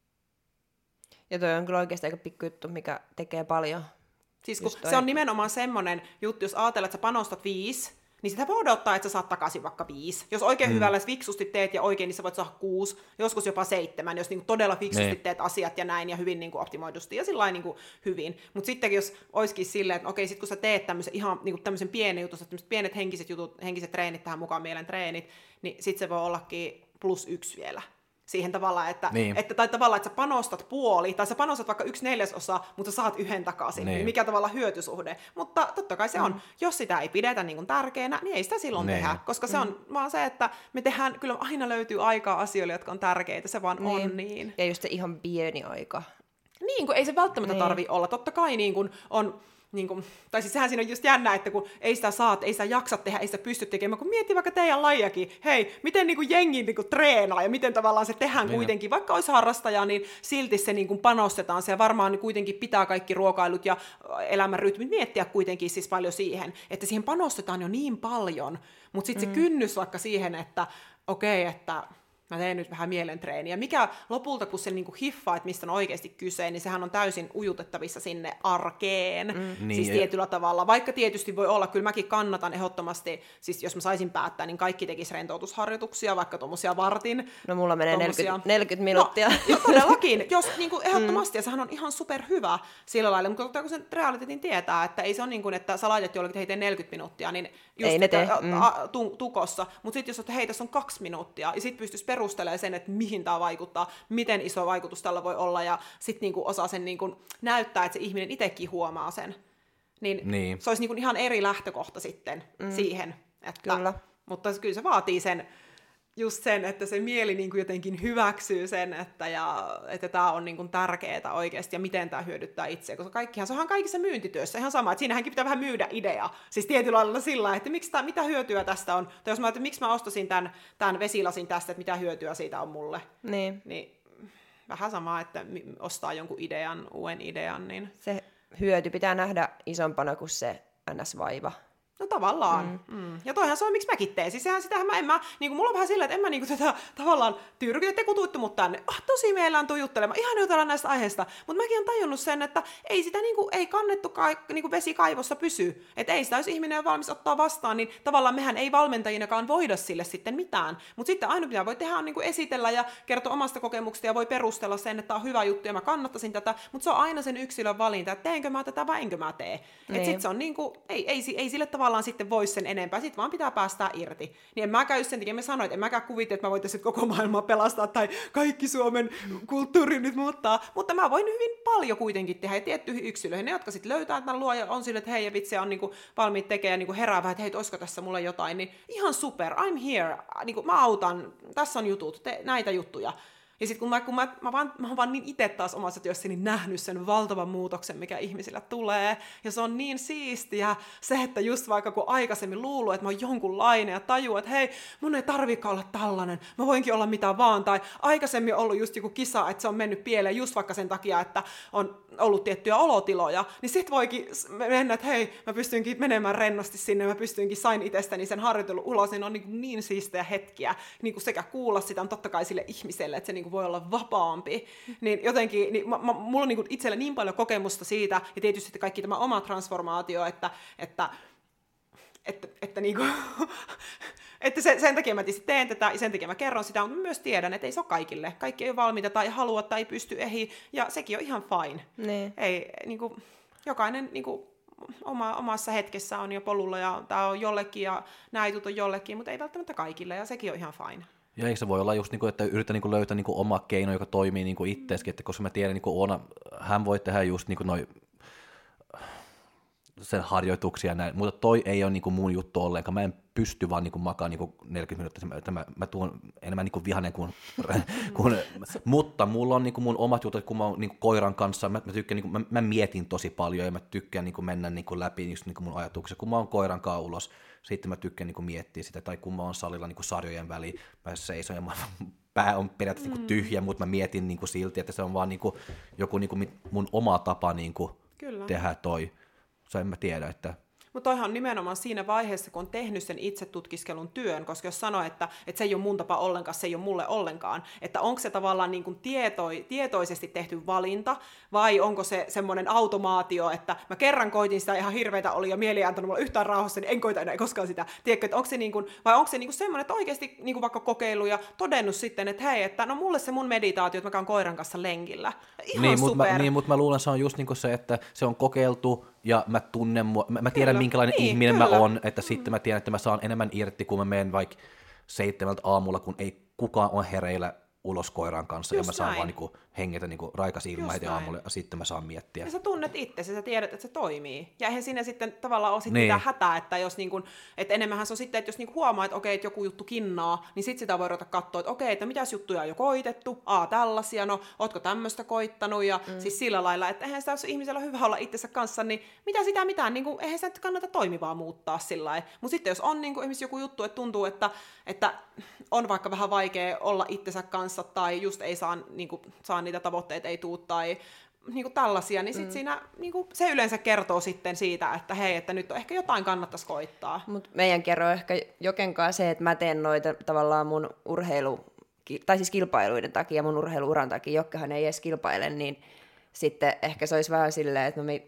Ja toi on kyllä oikeasti aika pikkujuttu, mikä tekee paljon. Siis kun se on nimenomaan semmoinen juttu, jos ajatellaan, että sä panostat viisi, niin sitä voi odottaa, että sä saat takaisin vaikka viisi. Jos oikein mm. hyvällä fiksusti teet ja oikein, niin sä voit saada kuusi, joskus jopa seitsemän, jos niinku todella fiksusti ne. teet asiat ja näin ja hyvin niinku optimoidusti ja sillä niinku hyvin. Mutta sitten jos olisikin silleen, että okei, sit kun sä teet tämmöisen ihan niinku tämmöisen pienen jutun, tämmöiset pienet henkiset jutut, henkiset treenit tähän mukaan, mielen treenit, niin sit se voi ollakin plus yksi vielä. Siihen tavallaan, että, niin. että, tai tavallaan, että sä panostat puoli, tai sä panostat vaikka yksi neljäsosa, mutta saat yhden takaisin, niin. mikä tavalla hyötysuhde. Mutta totta kai se on, mm. jos sitä ei pidetä niin kuin tärkeänä, niin ei sitä silloin niin. tehdä, koska se on mm. vaan se, että me tehdään, kyllä aina löytyy aikaa asioille, jotka on tärkeitä, se vaan niin. on niin. Ja just se ihan pieni aika. Niin, kun ei se välttämättä niin. tarvitse olla, totta kai niin kuin on... Niin kuin, tai siis sehän siinä on just jännä, että kun ei sitä saat, ei sitä jaksa tehdä, ei sitä pysty tekemään, kun miettii vaikka teidän lajiakin, hei, miten niin kuin jengi niin kuin treenaa ja miten tavallaan se tehdään niin. kuitenkin, vaikka olisi harrastaja, niin silti se niin kuin panostetaan, se varmaan niin kuitenkin pitää kaikki ruokailut ja elämän rytmit miettiä kuitenkin siis paljon siihen, että siihen panostetaan jo niin paljon, mutta sitten mm. se kynnys vaikka siihen, että okei, okay, että mä teen nyt vähän mielentreeniä. Mikä lopulta, kun se niinku hiffaa, että mistä on oikeasti kyse, niin sehän on täysin ujutettavissa sinne arkeen, mm. siis niin, tietyllä tavalla. Vaikka tietysti voi olla, kyllä mäkin kannatan ehdottomasti, siis jos mä saisin päättää, niin kaikki tekisi rentoutusharjoituksia, vaikka tuommoisia vartin. No mulla menee neljäkymmentä, neljäkymmentä minuuttia. No, jo, todellakin, jos niinku ehdottomasti, mm. ja sehän on ihan superhyvä sillä lailla, mutta kun sen realiteetin tietää, että ei se ole niin kuin, että sä laitat jollekin, että hei, tee neljäkymmentä minuuttia, niin just ei ne tee. Mm. A, tu, tukossa. Mutta sitten jos että hei, tässä on kaksi minuuttia, ja sitten pystyisi perustelemaan sen, että mihin tämä vaikuttaa, miten iso vaikutus tällä voi olla, ja sitten niinku osaa sen niinku näyttää, että se ihminen itsekin huomaa sen. Niin, niin. Se olisi niinku ihan eri lähtökohta sitten mm. siihen. Että, kyllä. Mutta kyllä se vaatii sen, just sen, että se mieli niinku jotenkin hyväksyy sen, että, ja, että tämä on niinku tärkeää oikeasti, ja miten tämä hyödyttää itseä, koska kaikkihan, se onhan kaikissa myyntityössä ihan sama, että siinähänkin pitää vähän myydä idea, siis tietyllä lailla sillä, että miksi tää, mitä hyötyä tästä on, tai jos mä ajattelin, miksi mä ostasin tämän, tämän vesilasin tästä, että mitä hyötyä siitä on mulle, niin, niin vähän sama, että ostaa jonkun idean, uuden idean, niin... Se hyöty pitää nähdä isompana kuin se ns-vaiva. No tavallaan. Mm. Mm. Ja toihan se on, miksi mäkin teen. Siis sehän sitähän mä en mä, niinku mulla on vähän sillä, että en mä niinku tätä tavallaan tyrkytä, että te kutuitte mut tänne. Ah, tosi meillä on juttelemaan. Ihan jutellaan näistä aiheista. Mutta mäkin on tajunnut sen, että ei sitä niinku, ei kannettu ka- niinku vesi kaivossa pysy. Että ei sitä, jos ihminen on valmis ottaa vastaan, niin tavallaan mehän ei valmentajinakaan voida sille sitten mitään. Mutta sitten ainoa, mitä voi tehdä, on niinku esitellä ja kertoa omasta kokemuksesta ja voi perustella sen, että on hyvä juttu ja mä kannattaisin tätä. Mutta se on aina sen yksilön valinta, että teenkö mä tätä vai enkö mä tee. Niin. Että sit se on niinku, ei, ei, ei sille tavallaan sitten voi sen enempää, sit vaan pitää päästää irti. Niin en mä käy sen takia, mä sanoin, että en mäkään kuvitte, että mä voitais koko maailmaa pelastaa tai kaikki Suomen kulttuuri nyt muuttaa, mutta mä voin hyvin paljon kuitenkin tehdä ja tiettyihin yksilöihin, ne jotka sitten löytää tämän luo ja on sille, että hei ja vitsi on niinku valmiit tekemään ja niinku herää vähän, että hei, olisiko tässä mulle jotain, niin ihan super, I'm here, niinku mä autan, tässä on jutut, te, näitä juttuja. Ja sitten kun, mä, kun mä, mä, vaan, mä oon vaan niin itse taas omassa työssäni nähnyt sen valtavan muutoksen, mikä ihmisillä tulee, ja se on niin siistiä se, että just vaikka kun aikaisemmin luullut, että mä oon jonkunlainen ja tajuu, että hei, mun ei tarvikaan olla tällainen, mä voinkin olla mitä vaan, tai aikaisemmin ollut just joku kisa, että se on mennyt pieleen just vaikka sen takia, että on ollut tiettyjä olotiloja, niin sit voikin mennä, että hei, mä pystynkin menemään rennosti sinne, mä pystynkin sain itsestäni sen harjoittelun ulos, niin on niin, niin siistejä hetkiä, niin kuin sekä kuulla sitä, on totta kai sille ihmiselle, että se niin kuin voi olla vapaampi, niin jotenkin, niin, mä, mä, mulla on niin kuin itsellä niin paljon kokemusta siitä, ja tietysti kaikki tämä oma transformaatio, että, että, että, että, niin kuin, että sen, sen takia mä tietysti teen tätä, ja sen takia mä kerron sitä, mutta mä myös tiedän, että ei se ole kaikille. Kaikki ei ole valmiita, tai halua, tai pysty, ei, ja sekin on ihan fine. Niin. Ei, niin kuin, jokainen niin kuin, oma, omassa hetkessä on jo polulla, ja tämä on jollekin, ja nämä jutut on jollekin, mutta ei välttämättä kaikille, ja sekin on ihan fine. Ja eikö se voi olla just, että yritän löytää oma keino, joka toimii itseäskin, että koska mä tiedän, että Oona, hän voi tehdä just noin sen harjoituksia ja näin, mutta toi ei ole niinku mun juttu ollenkaan. Mä en pysty vaan niinku makaan niinku neljäkymmentä minuuttia, mä, mä tuon enemmän niinku vihainen kuin, kuin mutta mulla on niinku mun omat jutut, kun mä oon niinku koiran kanssa, mä, mä, tykkään, niinku, mä, mä mietin tosi paljon ja mä tykkään niinku mennä niinku läpi just niinku mun ajatuksia, kun mä oon koiran kanssa ulos, sitten mä tykkään niinku miettiä sitä, tai kun mä oon salilla niinku sarjojen väliin, mä seison ja mä, pää on periaatteessa mm. niinku tyhjä, mutta mä mietin niinku silti, että se on vaan niinku joku niinku mun oma tapa niinku tehdä toi. Se en mä tiedä, että... Mutta toihan on nimenomaan siinä vaiheessa, kun on tehnyt sen itse tutkiskelun työn, koska jos sanoo, että, että se ei ole mun tapa ollenkaan, se ei ole mulle ollenkaan, että onko se tavallaan niin kuin tietoi, tietoisesti tehty valinta, vai onko se semmoinen automaatio, että mä kerran koitin sitä ihan hirveitä oli ja mieli ei antanut mulle yhtään rauhassa, niin en koita enää koskaan sitä. Tiedätkö, että onko se niin kuin, vai onko se niin kuin semmoinen, että oikeasti niin kuin vaikka kokeilu ja todennut sitten, että hei, että no mulle se mun meditaatio, että mä käyn koiran kanssa lenkillä. Ihan niin, super. Mutta mä, niin, mutta mä luulen, se on just niin kuin se, että se on kokeiltu, ja mä tunnen, mä, mä tiedän kyllä, minkälainen niin, ihminen kyllä. mä oon, että mm. sitten mä tiedän, että mä saan enemmän irti, kun mä menen vaikka seitsemältä aamulla, kun ei kukaan ole hereillä ulos koiran kanssa, just ja mä saan näin. vaan niinku hengetä niinku raikas ilma heti aamulla, ja sitten mä saan miettiä. Ja sä tunnet itse, sä tiedät, että se toimii. Ja eihän siinä sitten tavallaan ole sit niin. mitään hätää, että jos niinku, että enemmänhän se on sitten, että jos niinku huomaa, että okei, että joku juttu kinnaa, niin sitten sitä voi ruveta katsoa, että okei, että mitäs juttuja on jo koitettu, aa tällaisia, no ootko tämmöistä koittanut, ja mm. siis sillä lailla, että eihän sitä, jos ihmisellä on hyvä olla itsensä kanssa, niin mitä sitä mitään, niinku, eihän sitä nyt kannata toimivaa muuttaa sillä lailla. Mutta sitten jos on niinku, esimerkiksi joku juttu, että tuntuu, että, että on vaikka vähän vaikea olla itsensä kanssa, tai just ei saa, niinku, saa niitä tavoitteita, ei tuu, tai niinku tällaisia, niin sit mm. siinä niinku, se yleensä kertoo sitten siitä, että hei, että nyt on ehkä jotain kannattaisi koittaa. Mut meidän kerro ehkä Jokenkaan se, että mä teen noita tavallaan mun urheilu, tai siis kilpailuiden takia, mun urheiluuran takia, Jokkahan ei edes kilpaile, niin sitten ehkä se olisi vähän silleen, että, no mi-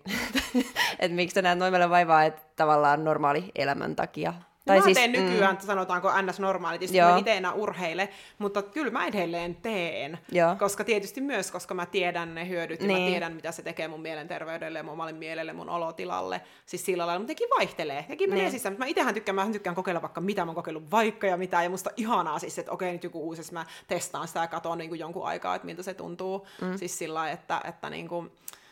että miksi sä näet noin meille vaivaa, että tavallaan normaali elämän takia. Tai mä siis, teen nykyään, mm. sanotaanko ns. Normaalit, tietysti mä itse enää urheile, mutta kyllä mä edelleen teen, Joo. koska tietysti myös, koska mä tiedän ne hyödyt niin. ja mä tiedän, mitä se tekee mun mielenterveydelle ja mun omalle mielelle, mun olotilalle, siis sillä lailla, mutta tekin vaihtelee, tekin menee niin. sisään, mutta mä itsehän tykkään, mä tykkään kokeilla vaikka mitä, mä oon kokeillut vaikka ja mitä, ja musta ihanaa siis, että okei, nyt joku uusi, mä testaan sitä ja katon niin kuin jonkun aikaa, että miltä se tuntuu, mm. siis sillä lailla, että, että niin kuin,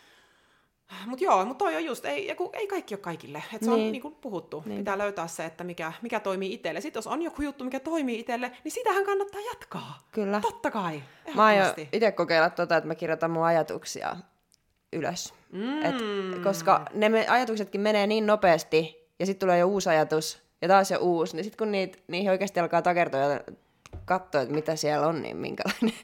mutta joo, mutta toi on just, ei, ei kaikki ole kaikille. Et se niin. on niin kuin puhuttu. Niin. Pitää löytää se, että mikä, mikä toimii itselle. Sitten jos on joku juttu, mikä toimii itselle, niin sitähän kannattaa jatkaa. Kyllä. Totta kai. Mä aion itse kokeilla tota, että mä kirjoitan mun ajatuksia ylös. Mm. Et, koska ne me, ajatuksetkin menee niin nopeasti, ja sitten tulee jo uusi ajatus, ja taas jo uusi. Niin sitten kun niitä, niihin oikeasti alkaa takertua katsoo, että mitä siellä on, niin minkälainen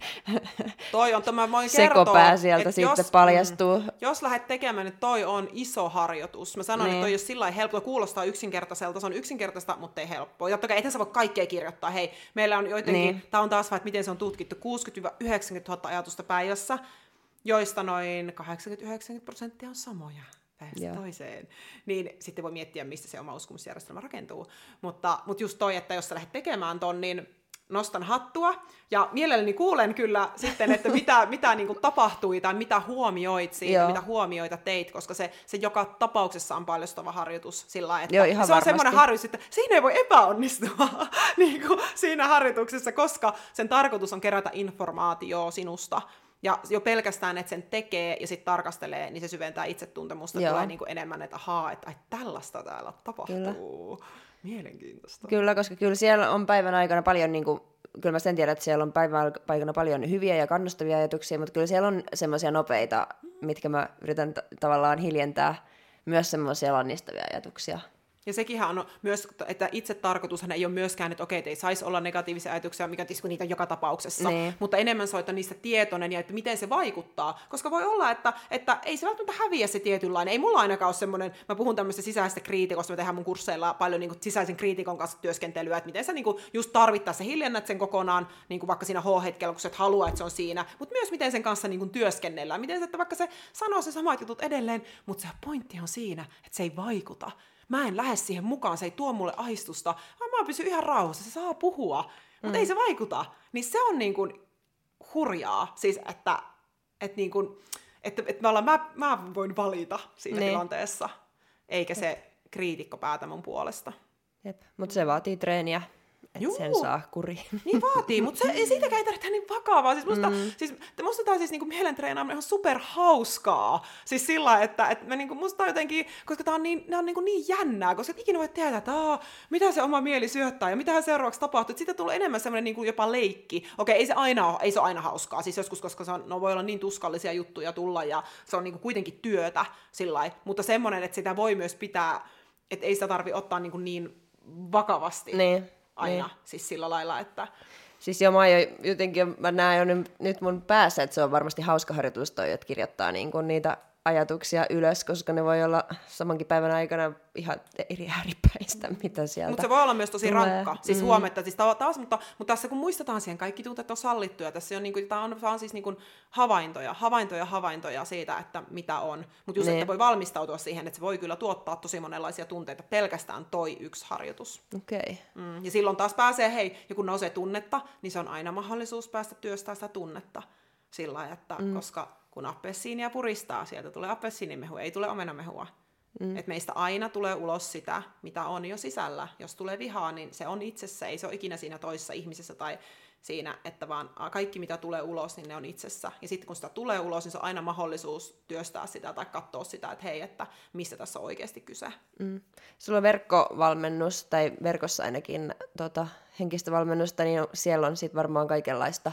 toi on, mä voin sekopää kertoa, sieltä sitten jos, paljastuu. Mm, jos lähdet tekemään, niin toi on iso harjoitus. Mä sanoin, niin. että toi jos sillä lailla helppo, kuulostaa yksinkertaiselta, se on yksinkertaista, mutta ei helppoa. Totta kai ethän sä voi kaikkea kirjoittaa. Hei, meillä on jotenkin, niin. tää on taas vaan, että miten se on tutkittu, kuusikymmentä yhdeksänkymmentätuhatta ajatusta päivässä, joista noin kahdeksankymmentä yhdeksänkymmentä prosenttia on samoja päivästä Joo. toiseen. Niin sitten voi miettiä, mistä se oma uskomusjärjestelmä rakentuu. Mutta, mutta just toi, että jos sä lähdet tekemään ton, niin nostan hattua, ja mielelläni kuulen kyllä sitten, että mitä, mitä niin kuin tapahtui, tai mitä huomioit siitä, Joo. mitä huomioita teit, koska se, se joka tapauksessa on paljastava harjoitus sillä että Joo, se varmasti. on semmoinen harjoitus, että siinä ei voi epäonnistua niin kuin siinä harjoituksessa, koska sen tarkoitus on kerätä informaatiota sinusta, ja jo pelkästään, että sen tekee ja sitten tarkastelee, niin se syventää itsetuntemusta, Joo. tulee niin kuin enemmän, että ahaa, että ai, tällaista täällä tapahtuu. Kyllä. Mielenkiintoista. Kyllä, koska kyllä siellä on päivän aikana paljon, niin kuin, kyllä mä sen tiedän, että siellä on päivän aikana paljon hyviä ja kannustavia ajatuksia, mutta kyllä siellä on semmoisia nopeita, mitkä mä yritän t- tavallaan hiljentää, myös semmoisia lannistavia ajatuksia. Ja sekinhän on myös, että itse tarkoitushan ei ole myöskään, että okei, ei saisi olla negatiivisia ajatuksia, mikä tietysti niitä on joka tapauksessa, niin. mutta enemmän soita niistä tietoinen ja että miten se vaikuttaa. Koska voi olla, että, että ei se välttämättä häviä se tietynlainen. Ei mulla ainakaan ole semmoinen, mä puhun tämmöistä sisäisestä kriitikosta, me tehdään mun kursseilla paljon niin kuin sisäisen kriitikon kanssa työskentelyä, että miten sä niin kuin just tarvittaessa hiljennät sen kokonaan, niin kuin vaikka siinä H-hetkellä, kun sä et halua, että se on siinä, mutta myös miten sen kanssa niin kuin työskennellään. Miten se, että vaikka se sanoo se samat jutut edelleen, mutta se pointti on siinä, että se ei vaikuta. Mä en lähde siihen mukaan, se ei tuo mulle ahdistusta, vaan mä pysyn ihan rauhassa, se saa puhua, mutta mm. ei se vaikuta. Niin se on niin kuin hurjaa, siis että, että, niin kuin, että, että mä, ollaan, mä, mä voin valita siinä niin. tilanteessa, eikä Jep. se kriitikko päätä mun puolesta. Jep, mutta se vaatii treeniä. Että sen saa kuriin. Niin vaatii, mutta se, ei siitäkään ei tarvitse niin vakavaa. Siis musta, mm. siis, musta tämä on siis niinku mielentreenaaminen ihan superhauskaa. Siis sillä, että, että me niinku, musta on jotenkin, koska tämä on niin, on niinku niin jännää, koska et ikinä voi tehdä, että aah, mitä se oma mieli syöttää ja mitähän seuraavaksi tapahtuu. Siitä tulee enemmän semmoinen niinku jopa leikki. Okei, ei se aina ole, ei se ole aina hauskaa. Siis joskus, koska se on, no, voi olla niin tuskallisia juttuja tulla ja se on niinku kuitenkin työtä sillä mutta semmoinen, että sitä voi myös pitää, että ei sitä tarvitse ottaa niinku niin vakavasti. Niin. Aina, niin. siis sillä lailla, että... Siis jo, mä jo, jotenkin, mä näen jo nyt, nyt mun päässä, että se on varmasti hauska harjoitus toi, että kirjoittaa niin kuin niitä ajatuksia ylös, koska ne voi olla samankin päivän aikana ihan eri ääripäistä, mitä sieltä Mutta se voi olla myös tosi tulee. rankka, siis mm. huometta, siis taas, mutta, mutta tässä kun muistetaan siihen, kaikki tunteet on sallittuja, tässä on, niin kuin, tämä on, tämä on siis niin kuin havaintoja, havaintoja, havaintoja siitä, että mitä on, mutta just, niin. että voi valmistautua siihen, että se voi kyllä tuottaa tosi monenlaisia tunteita, pelkästään toi yksi harjoitus. Okei. Okay. Mm, ja silloin taas pääsee, hei, ja kun nousee tunnetta, niin se on aina mahdollisuus päästä työstämään sitä tunnetta sillä lailla, että mm. koska kun appelsiinia puristaa, sieltä tulee appelsiinimehu, ei tule omenamehua. Mm. Et meistä aina tulee ulos sitä, mitä on jo sisällä. Jos tulee vihaa, niin se on itsessä, ei se ole ikinä siinä toisessa ihmisessä tai siinä, että vaan kaikki mitä tulee ulos, niin ne on itsessä. Ja sitten kun sitä tulee ulos, niin se on aina mahdollisuus työstää sitä tai katsoa sitä, että hei, että mistä tässä on oikeasti kyse. Mm. Sulla on verkkovalmennus, tai verkossa ainakin tota, henkistä valmennusta, niin siellä on sitten varmaan kaikenlaista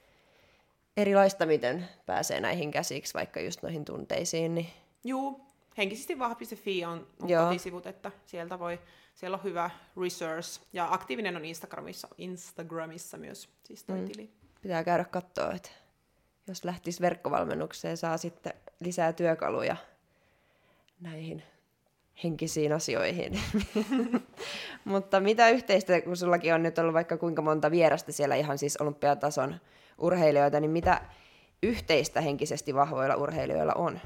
erilaista, miten pääsee näihin käsiksi, vaikka just noihin tunteisiin. Niin... Juu, henkisesti vahva piste fi on, on kotisivut, että sieltä voi, siellä on hyvä research, ja aktiivinen on Instagramissa, Instagramissa myös, siis toi mm. tili. Pitää käydä katsoa, että jos lähtisi verkkovalmennukseen, saa sitten lisää työkaluja näihin henkisiin asioihin. Mutta mitä yhteistä, kun sullakin on nyt ollut vaikka kuinka monta vierasta siellä ihan siis olympiatason urheilijoita, niin mitä yhteistä henkisesti vahvoilla urheilijoilla on?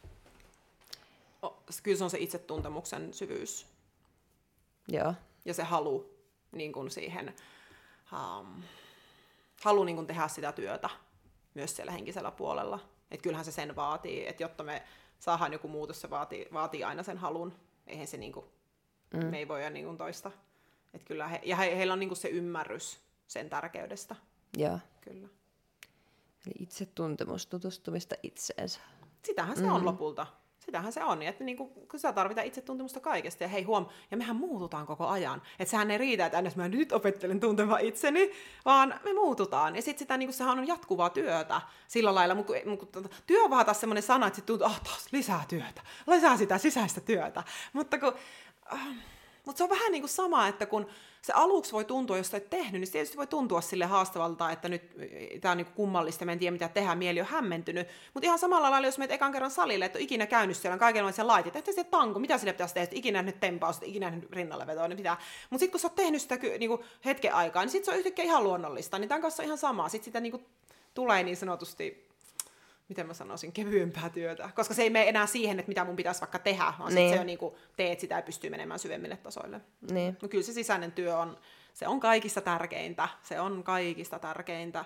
Oh, kyllä se on se itsetuntemuksen syvyys. Joo. Ja se halu niin kuin siihen, um, halu niin kuin tehdä sitä työtä myös siellä henkisellä puolella. Et kyllähän se sen vaatii, että jotta me saadaan joku muutos, se vaatii, vaatii aina sen halun. Eihän se niin kuin, mm. me ei voi niin kuin toista. Et kyllä he, ja he, heillä on niin kuin se ymmärrys sen tärkeydestä. Joo. Kyllä. Eli itsetuntemus, tutustumista itseensä. Sitähän se mm. on lopulta. Sitähän se on. Että niin kun sä tarvitaan itsetuntemusta kaikesta. Ja hei huom, ja mehän muututaan koko ajan. Että sehän ei riitä, että ennäs mä nyt opettelen tuntemaan itseni, vaan me muututaan. Ja sitten sitä niin sehän on jatkuvaa työtä sillä lailla. Mutta työ on vaan taas semmoinen sana, että sit tuntuu, ah taas lisää työtä. Lisää sitä sisäistä työtä. Mutta kun... Äh, Mutta se on vähän niin kuin sama, että kun se aluksi voi tuntua, jos sä et tehnyt, niin se tietysti voi tuntua sille haastavalta, että nyt tämä on niin kuin kummallista, mä en tiedä mitä tehdään, mieli on hämmentynyt. Mutta ihan samalla lailla, jos menet ekan kerran salille, että on ikinä käynyt siellä, on kaikenlaisia laitit, että se tanko, mitä sille pitäisi tehdä, ikinä nähnyt tempausta, ikinä nähnyt rinnalle vetoa, niin pitää. Mutta sitten kun sä oot tehnyt sitä niin kuin hetken aikaa, niin sitten se on yhtäkkiä ihan luonnollista, niin tämän kanssa on ihan sama. Sitten sitä niin kuin tulee niin sanotusti, miten mä sanoisin, kevyempää työtä. Koska se ei mene enää siihen, että mitä mun pitäisi vaikka tehdä, vaan niin. Se on niin kuin, teet sitä ja pystyy menemään syvemmille tasoille. Niin. No kyllä se sisäinen työ on, se on kaikista tärkeintä. Se on kaikista tärkeintä.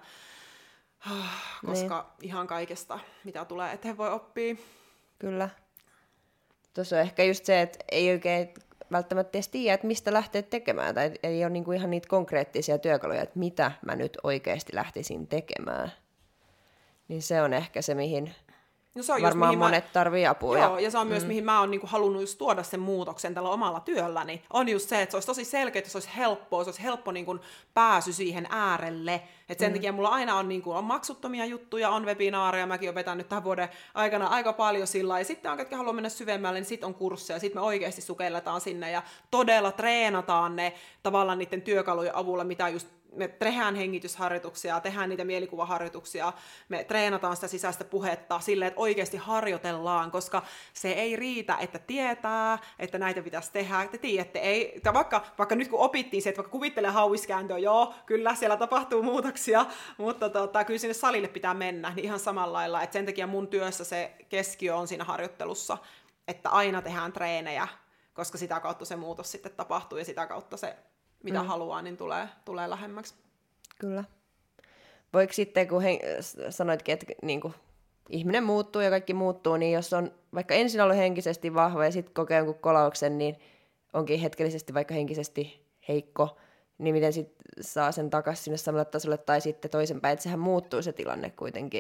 Koska niin. Ihan kaikesta, mitä tulee eteen, voi oppia. Kyllä. Tuossa on ehkä just se, että ei oikein välttämättä edes tiedä, että mistä lähtee tekemään. Tai ei ole niinku ihan niitä konkreettisia työkaluja, että mitä mä nyt oikeasti lähtisin tekemään. Niin se on ehkä se, mihin no se on varmaan just, monet mä... tarvii apua. Joo, ja se on myös, mm. mihin mä oon niinku halunnut just tuoda sen muutoksen tällä omalla työlläni. On just se, että se olisi tosi selkeä, että se olisi helppoa, se olisi helppo niinku pääsy siihen äärelle. Et sen mm. takia mulla aina on, niinku, on maksuttomia juttuja, on webinaareja, mäkin opetan nyt tämän vuoden aikana aika paljon sillä. Ja sitten on, ketkä haluaa mennä syvemmälle, niin sitten on kursseja, sitten me oikeasti sukelletaan sinne ja todella treenataan ne tavallaan niiden työkalujen avulla, mitä just me tehdään hengitysharjoituksia, tehdään niitä mielikuvaharjoituksia, me treenataan sitä sisäistä puhetta silleen, että oikeasti harjoitellaan, koska se ei riitä, että tietää, että näitä pitäisi tehdä. Te tiedätte, ei, vaikka, vaikka nyt kun opittiin se, että vaikka kuvittelee hauiskääntöä, joo, kyllä siellä tapahtuu muutoksia, mutta tota, kyllä sinne salille pitää mennä, niin ihan samalla lailla, että sen takia mun työssä se keskiö on siinä harjoittelussa, että aina tehdään treenejä, koska sitä kautta se muutos sitten tapahtuu ja sitä kautta se mitä mm. haluaa, niin tulee, tulee lähemmäksi. Kyllä. Voiko sitten, kun he, sanoitkin, että niin kuin, ihminen muuttuu ja kaikki muuttuu, niin jos on vaikka ensin ollut henkisesti vahva ja sitten kokee jonkun kolauksen, niin onkin hetkellisesti vaikka henkisesti heikko, niin miten sitten saa sen takaisin sinne samalle tasolle tai sitten toisenpäin, että sehän muuttuu se tilanne kuitenkin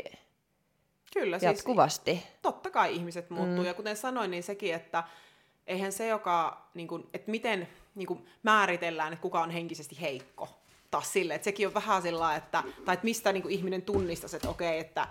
Kyllä, jatkuvasti. Siis, totta kai ihmiset muuttuu, mm. ja kuten sanoin, niin sekin, että eihän se, joka, niin kuin, että miten niin kuin määritellään, että kuka on henkisesti heikko, taas sille, että sekin on vähän sillä, että, tai että mistä niin kuin ihminen tunnistaisi, että okei, että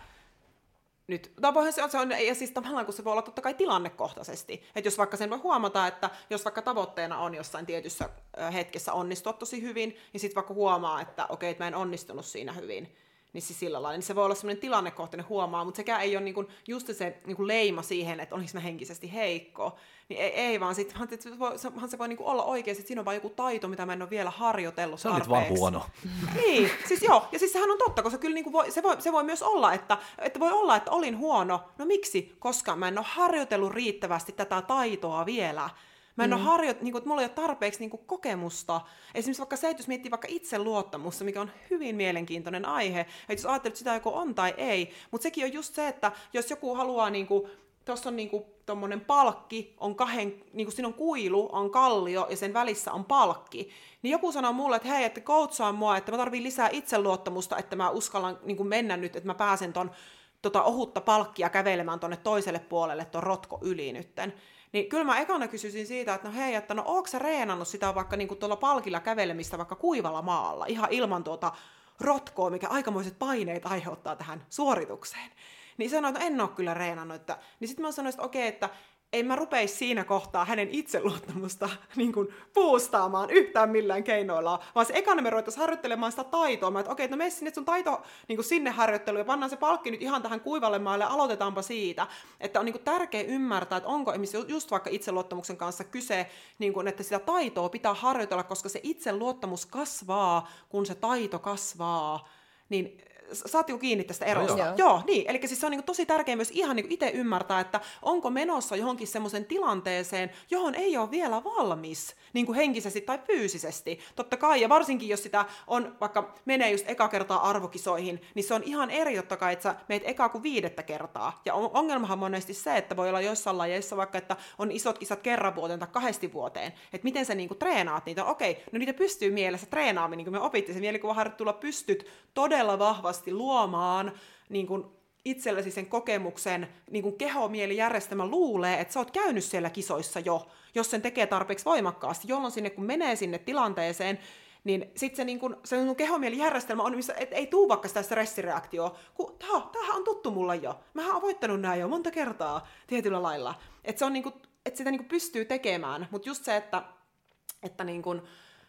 nyt, se on, se on, ja siis tavallaan, kun se voi olla totta kai tilannekohtaisesti, että jos vaikka sen voi huomata, että jos vaikka tavoitteena on jossain tietyssä hetkessä onnistua tosi hyvin, niin sitten vaikka huomaa, että okei, että mä en onnistunut siinä hyvin, niin siis sillä lailla, niin se voi olla semmoinen tilannekohtainen huomaa, mutta sekään ei ole niinku just se niinku leima siihen, että olis mä henkisesti heikko, niin ei, ei vaan sitten, se voi, se voi niinku olla oikeasti, että siinä on vain joku taito, mitä mä en ole vielä harjoitellut se tarpeeksi. Se on nyt vaan huono. Niin, siis joo, ja siis sehän on totta, koska kyllä niinku voi, se, voi, se voi myös olla, että, että voi olla, että olin huono, no miksi, koska mä en ole harjoitellut riittävästi tätä taitoa vielä. Mä en mm. ole harjoit, niin kuin, että mulla ei ole tarpeeksi niin kuin, kokemusta. Esimerkiksi vaikka se, että jos miettii vaikka itseluottamusta, mikä on hyvin mielenkiintoinen aihe, että jos ajattelet, että sitä joko on tai ei, mutta sekin on just se, että jos joku haluaa, niin kuin, tuossa on niin kuin, tommonen palkki, on kahden, niin kuin siinä on kuilu, on kallio ja sen välissä on palkki, niin joku sanoo mulle, että hei, että coachaa mua, että mä tarviin lisää itseluottamusta, että mä uskallan niin kuin mennä nyt, että mä pääsen ton tota ohutta palkkia kävelemään tonne toiselle puolelle, ton rotko yli nytten. Niin kyllä mä ekana kysyisin siitä, että no hei, että no ootko sä reenannut sitä vaikka niinku tuolla palkilla kävelemistä vaikka kuivalla maalla, ihan ilman tuota rotkoa, mikä aikamoiset paineet aiheuttaa tähän suoritukseen. Niin sanoin, että no en ole kyllä reenannut. Että... Niin sitten mä sanoin, että okei, että en mä rupeisi siinä kohtaa hänen itseluottamusta niin kuin boostaamaan yhtään millään keinoilla, vaan se ekana me ruvettaisiin harjoittelemaan sitä taitoa. Mä, että okei, no mene sinne sun taito niin kuin sinne harjoitteluun ja pannaan se palkki nyt ihan tähän kuivalle maalle ja aloitetaanpa siitä. Että on niin kuin tärkeää ymmärtää, että onko just vaikka itseluottamuksen kanssa kyse, niin kuin, että sitä taitoa pitää harjoitella, koska se itseluottamus kasvaa, kun se taito kasvaa, niin saat jo kiinni tästä erosta. Joo. Joo, niin. Eli siis se on niin kuin tosi tärkeää myös ihan niin kuin itse ymmärtää, että onko menossa johonkin semmoisen tilanteeseen, johon ei ole vielä valmis, niin kuin henkisesti tai fyysisesti. Totta kai, ja varsinkin jos sitä on, vaikka menee just eka kertaa arvokisoihin, niin se on ihan eri totta kai, että sä meet eka kuin viidettä kertaa. Ja ongelmahan monesti se, että voi olla joissain lajeissa vaikka, että on isot kisat kerran vuoteen tai kahdesti vuoteen. Että miten sä niin kuin treenaat niitä. Okei, no niitä pystyy mielessä treenaamaan, niin kuin me opittiin se mielikuvaharjoittelulla pystyt todella vahvasti luomaan niin kuin itsellesi sen kokemuksen, niin kuin keho-mieli-järjestelmä luulee, että sä oot käynyt siellä kisoissa jo, jos sen tekee tarpeeksi voimakkaasti, jolloin sinne kun menee sinne tilanteeseen, niin sitten se, niin kun, se niin keho-mieli-järjestelmä on, missä et, ei tuu vaikka sitä stressireaktioa, kun tämähän on tuttu mulla jo, mähän oon voittanut nää jo monta kertaa tietyllä lailla, että se on niin kuin, että sitä niin kuin pystyy tekemään, mutta just se, että että niin kuin,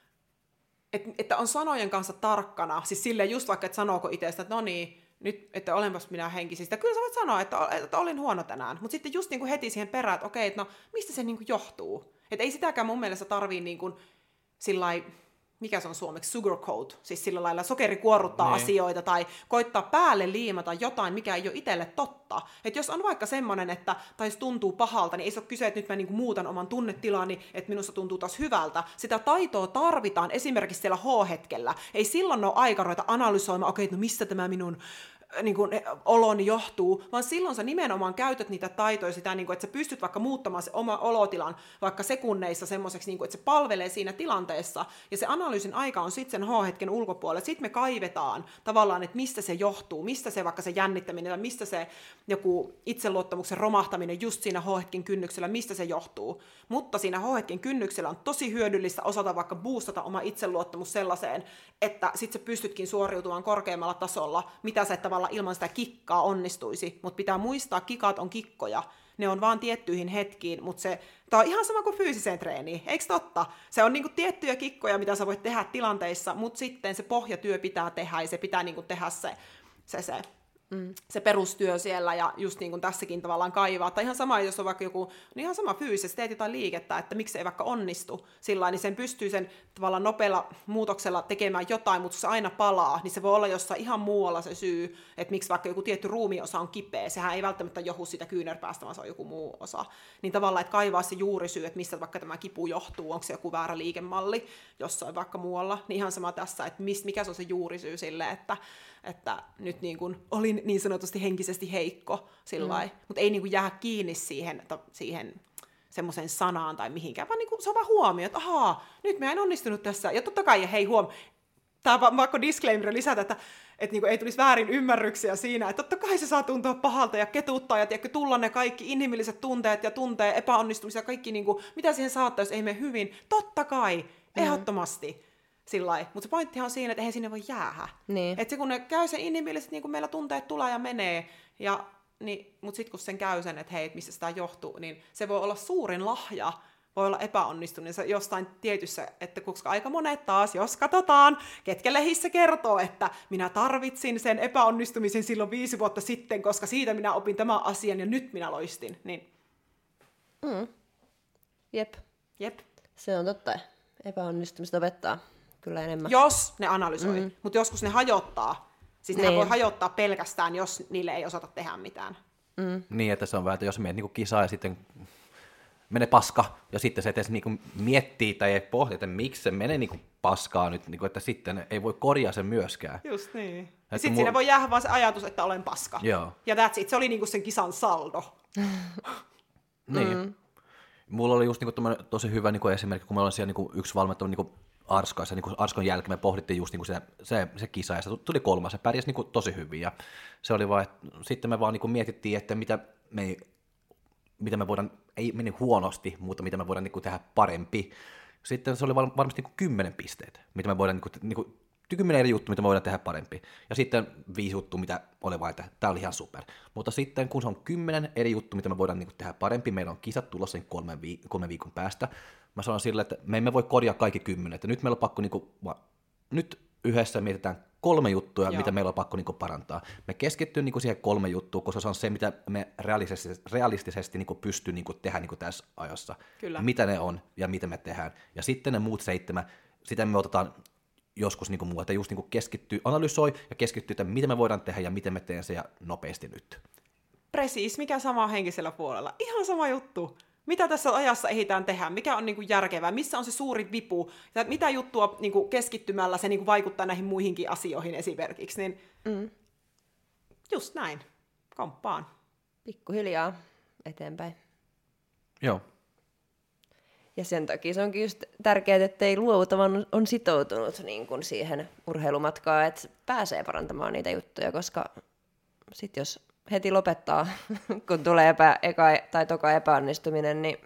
et, että on sanojen kanssa tarkkana, siis silleen just vaikka, että sanooko itsestä, että no niin, nyt, että olenpas minä henkisistä. Kyllä sä voit sanoa, että, että olin huono tänään, mutta sitten just niin kuin heti siihen perään, että okei, että no mistä se niin kuin johtuu? Että ei sitäkään mun mielestä tarvii niin kuin sillai, mikä se on suomeksi, sugarcoat, siis sillä lailla sokeri kuorruttaa niin. asioita tai koittaa päälle liimata jotain, mikä ei ole itselle totta. Että jos on vaikka semmoinen, että tai jos tuntuu pahalta, niin ei se ole kyse, että nyt mä niinku muutan oman tunnetilani, että minusta tuntuu taas hyvältä. Sitä taitoa tarvitaan esimerkiksi siellä H-hetkellä. Ei silloin ole aika ruveta analysoimaan, okei, okay, no mistä tämä minun niin kuin, oloni johtuu, vaan silloin sä nimenomaan käytät niitä taitoja sitä, niin kuin, että sä pystyt vaikka muuttamaan se oma olotilan vaikka sekunneissa semmoiseksi, niin kuin, että se palvelee siinä tilanteessa, ja se analyysin aika on sitten sen H-hetken ulkopuolella. Sitten me kaivetaan tavallaan, että mistä se johtuu, mistä se vaikka se jännittäminen, tai mistä se joku itseluottamuksen romahtaminen just siinä H-hetken kynnyksellä, mistä se johtuu. Mutta siinä H-hetken kynnyksellä on tosi hyödyllistä osata vaikka boostata oma itseluottamus sellaiseen, että sit sä pystytkin suoriutumaan korkeammalla tasolla, mitä sä et tavallaan ilman sitä kikkaa onnistuisi, mutta pitää muistaa, kikat on kikkoja, ne on vaan tiettyihin hetkiin, mutta se, tää on ihan sama kuin fyysiseen treeniin, eikö totta? Se on niinku tiettyjä kikkoja, mitä sä voit tehdä tilanteissa, mutta sitten se pohjatyö pitää tehdä, ja se pitää niinku tehdä se, se, se Mm. se perustyö siellä, ja just niin kuin tässäkin tavallaan kaivaa. Tai ihan sama, jos on vaikka joku, niin ihan sama fyysisesti, teet jotain liikettä, että miksi ei vaikka onnistu sillä niin sen pystyy sen tavallaan nopealla muutoksella tekemään jotain, mutta se aina palaa, niin se voi olla jossain ihan muualla se syy, että miksi vaikka joku tietty ruumiosa on kipeä, sehän ei välttämättä johdu sitä kyynärpäästä, vaan se on joku muu osa. Niin tavallaan, että kaivaa se juurisyy, että mistä vaikka tämä kipu johtuu, onko se joku väärä liikemalli jossain vaikka muualla, niin ihan sama tässä, että mist, mikä se on se juurisyy sille, että että nyt niin kuin olin niin sanotusti henkisesti heikko sillai, mm. mutta ei niin kuin jää kiinni siihen, siihen semmoiseen sanaan tai mihinkään, vaan niin kuin, se on vaan huomio, että ahaa, nyt mä en onnistunut tässä, ja totta kai, ja hei huom, tämä on vaikka disclaimer lisätä, että, että niin kuin ei tulisi väärin ymmärryksiä siinä, että totta kai se saa tuntua pahalta ja ketuttaa, ja tiedätkö, tulla ne kaikki inhimilliset tunteet ja tuntee epäonnistumisia, kaikki niin kuin, mitä siihen saattaa, jos ei mene hyvin, totta kai, mm. ehdottomasti. Mutta se pointtihan on siinä, että eihän sinne voi jäädä. Niin. Että se kun ne käy sen inhimillisesti, niin kun meillä tunteet tulee ja menee, ja, niin, mutta sitten kun sen käy sen, että hei, et missä sitä johtuu, niin se voi olla suurin lahja, voi olla epäonnistunut jostain tietyssä, että koska aika monet taas, jos katsotaan, ketkä lehissä kertoo, että minä tarvitsin sen epäonnistumisen silloin viisi vuotta sitten, koska siitä minä opin tämän asian ja nyt minä loistin. Niin. Mm. Jep. Jep. Se on totta. Epäonnistumista opettaa. Kyllä enemmän. Jos ne analysoi, mm-hmm. mutta joskus ne hajottaa. Siis niin. ne voi hajottaa pelkästään, jos niille ei osata tehdä mitään. Mm. Niin, että se on vähän, että jos menet niinku kisaa ja sitten menee paska, ja sitten se edes niinku miettii tai ei pohti, että miksi se menee niinku paskaa nyt, niinku, että sitten ei voi korjaa sen myöskään. Just niin. Ja sitten mul... siinä voi jäädä vaan se ajatus, että olen paska. Joo. Ja that's it. Se oli niinku sen kisan saldo. Niin. Mm. Mulla oli just niinku tosi hyvä niinku esimerkki, kun me ollaan siellä niinku yksi valmentanut niinku Arskoissa, niin Arskon jälkeen me pohdittiin just niin se, se, se kisa, ja se tuli kolmas, se pärjäsi niin tosi hyvin, ja se oli vaan, että sitten me vaan niin mietittiin, että mitä me, mitä me voidaan, ei mene huonosti, mutta mitä me voidaan niin tehdä parempi. Sitten se oli varmasti niin kymmenen pisteet, mitä me voidaan, niin kuin, kymmenen eri juttu, mitä me voidaan tehdä parempi, ja sitten viisi juttu, mitä oli vaan, että tämä oli ihan super. Mutta sitten kun se on kymmenen eri juttu, mitä me voidaan niin tehdä parempi, meillä on kisat tulossa sen kolmen, viik- kolmen viikon päästä, mä sanon sille, että me emme voi korjaa kaikki kymmenen, että nyt meillä on pakko, niin kuin, nyt yhdessä mietitään kolme juttua, Joo. mitä meillä on pakko niin kuin, parantaa. Me keskittyy niin kuin, siihen kolme juttua, koska se on se, mitä me realistisesti, realistisesti niin kuin, pystyy niin kuin, tehdä niin kuin, tässä ajassa. Kyllä. Mitä ne on ja mitä me tehdään. Ja sitten ne muut seitsemän, sitä me otetaan joskus niin kuin, muu, että just niin kuin, keskittyy, analysoi ja keskittyy, että mitä me voidaan tehdä ja miten me teemme se ja nopeasti nyt. Precis, mikä sama henkisellä puolella. Ihan sama juttu. Mitä tässä ajassa ehditään tehdä, mikä on niinku järkevää, missä on se suuri vipu, ja mitä juttua niinku keskittymällä se niinku vaikuttaa näihin muihinkin asioihin esimerkiksi, niin mm. just näin, komppaan. Pikkuhiljaa eteenpäin. Joo. Ja sen takia se onkin just tärkeää, että ei luovuta, vaan on sitoutunut niin kuin siihen urheilumatkaan, että pääsee parantamaan niitä juttuja, koska sit jos heti lopettaa, kun tulee epä, eka tai toka epäonnistuminen, niin...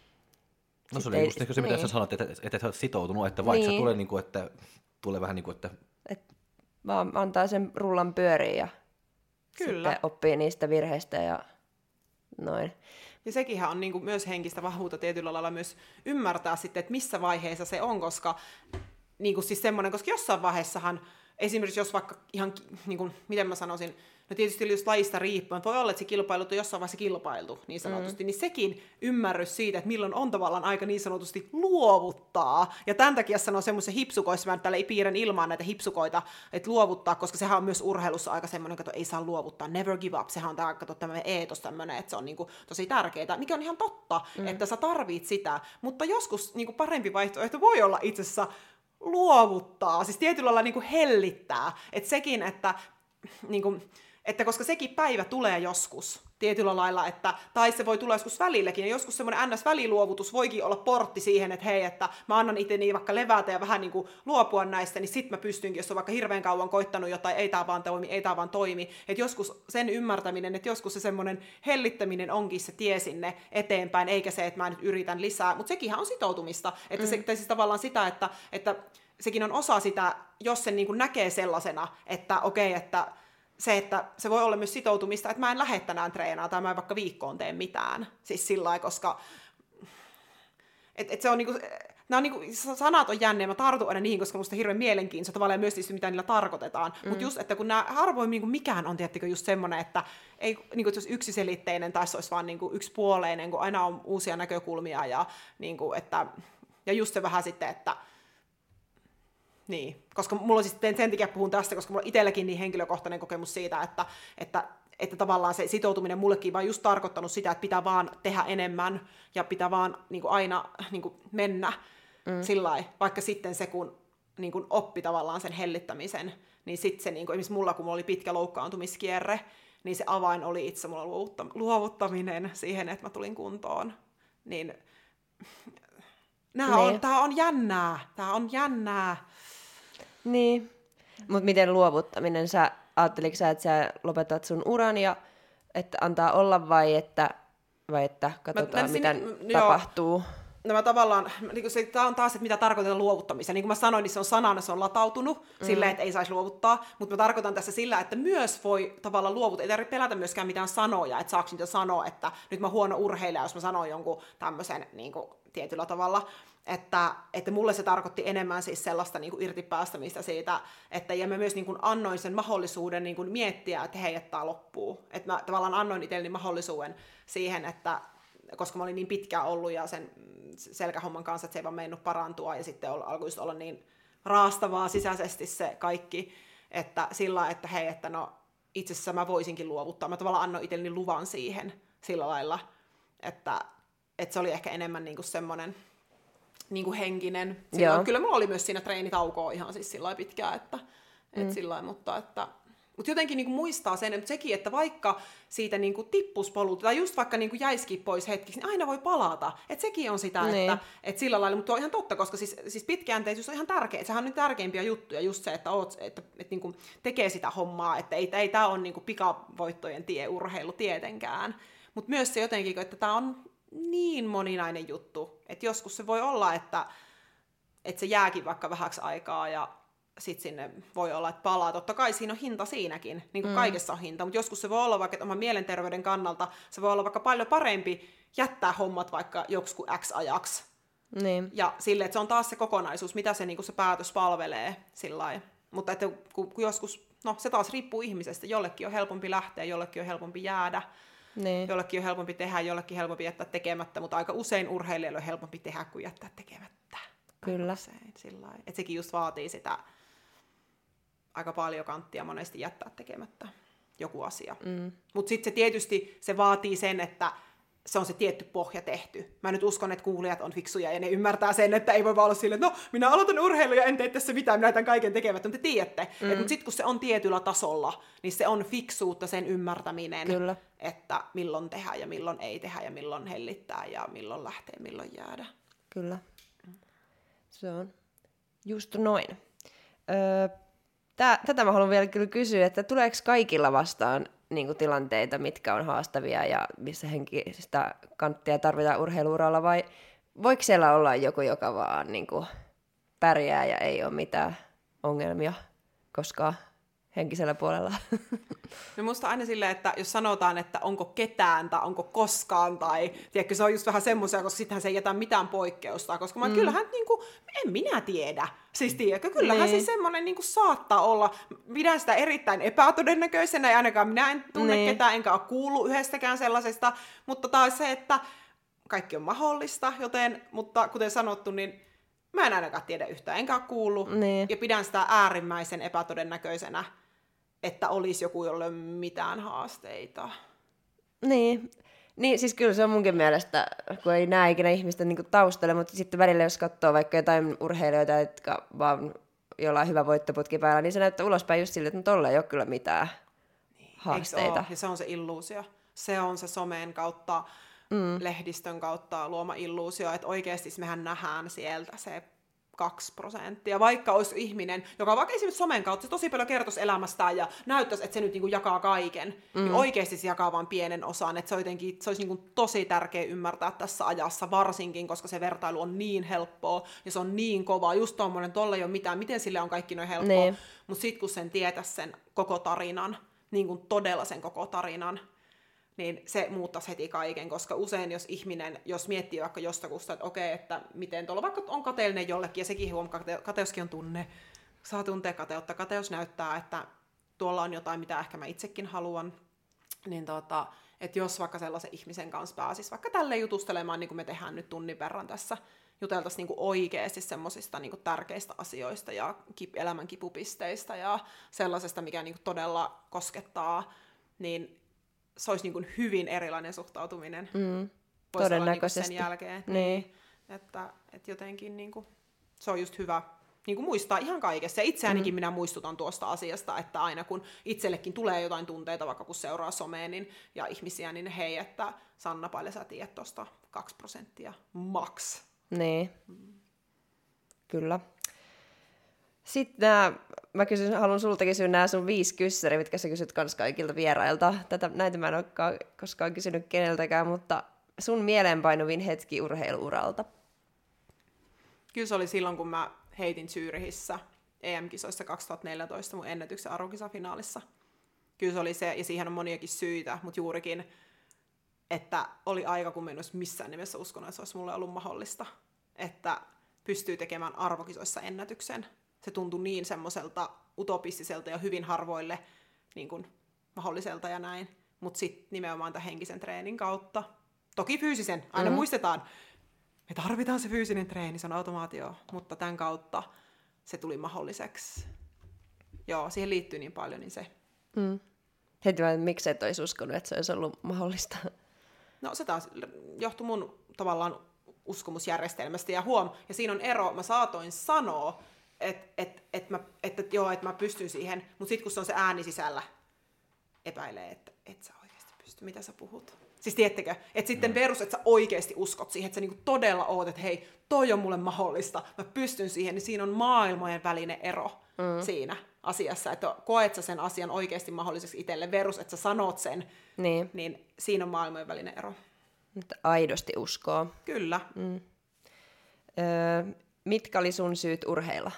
No se oli just se, mitä niin. sä sanoit, että, että et sä oot sitoutunut, että vaikka niin. se tulee, niin kuin, että, tulee vähän niin kuin, että... Et vaan antaa sen rullan pyöriin ja Kyllä. sitten oppii niistä virheistä ja noin. Ja sekinhän on niin kuin myös henkistä vahvuutta tietyllä lailla myös ymmärtää sitten, että missä vaiheessa se on, koska niin kuin siis semmoinen, koska jossain vaiheessahan esimerkiksi jos vaikka ihan, niin kuin, miten mä sanoisin, no tietysti just lajista riippuen, voi olla, että se kilpailut on jossain vaiheessa kilpailtu niin sanotusti, mm. niin sekin ymmärrys siitä, että milloin on tavallaan aika niin sanotusti luovuttaa. Ja tämän takia sanoo semmoisen hipsukoissa, mä täällä ei piirrän ilmaan näitä hipsukoita, että luovuttaa, koska sehän on myös urheilussa aika semmoinen, että ei saa luovuttaa, never give up, sehän on tämä, kato, tämmöinen eetos tämmöinen, että se on niin kuin tosi tärkeää, mikä on ihan totta, mm. että sä tarvit sitä, mutta joskus niin kuin parempi vaihtoehto voi olla itse asiassa luovuttaa, siis tietyllä lailla niin kuin hellittää, että sekin, että niin kuin, että koska sekin päivä tulee joskus tietyllä lailla, että, tai se voi tulla joskus välillekin, ja joskus semmoinen ns. Väliluovutus voikin olla portti siihen, että hei, että mä annan itse vaikka levätä ja vähän niin kuin luopua näistä, niin sit mä pystynkin, jos on vaikka hirveän kauan koittanut jotain, ei tää vaan toimi, ei tää vaan toimi, että joskus sen ymmärtäminen, että joskus se semmoinen hellittäminen onkin se tie sinne eteenpäin, eikä se, että mä nyt yritän lisää, mutta sekinhän on sitoutumista, että mm. se siis tavallaan sitä, että, että sekin on osa sitä, jos sen niin kuin näkee sellaisena, että okei, okay, että se, että se voi olla myös sitoutumista, että mä en lähde tänään treenaa tai mä en vaikka viikkoon tee mitään. Siis sillä lailla, koska et, et se on niinku, nämä on niinku, sanat on jänne ja mä tartun aina niihin, koska musta on hirveän mielenkiintoista tavallaan myös tietysti, mitä niillä tarkoitetaan. Mm. Mutta just, että kun nämä harvoin niinku mikään on tiettikö just semmoinen, että ei, niinku, jos yksiselitteinen tai se olisi vaan niinku yksipuoleinen, kun aina on uusia näkökulmia ja, niinku, että, ja just se vähän sitten, että niin, koska mulla on siis, sen takia puhun tästä, koska mulla on itselläkin niin henkilökohtainen kokemus siitä, että, että, että tavallaan se sitoutuminen mullekin vaan just tarkoittanut sitä, että pitää vaan tehdä enemmän ja pitää vaan niin kuin aina niin kuin mennä mm. sillai, vaikka sitten se, kun niin kuin oppi tavallaan sen hellittämisen, niin sitten se, niin kuin, esimerkiksi mulla, kun mulla oli pitkä loukkaantumiskierre, niin se avain oli itse mulla luovuttaminen siihen, että mä tulin kuntoon, niin Nää on, tää on jännää, tää on jännää. Niin, mutta miten luovuttaminen, sä ajatteliko sä, että sä lopetat sun uran ja että antaa olla vai että, vai että katsotaan, mä, mitä sinne, tapahtuu? Joo. No mä tavallaan, niin se, tää on taas, että mitä tarkoitetaan luovuttamiseen. Niin kuin mä sanoin, niin se on sanana, se on latautunut mm. silleen, että ei saisi luovuttaa. Mutta mä tarkoitan tässä sillä, että myös voi tavallaan luovuttaa. Ei tarvitse pelätä myöskään mitään sanoja, että saako niitä sanoa, että nyt mä huono urheilija, jos mä sanon jonkun tämmöisen niin kuin tietyllä tavalla. Että, että mulle se tarkoitti enemmän siis sellaista niin kuin irtipäästämistä siitä, että ja mä myös niin kuin annoin sen mahdollisuuden niin kuin miettiä, että hei, että tää loppuu. Että mä tavallaan annoin itselleni mahdollisuuden siihen, että koska mä olin niin pitkään ollut ja sen selkähomman kanssa, että se ei vaan meinut parantua ja sitten alkoi just olla niin raastavaa sisäisesti se kaikki, että sillä että hei, että no itse asiassa mä voisinkin luovuttaa. Mä tavallaan annoin itselleni luvan siihen sillä lailla, että, että se oli ehkä enemmän niin kuin semmoinen niin kuin henkinen. Silloin, kyllä mulla oli myös siinä treenitaukoa ihan siis sillä pitkään, että, mm. että sillä mutta että Mutta jotenkin niinku muistaa sen, että sekin, että vaikka siitä niinku tippus polulta, tai just vaikka niinku jäisikin pois hetkeksi, niin aina voi palata. Että sekin on sitä, niin. että, että sillä lailla, mutta on ihan totta, koska siis, siis pitkäjänteisyys on ihan tärkeä. Sehän on nyt tärkeimpiä juttuja, just se, että, oot, että, että, että niinku tekee sitä hommaa, että ei, ei tämä ole niinku pikavoittojen tie urheilu tietenkään. Mutta myös se jotenkin, että tämä on niin moninainen juttu, että joskus se voi olla, että, että se jääkin vaikka vähäksi aikaa ja sitten sinne voi olla, että palaa. Totta kai siinä on hinta siinäkin, niin kuin mm. kaikessa on hinta, mutta joskus se voi olla vaikka, että oman mielenterveyden kannalta se voi olla vaikka paljon parempi jättää hommat vaikka joksikin X ajaksi. Niin. Ja sille, että se on taas se kokonaisuus, mitä se, niin kuin se päätös palvelee sillai. Mutta että kun, kun joskus, no se taas riippuu ihmisestä, jollekin on helpompi lähteä, jollekin on helpompi jäädä, niin. jollekin on helpompi tehdä, jollekin on helpompi jättää tekemättä, mutta aika usein urheilijoille on helpompi tehdä kuin jättää tekemättä. Kyllä. Että sekin just vaatii sitä aika paljon kanttia monesti jättää tekemättä joku asia. Mm. Mutta sitten se tietysti se vaatii sen, että se on se tietty pohja tehty. Mä nyt uskon, että kuulijat on fiksuja ja ne ymmärtää sen, että ei voi vaan olla silleen, että no, minä aloitan urheilua ja en tee tässä mitään, minä jätän kaiken tekemättä, mutta te tiedätte. Mm. Mutta sitten kun se on tietyllä tasolla, niin se on fiksuutta sen ymmärtäminen, Kyllä. että milloin tehdä ja milloin ei tehdä ja milloin hellittää ja milloin lähtee, milloin jäädä. Kyllä. Se on just noin. Öö, tää, tätä mä haluan vielä kyllä kysyä, että tuleeko kaikilla vastaan niin kuin tilanteita, mitkä on haastavia ja missä henkistä kanttia tarvitaan urheiluuralla, vai voiko siellä olla joku, joka vaan niin kuin pärjää ja ei ole mitään ongelmia koskaan? henkisellä puolella? No musta aina silleen, että jos sanotaan, että onko ketään tai onko koskaan, tai tiedätkö, se on just vähän semmoisia, koska sittenhän se ei jätä mitään poikkeusta, koska mä, mm. kyllähän niin kuin, en minä tiedä. Siis tiedätkö, kyllähän niin. Se semmoinen niin kuin saattaa olla, pidän sitä erittäin epätodennäköisenä, ja ainakaan minä en tunne niin. ketään, enkä ole kuullut yhdestäkään sellaisesta, mutta taas se, että kaikki on mahdollista, joten, mutta kuten sanottu, niin mä en ainakaan tiedä yhtään, enkä ole kuullut, niin. Ja pidän sitä äärimmäisen epätodennäköisenä, että olisi joku, jolle ei ole mitään haasteita. Niin. Niin, siis kyllä se on munkin mielestä, kun ei näe ikinä ihmisten niin kuin taustalle, mutta sitten välillä jos katsoo vaikka jotain urheilijoita, jotka vaan jollain hyvä voittoputki päällä, niin se näyttää ulospäin just silleen, että no tolla ei ole kyllä mitään niin. haasteita. Ja se on se illuusio. Se on se someen kautta, mm. lehdistön kautta luoma illuusio, että oikeasti mehän nähdään sieltä se kaksi prosenttia, vaikka olisi ihminen, joka vaikka esimerkiksi somen kautta se tosi paljon kertoisi elämästään ja näyttäisi, että se nyt niinku jakaa kaiken, mm. niin oikeasti se jakaa vain pienen osan, että se, jotenkin, se olisi niinku tosi tärkeä ymmärtää tässä ajassa varsinkin, koska se vertailu on niin helppoa ja se on niin kovaa, just tommoinen, tolla ei ole mitään, miten sille on kaikki noin helppoa, niin. Mutta sitten kun sen tietäisi sen koko tarinan, niin kuin todella sen koko tarinan, niin se muuttaisi heti kaiken, koska usein jos ihminen, jos miettii vaikka jostakusta, että okei, että miten tuolla vaikka on kateellinen jollekin, ja sekin huom, kate- kateuskin on tunne, saa tuntea kateutta, kateus näyttää, että tuolla on jotain, mitä ehkä mä itsekin haluan, niin tota, että jos vaikka sellaisen ihmisen kanssa pääsisi vaikka tälleen jutustelemaan, niin kuin me tehdään nyt tunnin verran tässä, juteltaisiin niin kuin oikeasti semmoisista niin kuin tärkeistä asioista ja elämän kipupisteistä ja sellaisesta, mikä niin kuin todella koskettaa, niin se olisi niin kuin hyvin erilainen suhtautuminen. Mm, todennäköisesti. Niin sen jälkeen. Niin. Että, että jotenkin niin kuin, se on just hyvä niin kuin muistaa ihan kaikessa. Ja itseänikin mm. minä muistutan tuosta asiasta, että aina kun itsellekin tulee jotain tunteita, vaikka kun seuraa somea niin, ja ihmisiä, niin hei, että Sanna, paljon sä tiedät tuosta kaksi prosenttia max. Niin, mm. kyllä. Sitten nää, mä kysyn, haluan sulta kysyä nämä sun viisi kyssäriä, mitkä sä kysyt kans kaikilta vierailta. Tätä, näitä mä en ole koskaan kysynyt keneltäkään, mutta sun mieleenpainuvin hetki urheiluuralta. Kyllä se oli silloin, kun mä heitin Zürichissä E M-kisoissa kaksituhattaneljätoista mun ennätyksen arvokisafinaalissa. Kyllä se oli se, ja siihen on moniakin syitä, mutta juurikin, että oli aika, kun mä en olisi missään nimessä uskonut, että se olisi mulle ollut mahdollista, että pystyy tekemään arvokisoissa ennätyksen. Se tuntui niin semmoiselta utopistiselta ja hyvin harvoille niin kuin, mahdolliselta ja näin. Mutta sitten nimenomaan tämän henkisen treenin kautta. Toki fyysisen, aina mm-hmm. muistetaan. Me tarvitaan se fyysinen treeni, se on automaatio. Mutta tämän kautta se tuli mahdolliseksi. Joo, siihen liittyy niin paljon, niin se. Mm. Heti vaan, miksi et olisi uskonut, että se olisi ollut mahdollista? No se taas johtui mun tavallaan uskomusjärjestelmästä. Ja huom, ja siinä on ero, mä saatoin sanoa, että et, et mä, et, et, joo, et mä pystyn siihen, mutta sitten kun se on se ääni sisällä, epäilee, että et sä oikeasti pysty, mitä sä puhut. Siis tiedättekö, että sitten verus, että sä oikeasti uskot siihen, että sä niinku todella oot, että hei, toi on mulle mahdollista, mä pystyn siihen, niin siinä on maailmojen välinen ero mm. siinä asiassa, että koet sä sen asian oikeasti mahdolliseksi itselle, verus, että sä sanot sen, niin, niin siinä on maailmojen välinen ero. Että aidosti uskoo. Kyllä. Mm. Öö, mitkä oli sun syyt urheilla?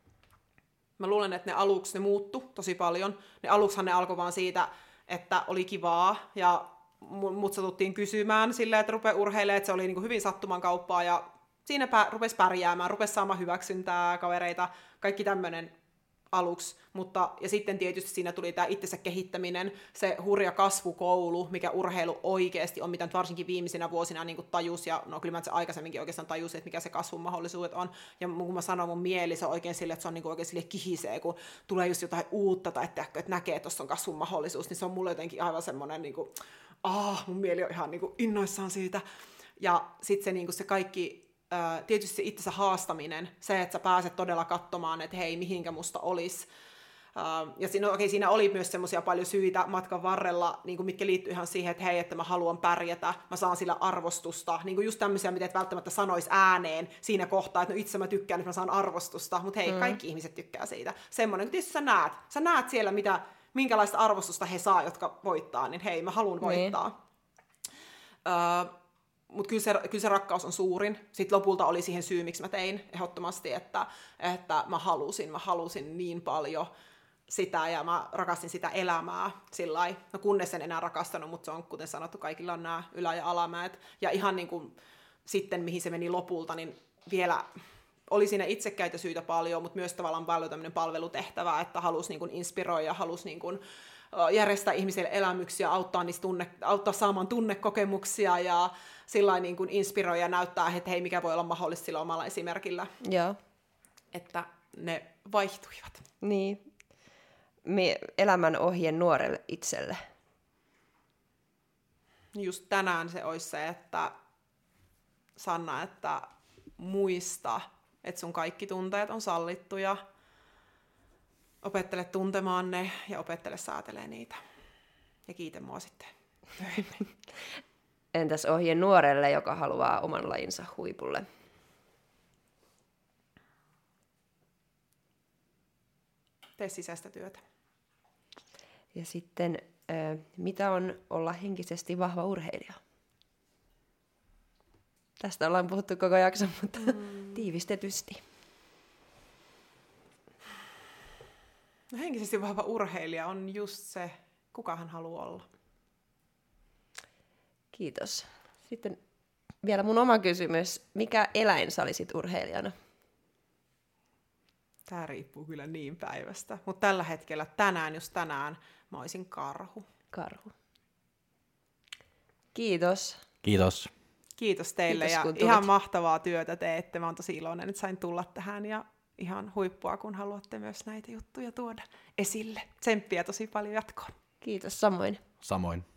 Mä luulen, että ne aluksi ne muuttu tosi paljon. Ne aluksihan ne alkoi vaan siitä, että oli kivaa ja mut satuttiin kysymään silleen, että rupea urheilemaan, että se oli niinku hyvin sattuman kauppaa ja siinä pä- rupesi pärjäämään, rupesi saamaan hyväksyntää, kavereita, kaikki tämmöinen aluksi, mutta ja sitten tietysti siinä tuli tämä itsensä kehittäminen, se hurja kasvukoulu, mikä urheilu oikeasti on, mitä nyt varsinkin viimeisinä vuosina niin kuin tajus, ja no kyllä mä se aikaisemminkin oikeastaan tajusin, että mikä se kasvun mahdollisuudet on, ja kun mä sanon mun mieli, se on oikein sille, että se on niin kuin oikein sille kihisee, kun tulee just jotain uutta, tai että, että näkee, että tuossa on kasvun mahdollisuus, niin se on mulle jotenkin aivan semmoinen, niin kuin, ah, mun mieli on ihan niin kuin innoissaan siitä, ja sitten se, niin kuin se kaikki, tietysti se itsensä haastaminen, se, että sä pääset todella katsomaan, että hei, mihinkä musta olisi. Ja siinä, okay, siinä oli myös semmoisia paljon syitä matkan varrella, niin kuin mitkä liittyy ihan siihen, että hei, että mä haluan pärjätä, mä saan sillä arvostusta. Niin kuin just tämmöisiä, mitä et välttämättä sanoisi ääneen siinä kohtaa, että no itse mä tykkään, että mä saan arvostusta, mutta hei, mm. kaikki ihmiset tykkää siitä. Semmoinen, kun tietysti sä näet, sä näet siellä, mitä, minkälaista arvostusta he saa, jotka voittaa, niin hei, mä haluan voittaa. Niin. Uh, Mutta kyllä se, kyllä se rakkaus on suurin. Sitten lopulta oli siihen syy, miksi mä tein ehdottomasti, että, että mä halusin, mä halusin niin paljon sitä ja mä rakastin sitä elämää sillai. No kunnes en enää rakastanut, mutta se on kuten sanottu, kaikilla on nämä ylä- ja alamäet. Ja ihan niin kuin sitten mihin se meni lopulta, niin vielä oli siinä itsekäytösyitä paljon, mutta myös tavallaan paljon tämmöinen palvelutehtävä, että halusi niin kuin inspiroida, halusi niin kuin järjestää ihmisille elämyksiä, auttaa, niistä tunne, auttaa saamaan tunnekokemuksia ja sillä niin kuin inspiroida ja näyttää, että hei, mikä voi olla mahdollista sillä omalla esimerkillä. Joo. Että ne vaihtuivat. Niin. Me elämän ohje nuorelle itselle. Just tänään se olisi se, että Sanna, että muista, että sun kaikki tunteet on sallittuja. Opettele tuntemaan ne ja opettele säätelee niitä. Ja kiitä mua sitten. Entäs ohje nuorelle, joka haluaa oman lajinsa huipulle? Tee sisäistä työtä. Ja sitten, mitä on olla henkisesti vahva urheilija? Tästä ollaan puhuttu koko jakson, mutta mm. tiivistetysti. No, henkisesti vahva urheilija on just se, kuka hän haluaa olla. Kiitos. Sitten vielä mun oma kysymys. Mikä eläin sä olisit urheilijana? Tämä riippuu kyllä niin päivästä. Mutta tällä hetkellä, tänään, just tänään, mä olisin karhu. Karhu. Kiitos. Kiitos. Kiitos teille Kiitos, ja ihan mahtavaa työtä teette. Mä oon tosi iloinen, että sain tulla tähän ja ihan huippua, kun haluatte myös näitä juttuja tuoda esille. Tsemppiä tosi paljon jatkoon. Kiitos samoin. Samoin.